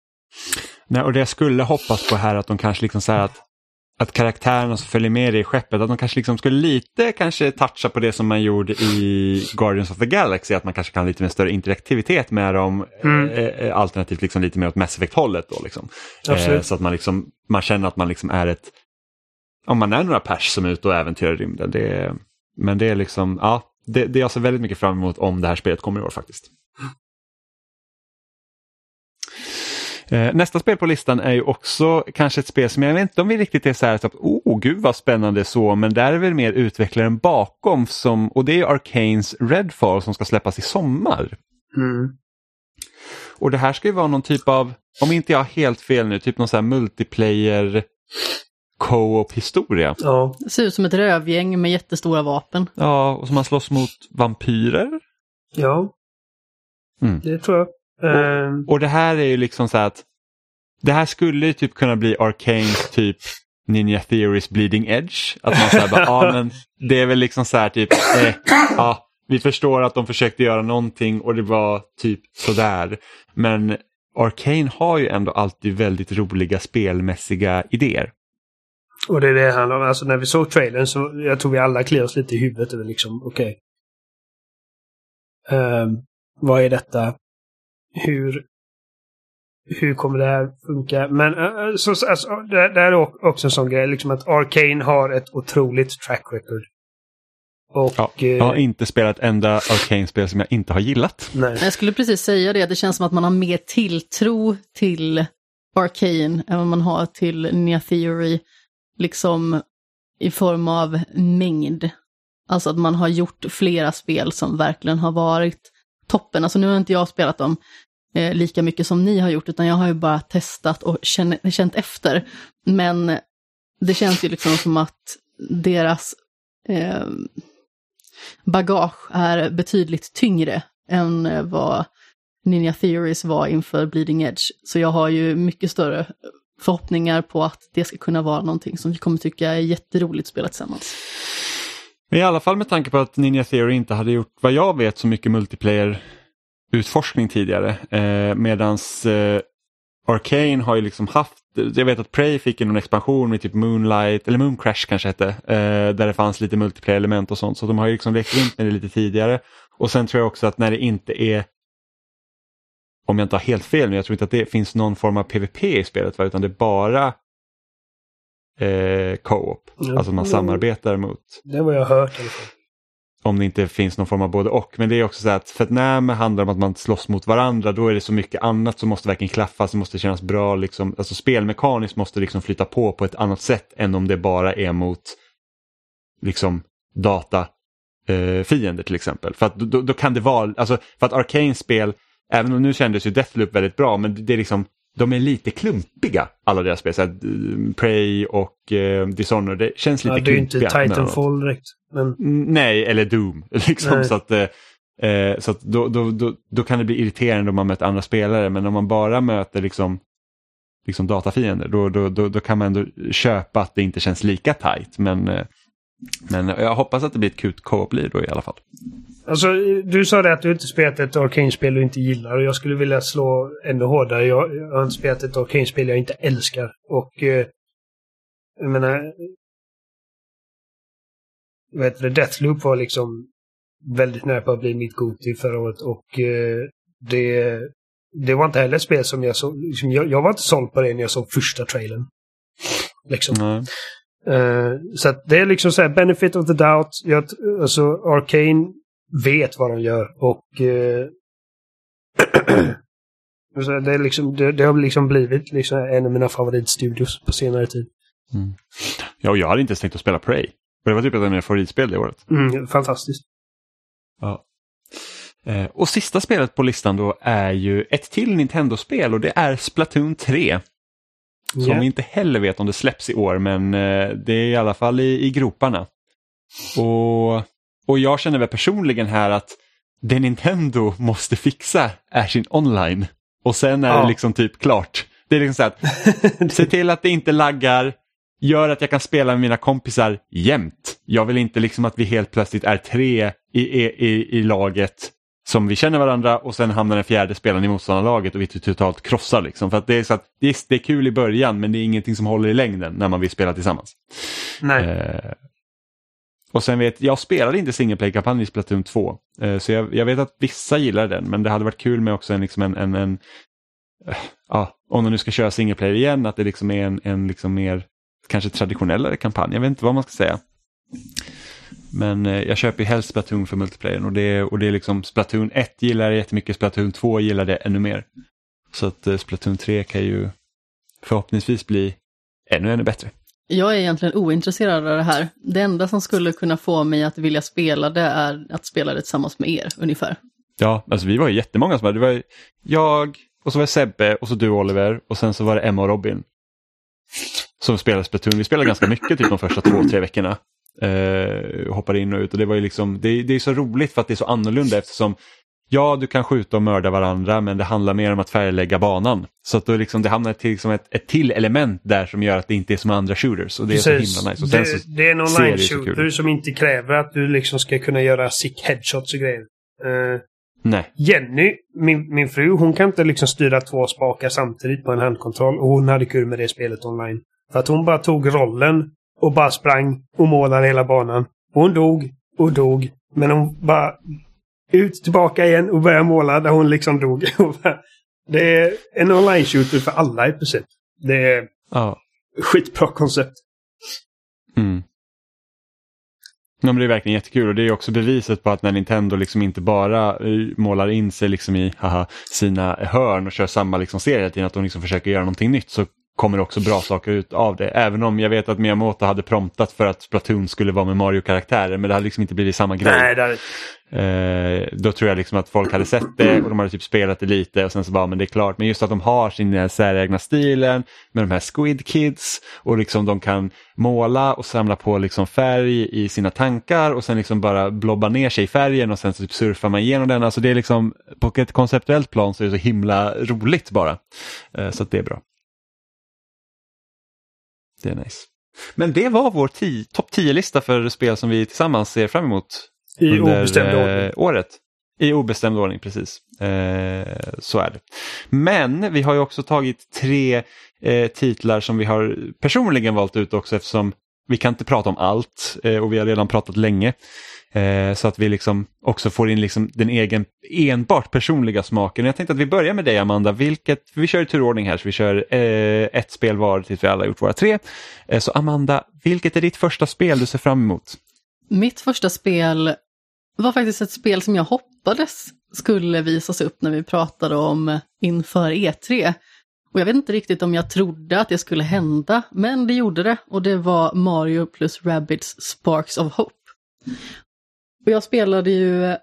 S1: Nej, och det jag skulle hoppas på här, att de kanske liksom så här att, att karaktärerna som följer med i skeppet, att de kanske liksom skulle lite kanske toucha på det som man gjorde i Guardians of the Galaxy, att man kanske kan ha lite mer större interaktivitet med dem, mm. eh, alternativt liksom lite mer åt Mass Effect-hållet då liksom. Eh, så att man liksom, man känner att man liksom är ett, om man är några pers som är ute och äventyrar rymden, det, men det är liksom, ja, det, det är alltså väldigt mycket fram emot om det här spelet kommer i år faktiskt. Nästa spel på listan är ju också kanske ett spel som jag vet inte om vi riktigt är så här att oh gud vad spännande så, men där är väl mer utvecklaren bakom, som, och det är Arcanes Redfall som ska släppas i sommar.
S2: Mm.
S1: Och det här ska ju vara någon typ av, om inte jag har helt fel nu, typ någon så här multiplayer co-op-historia.
S2: Ja.
S3: Det ser ut som ett rövgäng med jättestora vapen.
S1: Ja, och som man slåss mot vampyrer.
S2: Ja, mm. det tror jag.
S1: Och, och det här är ju liksom så här att det här skulle ju typ kunna bli Arcanes typ Ninja Theories Bleeding Edge. Att man säger bara, ja men det är väl liksom så här typ, eh, ja vi förstår att de försökte göra någonting och det var typ sådär. Men Arcane har ju ändå alltid väldigt roliga spelmässiga idéer.
S2: Och det är det handlar om. Alltså när vi såg trailern så jag tror vi alla kliar oss lite i huvudet över liksom, okej. Okay. Um, vad är detta? Hur hur kommer det här funka? Men uh, så, alltså, det, det är också en sån grej liksom att Arcane har ett otroligt track record. Och,
S1: ja, jag har inte spelat enda Arcane-spel som jag inte har gillat.
S2: Nej.
S3: Jag skulle precis säga det. Det känns som att man har mer tilltro till Arcane än vad man har till Ninja Theory. Liksom i form av mängd. Alltså att man har gjort flera spel som verkligen har varit toppen. Alltså nu har inte jag spelat dem eh, lika mycket som ni har gjort. Utan jag har ju bara testat och känt, känt efter. Men det känns ju liksom som att deras... Eh, bagage är betydligt tyngre än vad Ninja Theories var inför Bleeding Edge. Så jag har ju mycket större förhoppningar på att det ska kunna vara någonting som vi kommer tycka är jätteroligt att spela tillsammans.
S1: Men i alla fall med tanke på att Ninja Theory inte hade gjort vad jag vet så mycket multiplayer-utforskning tidigare. Eh, medans eh, Arcane har ju liksom haft, jag vet att Prey fick en expansion med typ Moonlight, eller Mooncrash kanske hette, eh, där det fanns lite multiplayer-element och sånt. Så de har ju liksom lekt runt med det lite tidigare. Och sen tror jag också att när det inte är, om jag inte har helt fel, men jag tror inte att det finns någon form av PvP i spelet, va? Utan det är bara eh, co-op. Ja, alltså man samarbetar mot...
S2: Det var jag hört i alla fall.
S1: Om det inte finns någon form av både och. Men det är också så att för att när det handlar om att man slåss mot varandra, då är det så mycket annat som måste verkligen klaffa, som måste kännas bra. Liksom, alltså spelmekaniskt måste liksom flytta på på ett annat sätt än om det bara är mot liksom data eh, fiender till exempel. För att då, då kan det vara, alltså för att Arcane-spel, även om nu kändes ju Deathloop väldigt bra, men det är liksom, de är lite klumpiga alla deras spel. Så här, Prey och eh, Dishonored, det känns lite klumpiga.
S2: Ja, det är ju inte Titanfall direkt. Men...
S1: Nej, eller Doom. Liksom, Nej. Så att, eh, så att då, då, då, då kan det bli irriterande om man möter andra spelare. Men om man bara möter liksom, liksom datafiender, då, då, då, då kan man ändå köpa att det inte känns lika tight. Men, eh, men jag hoppas att det blir ett kul co-op-liv då i alla fall.
S2: Alltså, du sa det att du inte spelat ett Arcane-spel du inte gillar. Och jag skulle vilja slå ännu hårdare. Jag, jag har inte spelat ett Arcane-spel jag inte älskar. Och eh, jag menar... Vet du, Deathloop var liksom väldigt nära på att bli mitt go-to förra året. Och eh, det, det var inte heller ett spel som jag såg... Liksom, jag, jag var inte såld på det när jag såg första trailern. Liksom.
S1: Mm.
S2: Uh, så att det är liksom så här, benefit of the doubt. Jag, alltså Arcane vet vad de gör. Och uh, det, är liksom, det, det har liksom blivit liksom en av mina favoritstudios på senare tid.
S1: Mm. Ja, och jag hade inte ens tänkt att spela Prey. Det var typ ett av mina favoritspel det året.
S2: Mm, fantastiskt.
S1: Ja. Eh, och sista spelet på listan då är ju ett till Nintendo-spel och det är Splatoon tre. Som yeah. vi inte heller vet om det släpps i år, men eh, det är i alla fall i, i groparna. Och, och jag känner väl personligen här att det Nintendo måste fixa är sin online. Och sen är ja. det liksom typ klart. Det är liksom så att se till att det inte laggar. Gör att jag kan spela med mina kompisar jämt. Jag vill inte liksom att vi helt plötsligt är tre i, i, i laget som vi känner varandra och sen hamnar den fjärde spelaren i motståndarlaget och vi totalt krossar liksom. För att det är så att det är, det är kul i början men det är ingenting som håller i längden när man vill spela tillsammans.
S2: Nej.
S1: Eh, och sen vet jag spelade inte singleplay-kampanj i Splatoon två. Eh, så jag, jag vet att vissa gillar den, men det hade varit kul med också en liksom en, en, en eh, ja, om de nu ska köra singleplayer igen, att det liksom är en, en liksom mer kanske traditionellare kampanj. Jag vet inte vad man ska säga. Men eh, jag köper ju helst Splatoon för multiplayer och det, och det är liksom Splatoon ett gillar det jättemycket, Splatoon två gillar det ännu mer. Så att eh, Splatoon tre kan ju förhoppningsvis bli ännu ännu bättre.
S3: Jag är egentligen ointresserad av det här. Det enda som skulle kunna få mig att vilja spela det är att spela det tillsammans med er ungefär.
S1: Ja, alltså vi var ju jättemånga som var, det var jag och så var det Sebbe och så du Oliver och sen så var det Emma och Robin som spelade Splatoon. Vi spelade ganska mycket typ de första två, tre veckorna. Uh, hoppade in och ut och det var ju liksom det, det är så roligt för att det är så annorlunda eftersom ja, du kan skjuta och mörda varandra men det handlar mer om att färglägga banan. Så att då liksom, det hamnar till liksom ett, ett till element där som gör att det inte är som andra shooters och det Precis. är så himla nice. Och
S2: det,
S1: så
S2: det är en online shooter som inte kräver att du liksom ska kunna göra sick headshots och grejer. Uh,
S1: Nej.
S2: Jenny, min, min fru, hon kan inte liksom styra två spakar samtidigt på en handkontroll. Och hon hade kul med det spelet online. För att hon bara tog rollen och bara sprang och målade hela banan. Hon dog och dog. Men hon bara ut, tillbaka igen och började måla där hon liksom dog. Det är en online-shooter för alla i princip. Det är
S1: ja.
S2: skitbra koncept.
S1: Mm. Ja, men det är verkligen jättekul och det är också beviset på att när Nintendo liksom inte bara målar in sig liksom i haha, sina hörn och kör samma liksom serie hela tiden, att de liksom försöker göra någonting nytt, så kommer det också bra saker ut av det. Även om jag vet att Miyamoto hade promptat för att Splatoon skulle vara med Mario-karaktärer, men det hade liksom inte blivit samma grej.
S2: Nej, det hade...
S1: eh, då tror jag liksom att folk hade sett det och de hade typ spelat det lite och sen så bara, men det är klart. Men just att de har sin säregna stilen med de här Squid Kids och liksom de kan måla och samla på liksom färg i sina tankar och sen liksom bara blobba ner sig i färgen och sen så typ surfar man igenom den. Alltså det är liksom, på ett konceptuellt plan så är det så himla roligt bara. Eh, så att det är bra. Det är nice. Men det var vår tio, topp tio-lista för spel som vi tillsammans ser fram emot
S2: I
S1: under
S2: obestämd
S1: eh,
S2: ordning.
S1: året. I obestämd ordning, precis. Eh, så är det. Men vi har ju också tagit tre eh, titlar som vi har personligen valt ut också, eftersom vi kan inte prata om allt eh, och vi har redan pratat länge. Eh, så att vi liksom också får in liksom den egen enbart personliga smaken. Jag tänkte att vi börjar med dig, Amanda. Vilket, vi kör i turordning här, så vi kör eh, ett spel var tills vi alla har gjort våra tre. Eh, så Amanda, vilket är ditt första spel du ser fram emot?
S3: Mitt första spel var faktiskt ett spel som jag hoppades skulle visas upp när vi pratade om inför E tre. Och jag vet inte riktigt om jag trodde att det skulle hända, men det gjorde det. Och det var Mario plus Rabbids Sparks of Hope. Och jag spelade ju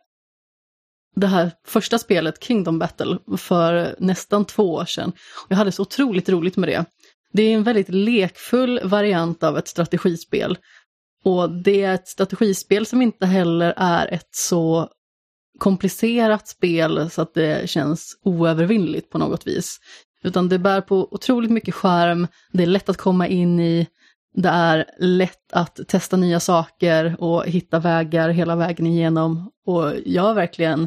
S3: det här första spelet, Kingdom Battle, för nästan två år sedan. Och jag hade så otroligt roligt med det. Det är en väldigt lekfull variant av ett strategispel. Och det är ett strategispel som inte heller är ett så komplicerat spel så att det känns oövervinnligt på något vis. Utan det bär på otroligt mycket charm, det är lätt att komma in i, det är lätt att testa nya saker och hitta vägar hela vägen igenom. Och jag har verkligen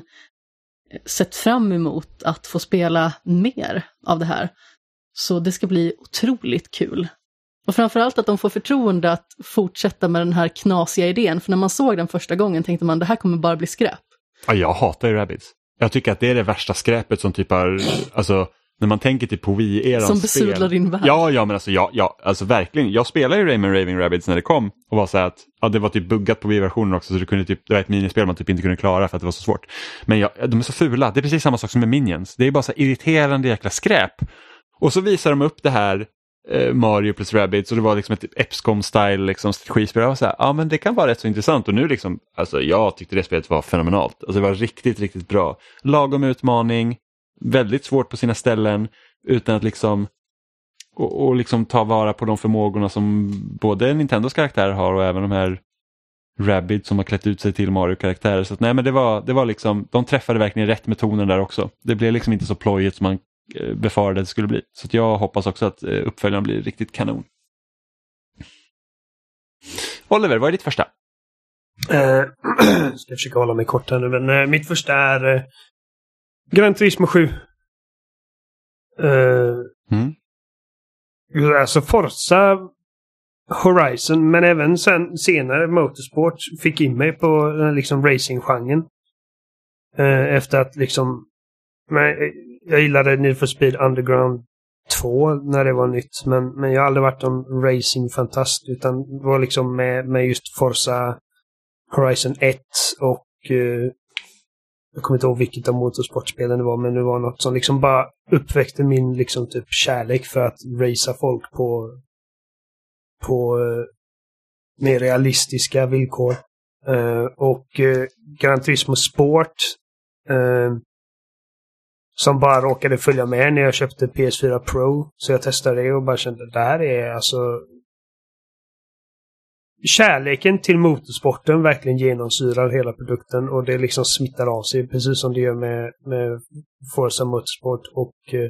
S3: sett fram emot att få spela mer av det här. Så det ska bli otroligt kul. Och framförallt att de får förtroende att fortsätta med den här knasiga idén. För när man såg den första gången tänkte man, det här kommer bara bli skräp.
S1: Ja, jag hatar ju Rabbids. Jag tycker att det är det värsta skräpet som typ är, alltså när man tänker till på Wii-erans
S3: som besudlar
S1: spel.
S3: din värld.
S1: Ja, ja, men alltså, ja, ja, alltså verkligen. Jag spelade ju Rayman Raving Rabbids när det kom och var så här att ja, det var typ buggat på Wii-versionen också, så du kunde typ, det var ett minispel man typ inte kunde klara för att det var så svårt. Men ja, de är så fula. Det är precis samma sak som med Minions. Det är bara så irriterande jäkla skräp. Och så visar de upp det här eh, Mario plus Rabbids och det var liksom ett Epscom-style liksom, strategispel. Jag var så här, ja men det kan vara rätt så intressant. Och nu liksom, alltså jag tyckte det spelet var fenomenalt. Alltså det var riktigt, riktigt bra. Lagom utmaning, väldigt svårt på sina ställen, utan att liksom och, och liksom ta vara på de förmågorna som både Nintendos karaktärer har och även de här Rabbids som har klätt ut sig till Mario-karaktärer. Så att, nej men det var, det var liksom, de träffade verkligen rätt med tonen där också. Det blev liksom inte så plojigt som man befarade det skulle bli. Så att jag hoppas också att uppföljaren blir riktigt kanon. Oliver, vad är ditt första?
S2: Uh, ska försöka hålla mig kort här nu, men uh, mitt första är uh, Gran Turismo sju. Uh,
S1: mm.
S2: Alltså Forza Horizon, men även sen, senare Motorsport fick in mig på uh, liksom racing-genren. Uh, efter att liksom men, jag gillade Need for Speed Underground två när det var nytt, men, men jag har aldrig varit en racing-fantast, utan var liksom med, med just Forza Horizon ett och uh, jag kommer inte ihåg vilket av motorsportspelen det var, men det var något som liksom bara uppväckte min liksom typ kärlek för att racea folk på på uh, mer realistiska villkor. Uh, och uh, Gran Turismo Sport uh, som bara råkade följa med när jag köpte P S fyra Pro, så jag testade det och bara kände att det här är alltså kärleken till motorsporten verkligen genomsyrar hela produkten, och det liksom smittar av sig precis som det gör med, med Forza Motorsport och eh,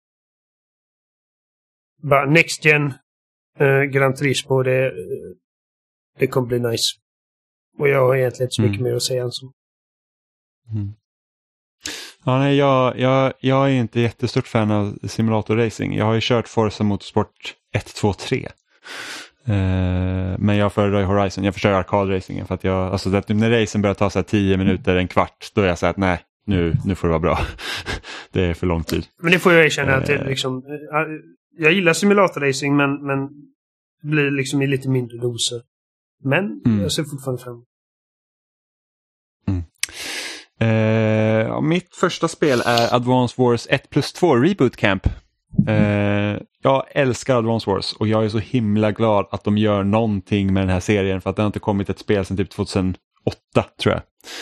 S2: bara Next Gen eh, Gran Turismo. Det, det kommer bli nice. Och jag har egentligen inte så mycket
S1: mm.
S2: mer att säga än så.
S1: Mm. Ja, nej, jag, jag, jag är inte jättestort fan av simulatorracing. Jag har ju kört Forza Motorsport ett, två, tre. Uh, men jag föredrar Horizon. Jag försöker arkadracingen för att jag, alltså att när racen börjar ta så här tio minuter, en kvart, då är jag så här att nej, nu, nu får det vara bra. Det är för lång tid.
S2: Men det får jag erkänna uh, till liksom, jag gillar simulatorracing men, men det blir liksom i lite mindre doser. Men mm. jag ser fortfarande fram.
S1: Mm. Uh, mitt första spel är Advance Wars ett plus två Reboot Camp. Uh, jag älskar Advance Wars och jag är så himla glad att de gör någonting med den här serien, för att det har inte kommit ett spel sedan typ tjugohundraåtta tror jag.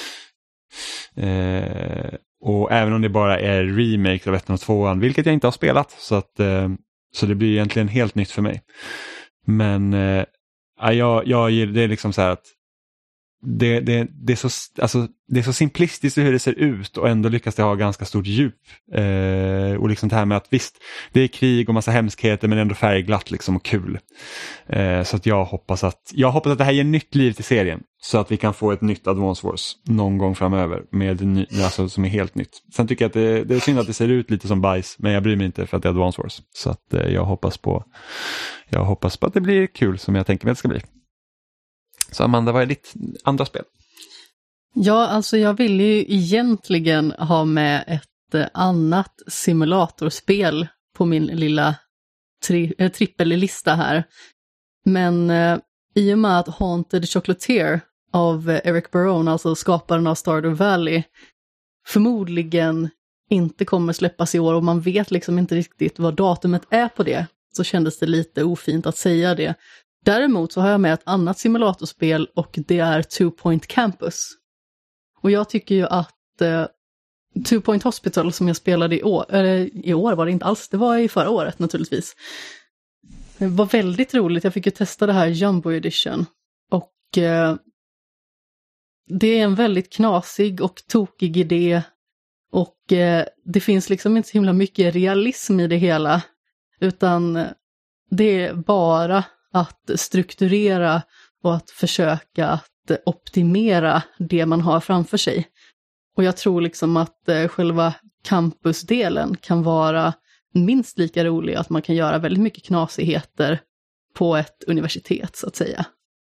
S1: Uh, och även om det bara är remake av ettan och tvåan, vilket jag inte har spelat, så, att, uh, så det blir egentligen helt nytt för mig. Men uh, jag, jag, det är liksom så här att Det, det, det, är så, alltså, det är så simplistiskt hur det ser ut och ändå lyckas det ha ganska stort djup. Eh, och liksom det här med att visst, det är krig och massa hemskheter men ändå färgglatt liksom och kul. Eh, så att jag hoppas att jag hoppas att det här ger nytt liv till serien. Så att vi kan få ett nytt Advance Wars någon gång framöver med ny, alltså, som är helt nytt. Sen tycker jag att det, det är synd att det ser ut lite som bajs, men jag bryr mig inte för att det är Advance Wars. Så att eh, jag hoppas på jag hoppas på att det blir kul som jag tänker mig att det ska bli. Så Amanda, vad är ditt andra spel?
S3: Ja, alltså jag vill ju egentligen ha med ett annat simulatorspel på min lilla tri- äh, trippellista här. Men eh, i och med att Haunted Chocolatier av Eric Barone, alltså skaparen av Stardew Valley, förmodligen inte kommer släppas i år och man vet liksom inte riktigt vad datumet är på det, så kändes det lite ofint att säga det. Däremot så har jag med ett annat simulatorspel och det är Two Point Campus. Och jag tycker ju att eh, Two Point Hospital som jag spelade i år, eller i år var det inte alls, det var i förra året naturligtvis. Det var väldigt roligt, jag fick ju testa det här Jumbo Edition. Och eh, det är en väldigt knasig och tokig idé. Och eh, det finns liksom inte så himla mycket realism i det hela. Utan det är bara att strukturera och att försöka att optimera det man har framför sig. Och jag tror liksom att eh, själva campusdelen kan vara minst lika rolig, att man kan göra väldigt mycket knasigheter på ett universitet så att säga.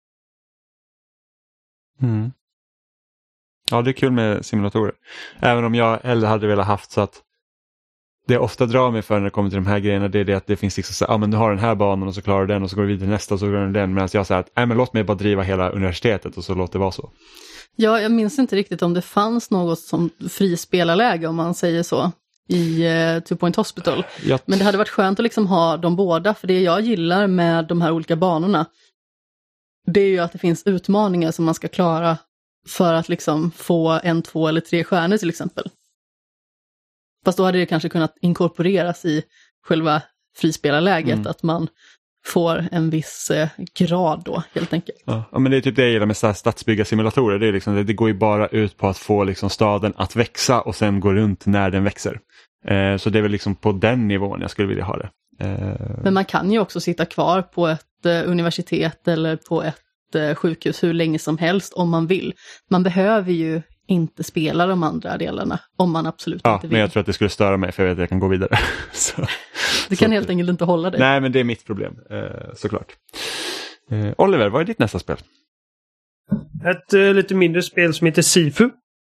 S1: Mm. Ja, det är kul med simulatorer. Även om jag hellre hade velat haft så att det ofta drar mig för när det kommer till de här grejerna, det är det att det finns liksom så, ja ah, men du har den här banan och så klarar du den och så går du vidare till nästa och så går du den, medan jag säger att nej men låt mig bara driva hela universitetet och så låt det vara så.
S3: Ja, jag minns inte riktigt om det fanns något som frispelarläge om man säger så i uh, Two Point Hospital. Jag... Men det hade varit skönt att liksom ha de båda, för det jag gillar med de här olika banorna, det är ju att det finns utmaningar som man ska klara för att liksom få en, två eller tre stjärnor till exempel. Fast då hade det kanske kunnat inkorporeras i själva frispelarläget, mm. att man får en viss eh, grad då, helt enkelt.
S1: Ja, men det är typ det jag gillar med stadsbyggarsimulatorer. Det, är liksom, det går ju bara ut på att få liksom staden att växa och sen gå runt när den växer. Eh, så det är väl liksom på den nivån jag skulle vilja ha det. Eh...
S3: Men man kan ju också sitta kvar på ett eh, universitet eller på ett eh, sjukhus hur länge som helst om man vill. Man behöver ju inte spela de andra delarna om man absolut
S1: ja,
S3: inte vill.
S1: Men jag tror att det skulle störa mig för jag vet att jag kan gå vidare. så,
S3: du kan
S1: så,
S3: helt enkelt inte hålla dig.
S1: Nej, men det är mitt problem, eh, såklart. Eh, Oliver, vad är ditt nästa spel?
S2: Ett uh, lite mindre spel som heter Sifu.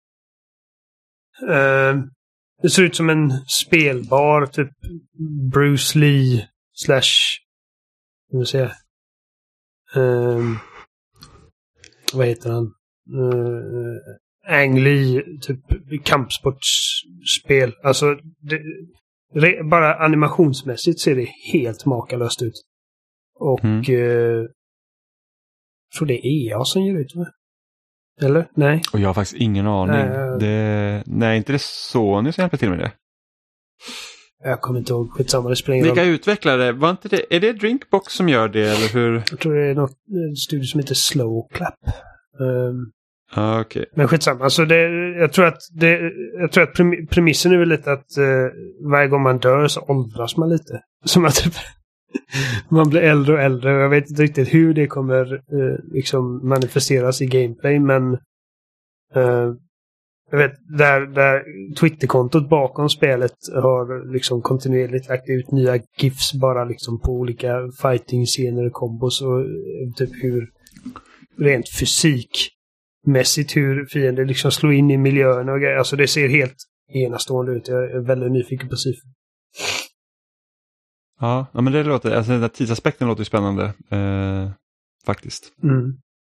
S2: Uh, det ser ut som en spelbar, typ Bruce Lee slash, vad ska jag säga, uh, vad heter han? Uh, Ang Lee, typ kampsportsspel. Alltså det, re, bara animationsmässigt ser det helt makalöst ut. Och mm. eh, jag tror det är E A som ger ut det. Eller? Nej.
S1: Och jag har faktiskt ingen aning. Nej, det, nej inte det Sony som hjälper till med det.
S2: Jag kommer inte ihåg, skitsamma, det spelar
S1: Vilka utvecklare? Var inte det, är det Drinkbox som gör det eller hur?
S2: Jag tror det är något, en studio som heter Slow Clap. Um,
S1: Ah, okay.
S2: Men skitsamma. Alltså det, jag tror att, det, jag tror att premissen är väl lite att uh, varje gång man dör så åldras man lite. Som att typ, man blir äldre och äldre. Jag vet inte riktigt hur det kommer uh, liksom manifesteras i gameplay. Men uh, jag vet, där, där Twitterkontot bakom spelet har liksom kontinuerligt lagt ut nya GIFs bara liksom på olika fighting-scener och kombos och typ hur rent fysikmässigt hur fiender liksom slår in i miljön och grejer. Alltså det ser helt enastående ut. Jag är väldigt nyfiken på Sifu.
S1: Ja, ja, men det låter, alltså den där tidsaspekten låter ju spännande eh, faktiskt.
S2: Mm.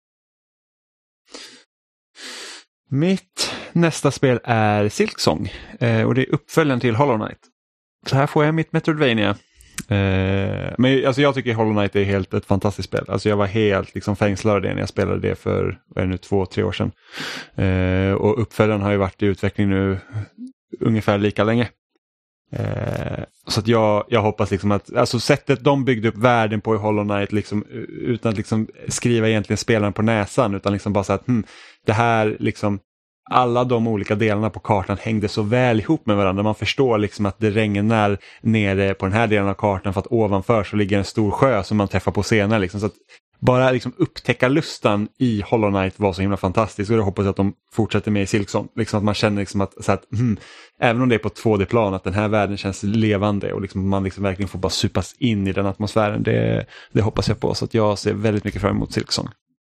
S1: Mitt nästa spel är Silksong eh, och det är uppföljaren till Hollow Knight. Så här får jag mitt Metroidvania. Eh, men alltså jag tycker Hollow Knight är helt ett fantastiskt spel. Alltså jag var helt liksom fängslad det när jag spelade det för vad är det nu, två, tre år sedan. Eh, och uppföljaren har ju varit i utveckling nu ungefär lika länge. Eh, så att jag, jag hoppas liksom att alltså sättet de byggde upp världen på i Hollow Knight liksom, utan att liksom skriva egentligen spelaren på näsan utan liksom bara så att hmm, det här liksom alla de olika delarna på kartan hängde så väl ihop med varandra. Man förstår liksom att det regnar nere på den här delen av kartan för att ovanför så ligger en stor sjö som man träffar på senare liksom. Så att bara liksom upptäcka lustan i Hollow Knight var så himla fantastiskt och jag hoppas att de fortsätter med i Silksong. Liksom att man känner liksom att, så att hmm, även om det är på två D-plan att den här världen känns levande och liksom man liksom verkligen får bara supas in i den atmosfären. Det, det hoppas jag på så att jag ser väldigt mycket fram emot Silksong.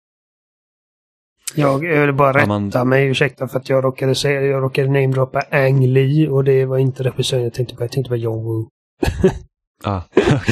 S2: Jag vill bara rätta
S1: ja, man...
S2: mig, ursäkta för att jag råkade säga, jag råkade namedroppa Ang Lee och det var inte regissören jag tänkte på, jag tänkte på John Woo.
S1: ah,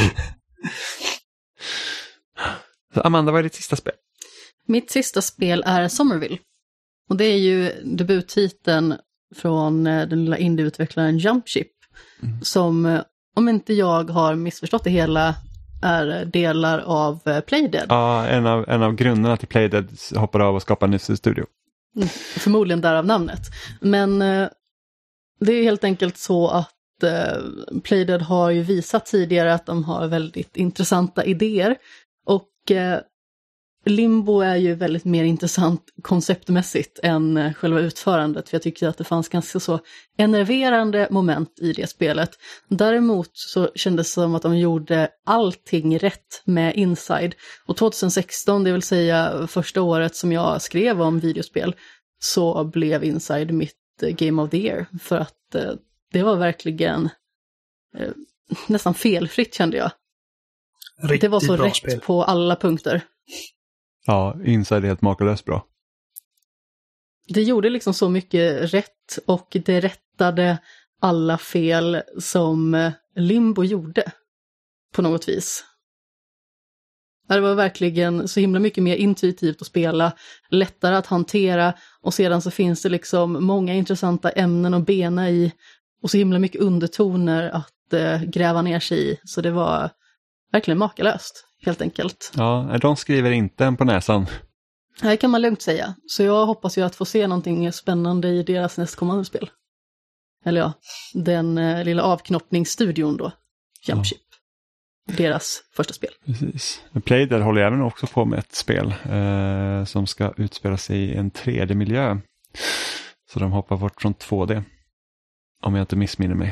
S1: Så Amanda, vad är ditt sista spel?
S3: Mitt sista spel är Somerville. Och det är ju debuttiteln från den lilla indieutvecklaren Jumpship. Mm. Som, om inte jag har missförstått det hela, är delar av Playdead.
S1: Ja, en av, en av grunderna till Playdead hoppade av och skapade en ny studio.
S3: Mm, förmodligen därav namnet. Men eh, det är helt enkelt så att eh, Playdead har ju visat tidigare att de har väldigt intressanta idéer. Och eh, Limbo är ju väldigt mer intressant konceptmässigt än eh, själva utförandet. För jag tycker att det fanns ganska så enerverande moment i det spelet. Däremot så kändes det som att de gjorde allting rätt med Inside. Och tjugohundrasexton, det vill säga första året som jag skrev om videospel, så blev Inside mitt eh, Game of the Year. För att eh, det var verkligen eh, nästan felfritt kände jag.
S2: Riktigt
S3: det var så rätt
S2: spel.
S3: på alla punkter.
S1: Ja, Inside är helt makalöst bra.
S3: Det gjorde liksom så mycket rätt och det rättade alla fel som Limbo gjorde på något vis. Det var verkligen så himla mycket mer intuitivt att spela, lättare att hantera och sedan så finns det liksom många intressanta ämnen att bena i och så himla mycket undertoner att eh, gräva ner sig i. Så det var verkligen makalöst, helt enkelt.
S1: Ja, de skriver inte en på näsan.
S3: Det kan man lugnt säga. Så jag hoppas ju att få se någonting spännande i deras nästkommande spel. Eller ja, den eh, lilla avknoppningsstudion då. Jumpship. Ja. Deras första spel.
S1: Precis. Playdead håller även också på med ett spel eh, som ska utspela sig i en tre D-miljö. Så de hoppar bort från två D. Om jag inte missminner mig.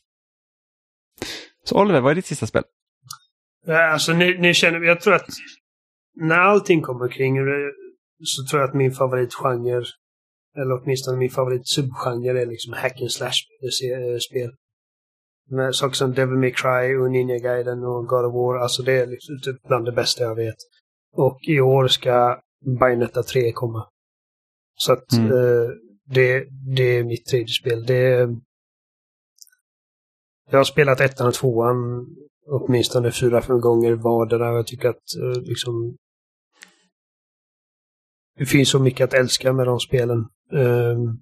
S1: Så Oliver, vad är ditt sista spel?
S2: Alltså nu, nu känner jag tror att när allting kommer kring så tror jag att min favoritgenre eller åtminstone min favoritsubgenre är liksom hack and slash spel. Med saker som Devil May Cry och Ninja Gaiden och God of War, alltså det är liksom typ bland det bästa jag vet. Och i år ska Bayonetta tre komma. Så att mm. eh, det, det är mitt tredje spel. Det är, jag har spelat ettan och tvåan åtminstone fyra, fem gånger vardera och jag tycker att eh, liksom det finns så mycket att älska med de spelen. Um,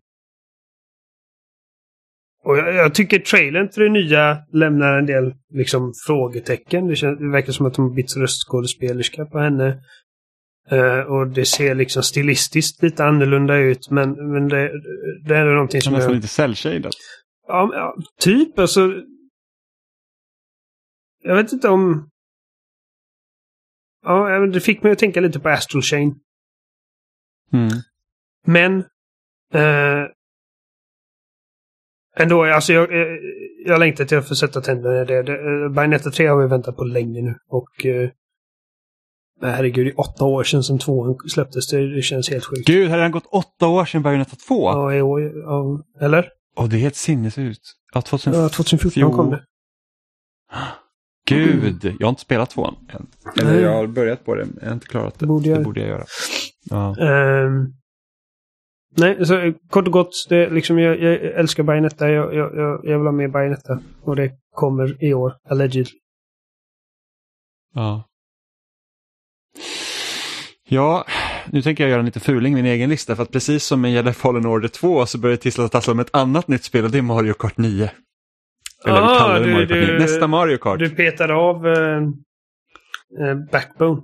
S2: och jag, jag tycker trailern till det nya lämnar en del liksom frågetecken. Det, känns, det verkar som att de har bytt röstskådespelerska på henne. Uh, och det ser liksom stilistiskt lite annorlunda ut. Men, men det, det är någonting som...
S1: Det är nästan
S2: jag...
S1: lite cell-shaded.
S2: Ja, ja, typ. Alltså... Jag vet inte om... Ja, det fick mig att tänka lite på Astral Chain.
S1: Mm.
S2: Men eh, ändå, alltså jag, jag, jag längtar till att få sätta tänderna i det. det Bayonetta tre har vi väntat på länge nu. Och eh, Men herregud, det är åtta år sedan som tvåan släpptes. Det, det känns helt sjukt.
S1: Gud, hade den gått åtta år sedan Bayonetta två?
S2: Ja, i år. Ja, eller?
S1: Och det är helt sinnesut. Ja, tjugohundrafjorton
S2: Ja, tjugohundrafjorton kom det.
S1: Gud, jag har inte spelat tvåan än. Eller
S2: Nej.
S1: jag har börjat på det, men jag har inte klarat det.
S2: Borde jag...
S1: Det borde jag göra. Ja.
S2: Um, nej, så kort och gott, det, liksom, jag, jag älskar Bayonetta. Jag, jag, jag, jag vill ha med Bayonetta. Och det kommer i år, allegedly.
S1: Ja. Ja, nu tänker jag göra en lite fuling i min egen lista. För att precis som med Jedi Fallen Order två så börjar jag tissla och tassla med ett annat nytt spel. Och det är Mario Kart nio. Eller
S2: ah,
S1: vi kallar det
S2: du,
S1: Mario Kart
S2: du,
S1: nio. Nästa Mario Kart.
S2: Du petade av uh, uh, Backbone.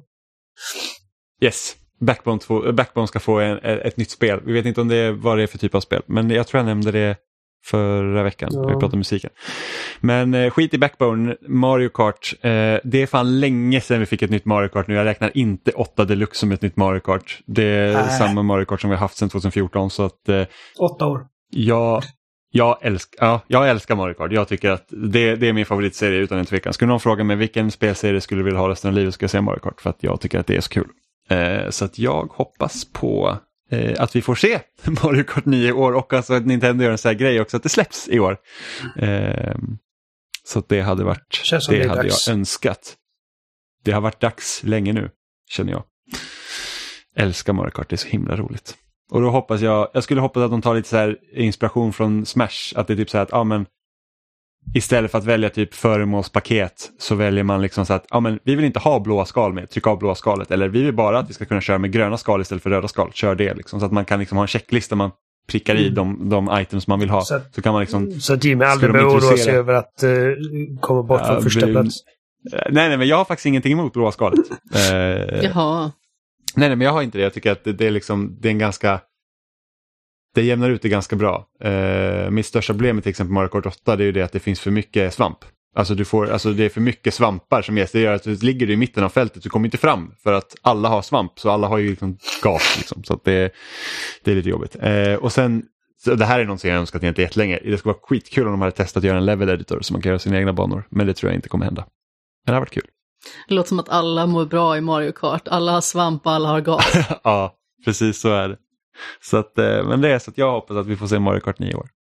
S1: Yes. Backbone, två, Backbone ska få en, ett nytt spel. Vi vet inte om det är, vad det är för typ av spel. Men jag tror jag nämnde det förra veckan. Ja. Vi pratade om musiken. Men eh, skit i Backbone. Mario Kart. Eh, det är fan länge sedan vi fick ett nytt Mario Kart nu. Jag räknar inte åtta Deluxe som ett nytt Mario Kart. Det är äh. samma Mario Kart som vi har haft sedan tjugohundrafjorton. Så att, eh,
S2: åtta år.
S1: Ja, jag, älsk, ja, jag älskar Mario Kart. Jag tycker att det, det är min favoritserie utan en tvekan. Skulle någon fråga mig vilken spelserie skulle du vilja ha resten av livet, ska jag säga Mario Kart. För att jag tycker att det är så kul. Eh, så att jag hoppas på eh, att vi får se Mario Kart nio i år och alltså att Nintendo gör en sån här grej också att det släpps i år. Eh, så att det hade varit det, det hade dags. Jag önskat. Det har varit dags länge nu, känner jag. Älskar Mario Kart, det är så himla roligt. Och då hoppas jag, jag skulle hoppas att de tar lite så här inspiration från Smash, att det är typ så här att ja men istället för att välja typ föremålspaket så väljer man liksom så att ja, men vi vill inte ha blåa skal med, trycka av blåa skalet. Eller vi vill bara att vi ska kunna köra med gröna skal istället för röda skal. Kör det liksom. Så att man kan liksom ha en checklista man prickar i de, de items man vill ha. Så, att, så kan man liksom...
S2: Så att Jimmy aldrig behöver oroa sig över att uh, komma bort från ja, första vi, plats.
S1: Nej, nej, men jag har faktiskt ingenting emot blåa skalet. uh,
S3: Jaha.
S1: Nej, nej, men jag har inte det. Jag tycker att det, det är liksom, det är en ganska... Det jämnar ut det ganska bra. Uh, mitt största problem med till exempel Mario Kart åtta det är ju det att det finns för mycket svamp. Alltså, du får, alltså det är för mycket svampar som ges. Det gör att du ligger i mitten av fältet. Du kommer inte fram för att alla har svamp. Så alla har ju liksom gas. Liksom, så att det, det är lite jobbigt. Uh, och sen, så det här är något som jag önskat egentligen jättelänge. Det skulle vara skitkul om de hade testat att göra en level editor så man kan göra sina egna banor. Men det tror jag inte kommer hända. Men det har varit kul.
S3: Det låter som att alla mår bra i Mario Kart. Alla har svamp och alla har gas.
S1: Ja, precis så är det. Så att, men det är så att jag hoppas att vi får se Mario Kart nio år.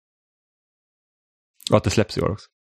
S1: Och att det släpps i år också.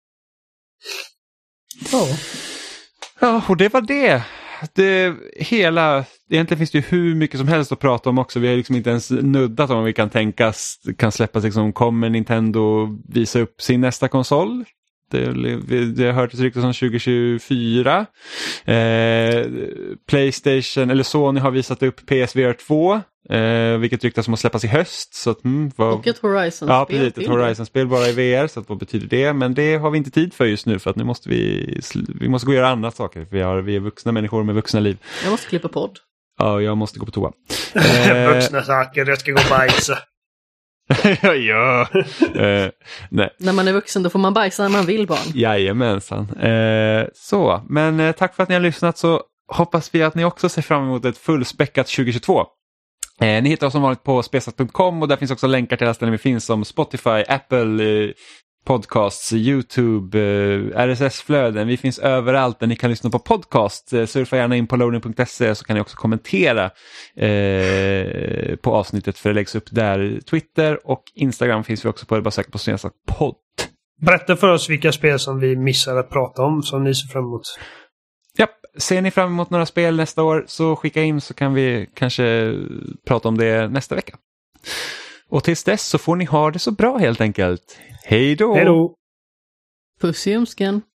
S2: Ja.
S1: Ja, och det var det. Det hela, egentligen finns det ju hur mycket som helst att prata om också. Vi har liksom inte ens nuddat om vi kan tänkas, kan släppas liksom, kommer Nintendo visa upp sin nästa konsol? Det, det har hört ett rykte som tjugo tjugofyra. Eh, PlayStation eller Sony har visat upp P S V R två. Eh, vilket ryktas som att släppas i höst. Så att, mm, vad...
S3: Och ett Horizon-spel.
S1: Ja, precis. Ett Horizon-spel bara i V R. Så att, vad betyder det? Men det har vi inte tid för just nu. För att nu måste vi, vi måste gå och göra andra saker. För vi, har, vi är vuxna människor med vuxna liv.
S3: Jag måste klippa podd.
S1: Ja, jag måste gå på toa.
S2: eh... Vuxna saker, jag ska gå och bajsa.
S1: ja, ja. uh, nej.
S3: När man är vuxen då får man bajsa när man vill, barn.
S1: Jajamensan. Uh, så, men uh, tack för att ni har lyssnat, så hoppas vi att ni också ser fram emot ett fullspäckat tjugo tjugotvå. Uh, ni hittar oss som vanligt på spesat punkt com och där finns också länkar till alla ställen vi finns som Spotify, Apple, uh, Podcasts, YouTube, uh, R S S-flöden. Vi finns överallt där ni kan lyssna på podcast. Uh, surfa gärna in på loading punkt se så kan ni också kommentera uh, på avsnittet för det läggs upp där. Twitter och Instagram finns vi också på. Det bara söka på Snedsak podd.
S2: Berätta för oss vilka spel som vi missar att prata om som ni ser fram emot.
S1: Japp, ser ni fram emot några spel nästa år så skicka in så kan vi kanske prata om det nästa vecka. Och tills dess så får ni ha det så bra helt enkelt. Hej då!
S2: Hej då!
S3: Puss i ömskan!